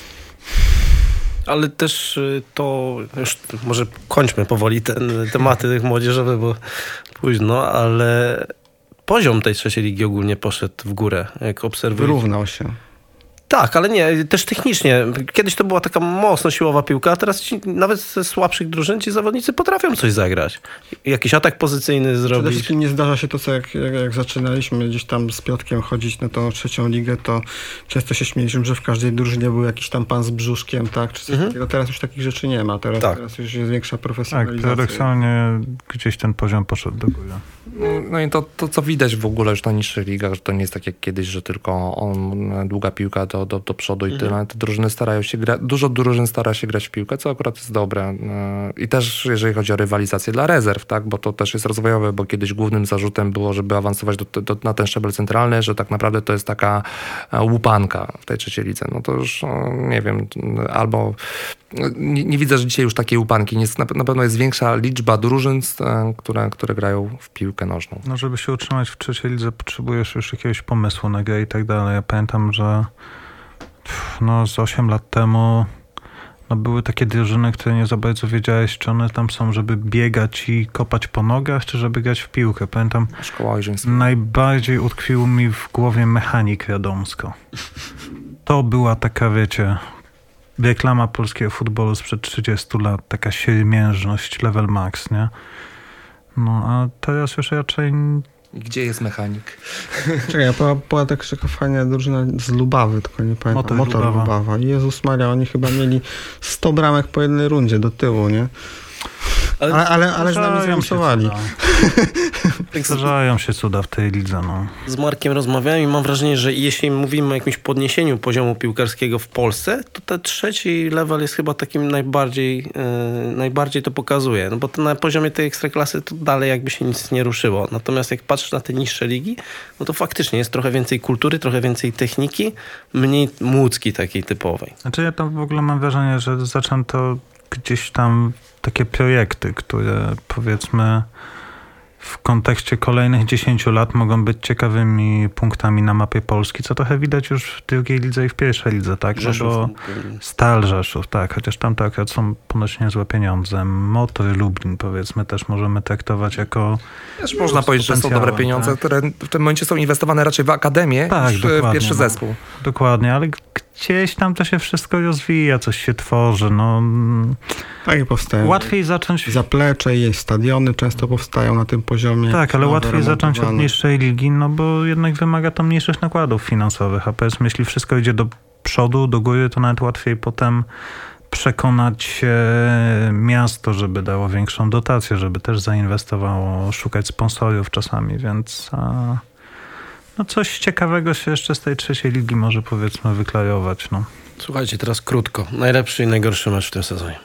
Ale też to, już może kończmy powoli tematy tych młodzieżowych, bo późno, ale poziom tej trzeciej ligi ogólnie poszedł w górę, jak obserwuję. Wyrównał się. Tak, ale nie, też technicznie. Kiedyś to była taka mocno siłowa piłka, a teraz nawet ze słabszych drużyn ci zawodnicy potrafią coś zagrać. Jakiś atak pozycyjny zrobić. Przede wszystkim nie zdarza się to, co jak zaczynaliśmy gdzieś tam z Piotrkiem chodzić na tą trzecią ligę, to często się śmieliśmy, że w każdej drużynie był jakiś tam pan z brzuszkiem, tak? Czy coś takiego. Teraz już takich rzeczy nie ma. Teraz już jest większa profesjonalizacja. Tak, paradoksalnie gdzieś ten poziom poszedł do góry. No i to, co widać w ogóle już na niższych ligach, że to nie jest tak jak kiedyś, że tylko długa piłka do przodu i tyle. Te drużyny starają się grać, dużo drużyn stara się grać w piłkę, co akurat jest dobre. I też jeżeli chodzi o rywalizację dla rezerw, tak, bo to też jest rozwojowe, bo kiedyś głównym zarzutem było, żeby awansować na ten szczebel centralny, że tak naprawdę to jest taka łupanka w tej trzeciej lidze. No to już nie wiem, albo nie widzę, że dzisiaj już takiej łupanki. Na pewno jest większa liczba drużyn, które grają w piłkę nożną. No żeby się utrzymać w trzeciej lidze, potrzebujesz już jakiegoś pomysłu na grę i tak dalej. Ja pamiętam, że z 8 lat temu były takie drużyny, które nie za bardzo wiedziałeś, czy one tam są, żeby biegać i kopać po nogach, czy żeby grać w piłkę. Pamiętam, Szkoła Ojrzyńska. Najbardziej utkwił mi w głowie Mechanik Radomsko. To była taka, wiecie, reklama polskiego futbolu sprzed 30 lat, taka siermiężność, level max, nie? No, a teraz już raczej... Gdzie jest Mechanik? Czekaj, była taka fajna drużyna z Lubawy, tylko nie pamiętam. Motor Lubawa. Jezus Maria, oni chyba mieli 100 bramek po jednej rundzie do tyłu, nie? Ale z nami zaawansowali. Zdarzają się cuda w tej lidze. No. Z Markiem rozmawiałem i mam wrażenie, że jeśli mówimy o jakimś podniesieniu poziomu piłkarskiego w Polsce, to ten trzeci level jest chyba takim najbardziej to pokazuje. No bo to na poziomie tej ekstraklasy to dalej jakby się nic nie ruszyło. Natomiast jak patrzysz na te niższe ligi, no to faktycznie jest trochę więcej kultury, trochę więcej techniki, mniej młódzki takiej typowej. Znaczy ja tam w ogóle mam wrażenie, że zaczęto gdzieś tam takie projekty, które powiedzmy w kontekście kolejnych 10 lat mogą być ciekawymi punktami na mapie Polski, co trochę widać już w drugiej lidze i w pierwszej lidze, tak? Rzeszów. No bo Stal Rzeszów, tak, chociaż tam to akurat są ponoć niezłe pieniądze. Motor Lublin, powiedzmy, też możemy traktować jako... Też można powiedzieć, że są dobre pieniądze, tak? które w tym momencie są inwestowane raczej w akademię niż w pierwszy zespół. Dokładnie, ale gdzieś tam to się wszystko rozwija, coś się tworzy, no... Tak i powstają. Łatwiej zacząć... Zaplecze i stadiony często powstają na tym poziomie. Tak, ale łatwiej zacząć od remontowane. niższej ligi, no bo jednak wymaga to mniejszych nakładów finansowych, a powiedzmy, jeśli wszystko idzie do przodu, do góry, to nawet łatwiej potem przekonać miasto, żeby dało większą dotację, żeby też zainwestowało, szukać sponsorów czasami, więc no coś ciekawego się jeszcze z tej trzeciej ligi może powiedzmy wyklarować. No. Słuchajcie, teraz krótko. Najlepszy i najgorszy mecz w tym sezonie.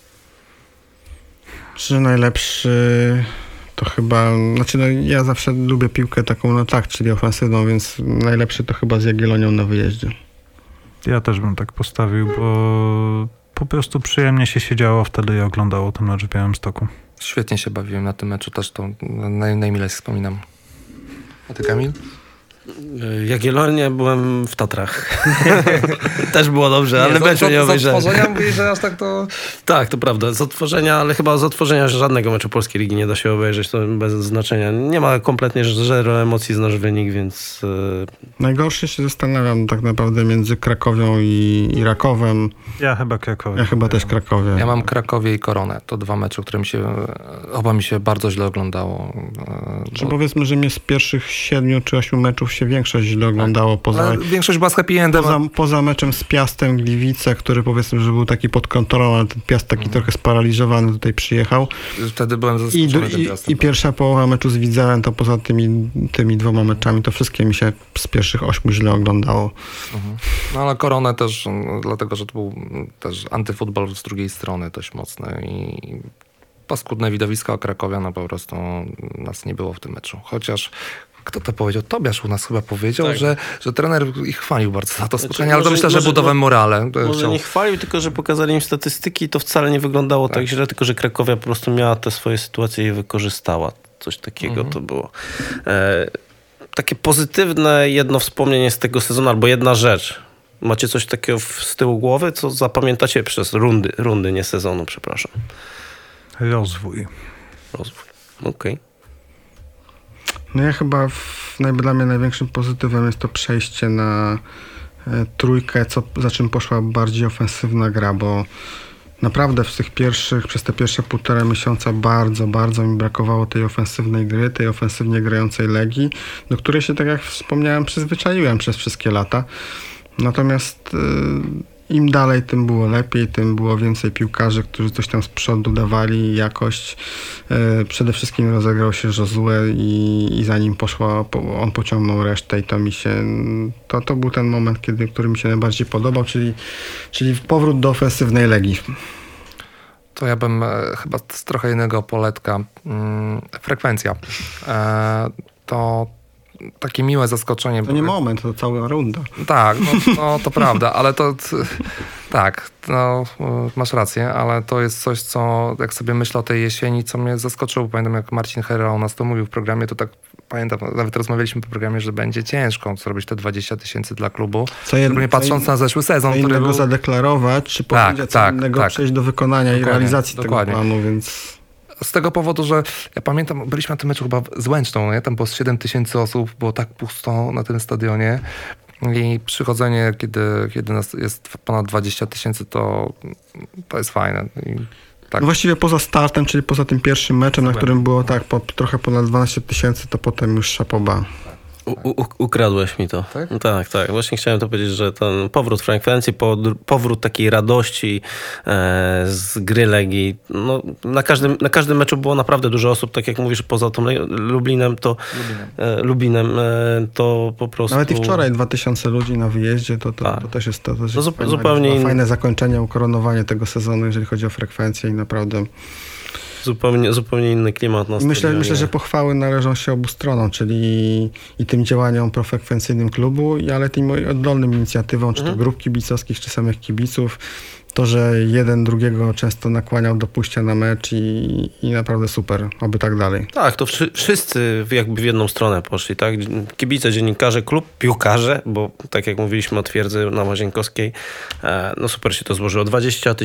Czy najlepszy to chyba... Znaczy ja zawsze lubię piłkę taką no tak, czyli ofensywną, więc najlepszy to chyba z Jagiellonią na wyjeździe. Ja też bym tak postawił, bo po prostu przyjemnie się siedziało wtedy i oglądało ten mecz w Białymstoku. Świetnie się bawiłem na tym meczu, też to najmilej wspominam. A ty, Kamil? Jagiellonię byłem w Tatrach. Też było dobrze, ale meczu nie obejrzałem. Z otworzenia mówisz, że aż tak to... Tak, to prawda. Z otworzenia, ale chyba z otworzenia żadnego meczu Polskiej Ligi nie da się obejrzeć. To bez znaczenia. Nie ma kompletnie zero emocji z nasz wynik, więc... Najgorszy się zastanawiam tak naprawdę między Krakowią i Rakowem. Ja chyba Krakowie. Ja chyba też Krakowie. Ja mam Krakowie i Koronę. To dwa mecze, które oba mi się bardzo źle oglądało. Czy powiedzmy, że mnie z pierwszych 7 czy 8 meczów się większość źle oglądało. Ale większość była z happy endem. Poza meczem z Piastem Gliwice, który powiedzmy, że był taki pod kontrolą, ale ten Piast taki trochę sparaliżowany tutaj przyjechał. Wtedy byłem zaskoczony tym Piastem. I pierwsza połowa meczu z Widzewem, to poza tymi dwoma meczami, to wszystkie mi się z pierwszych 8 źle oglądało. No ale Koronę też, dlatego, że to był też antyfutbol z drugiej strony dość mocny i paskudne widowisko, a Krakowia no po prostu nas nie było w tym meczu. Chociaż kto to powiedział? Tobiasz u nas chyba powiedział, tak, że trener ich chwalił bardzo za to spotkanie, ale to może- myślę, że może- budowę morale. Może nie chwalił, tylko że pokazali im statystyki, to wcale nie wyglądało tak źle, tylko że Krakowia po prostu miała te swoje sytuacje i je wykorzystała. Coś takiego to było. Takie pozytywne jedno wspomnienie z tego sezonu, albo jedna rzecz. Macie coś takiego z tyłu głowy, co zapamiętacie przez rundy, nie sezonu, przepraszam. Rozwój. Okej. No ja chyba dla mnie największym pozytywem jest to przejście na trójkę, za czym poszła bardziej ofensywna gra, bo naprawdę przez te pierwsze 1,5 miesiąca bardzo mi brakowało tej ofensywnej gry, tej ofensywnie grającej Legii, do której się, tak jak wspomniałem, przyzwyczaiłem przez wszystkie lata. Natomiast im dalej, tym było lepiej, tym było więcej piłkarzy, którzy coś tam z przodu dawali, jakość. Przede wszystkim rozegrał się Josue i za nim on pociągnął resztę i to był ten moment, który mi się najbardziej podobał, czyli powrót do ofensywnej Legii. To ja bym chyba z trochę innego poletka. Frekwencja. To takie miłe zaskoczenie. To nie moment, to cała runda. Tak, no to prawda, ale tak, masz rację, ale to jest coś, co jak sobie myślę o tej jesieni, co mnie zaskoczyło. Pamiętam, jak Marcin Herra u nas to mówił w programie, to tak pamiętam, nawet rozmawialiśmy po programie, że będzie ciężko zrobić te 20 000 dla klubu. Szczególnie patrząc na zeszły sezon, co który innego był... zadeklarować, czy powiedzieć, co innego przejść do wykonania i realizacji tego planu, więc... Z tego powodu, że ja pamiętam, byliśmy na tym meczu chyba z Łęczną, nie? Tam było 7 000 osób, było tak pusto na tym stadionie i przychodzenie, kiedy nas jest ponad 20 000, to jest fajne. I tak. No właściwie poza startem, czyli poza tym pierwszym meczem, na którym było trochę ponad 12 000, to potem już szapoba. Ukradłeś mi to. Tak? Tak. Właśnie chciałem to powiedzieć, że ten powrót frekwencji, powrót takiej radości z gry Legii. No, na każdym meczu było naprawdę dużo osób, tak jak mówisz, poza tą Lubinem, to po prostu... Nawet i wczoraj 2000 ludzi na wyjeździe, to też jest zupełnie fajne zakończenie, ukoronowanie tego sezonu, jeżeli chodzi o frekwencję i naprawdę... Zupełnie inny klimat na stadionie. Myślę, że pochwały należą się obu stronom, czyli i tym działaniom profrekwencyjnym klubu, ale tym oddolnym inicjatywom, czy to grup kibicowskich, czy samych kibiców. To, że jeden drugiego często nakłaniał do pójścia na mecz i naprawdę super, oby tak dalej. Tak, to wszyscy jakby w jedną stronę poszli, tak? Kibice, dziennikarze, klub, piłkarze, bo tak jak mówiliśmy o twierdzy na Łazienkowskiej, no super się to złożyło. 20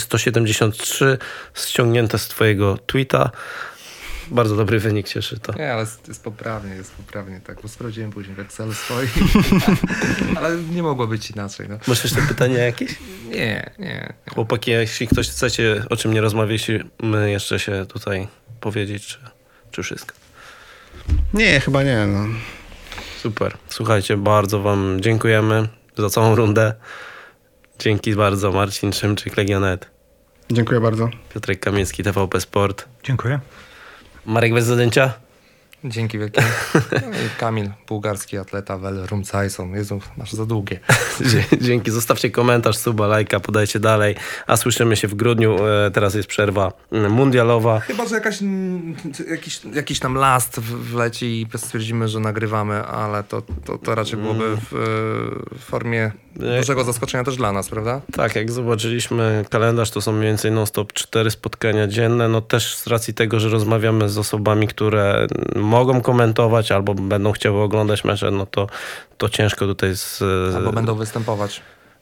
173 ściągnięte z twojego tweeta. Bardzo dobry wynik, cieszy to. Nie, ale jest poprawnie, tak. Bo sprawdziłem później w Excelu swoim, ale nie mogło być inaczej. No. Masz jeszcze pytania jakieś? Nie. Chłopaki, jeśli ktoś chcecie, o czym nie rozmawialiśmy jeszcze się tutaj powiedzieć, czy wszystko? Nie, chyba nie. No. Super. Słuchajcie, bardzo wam dziękujemy za całą rundę. Dzięki bardzo. Marcin Szymczyk, Legionet. Dziękuję bardzo. Piotrek Kamiński, TVP Sport. Dziękuję. Marek bez zadęcia? Dzięki wielkie. No i Kamil, bułgarski atleta, Wel Rumcajson. Jezu, masz za długie. Dzięki. Zostawcie komentarz, suba, lajka, podajcie dalej. A słyszymy się w grudniu. Teraz jest przerwa mundialowa. Chyba, że jakiś tam last wleci i stwierdzimy, że nagrywamy, ale to raczej byłoby w formie dużego zaskoczenia też dla nas, prawda? Tak, jak zobaczyliśmy kalendarz, to są mniej więcej non-stop 4 spotkania dzienne. No też z racji tego, że rozmawiamy z osobami, które mogą komentować albo będą chciały oglądać mecze, no to ciężko tutaj albo będą występować.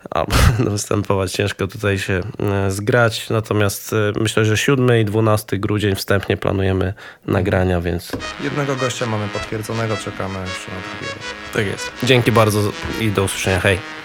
Ciężko tutaj się zgrać. Natomiast myślę, że 7 i 12 grudzień wstępnie planujemy nagrania, więc... Jednego gościa mamy potwierdzonego, czekamy jeszcze na drugiego. Tak jest. Dzięki bardzo i do usłyszenia. Hej.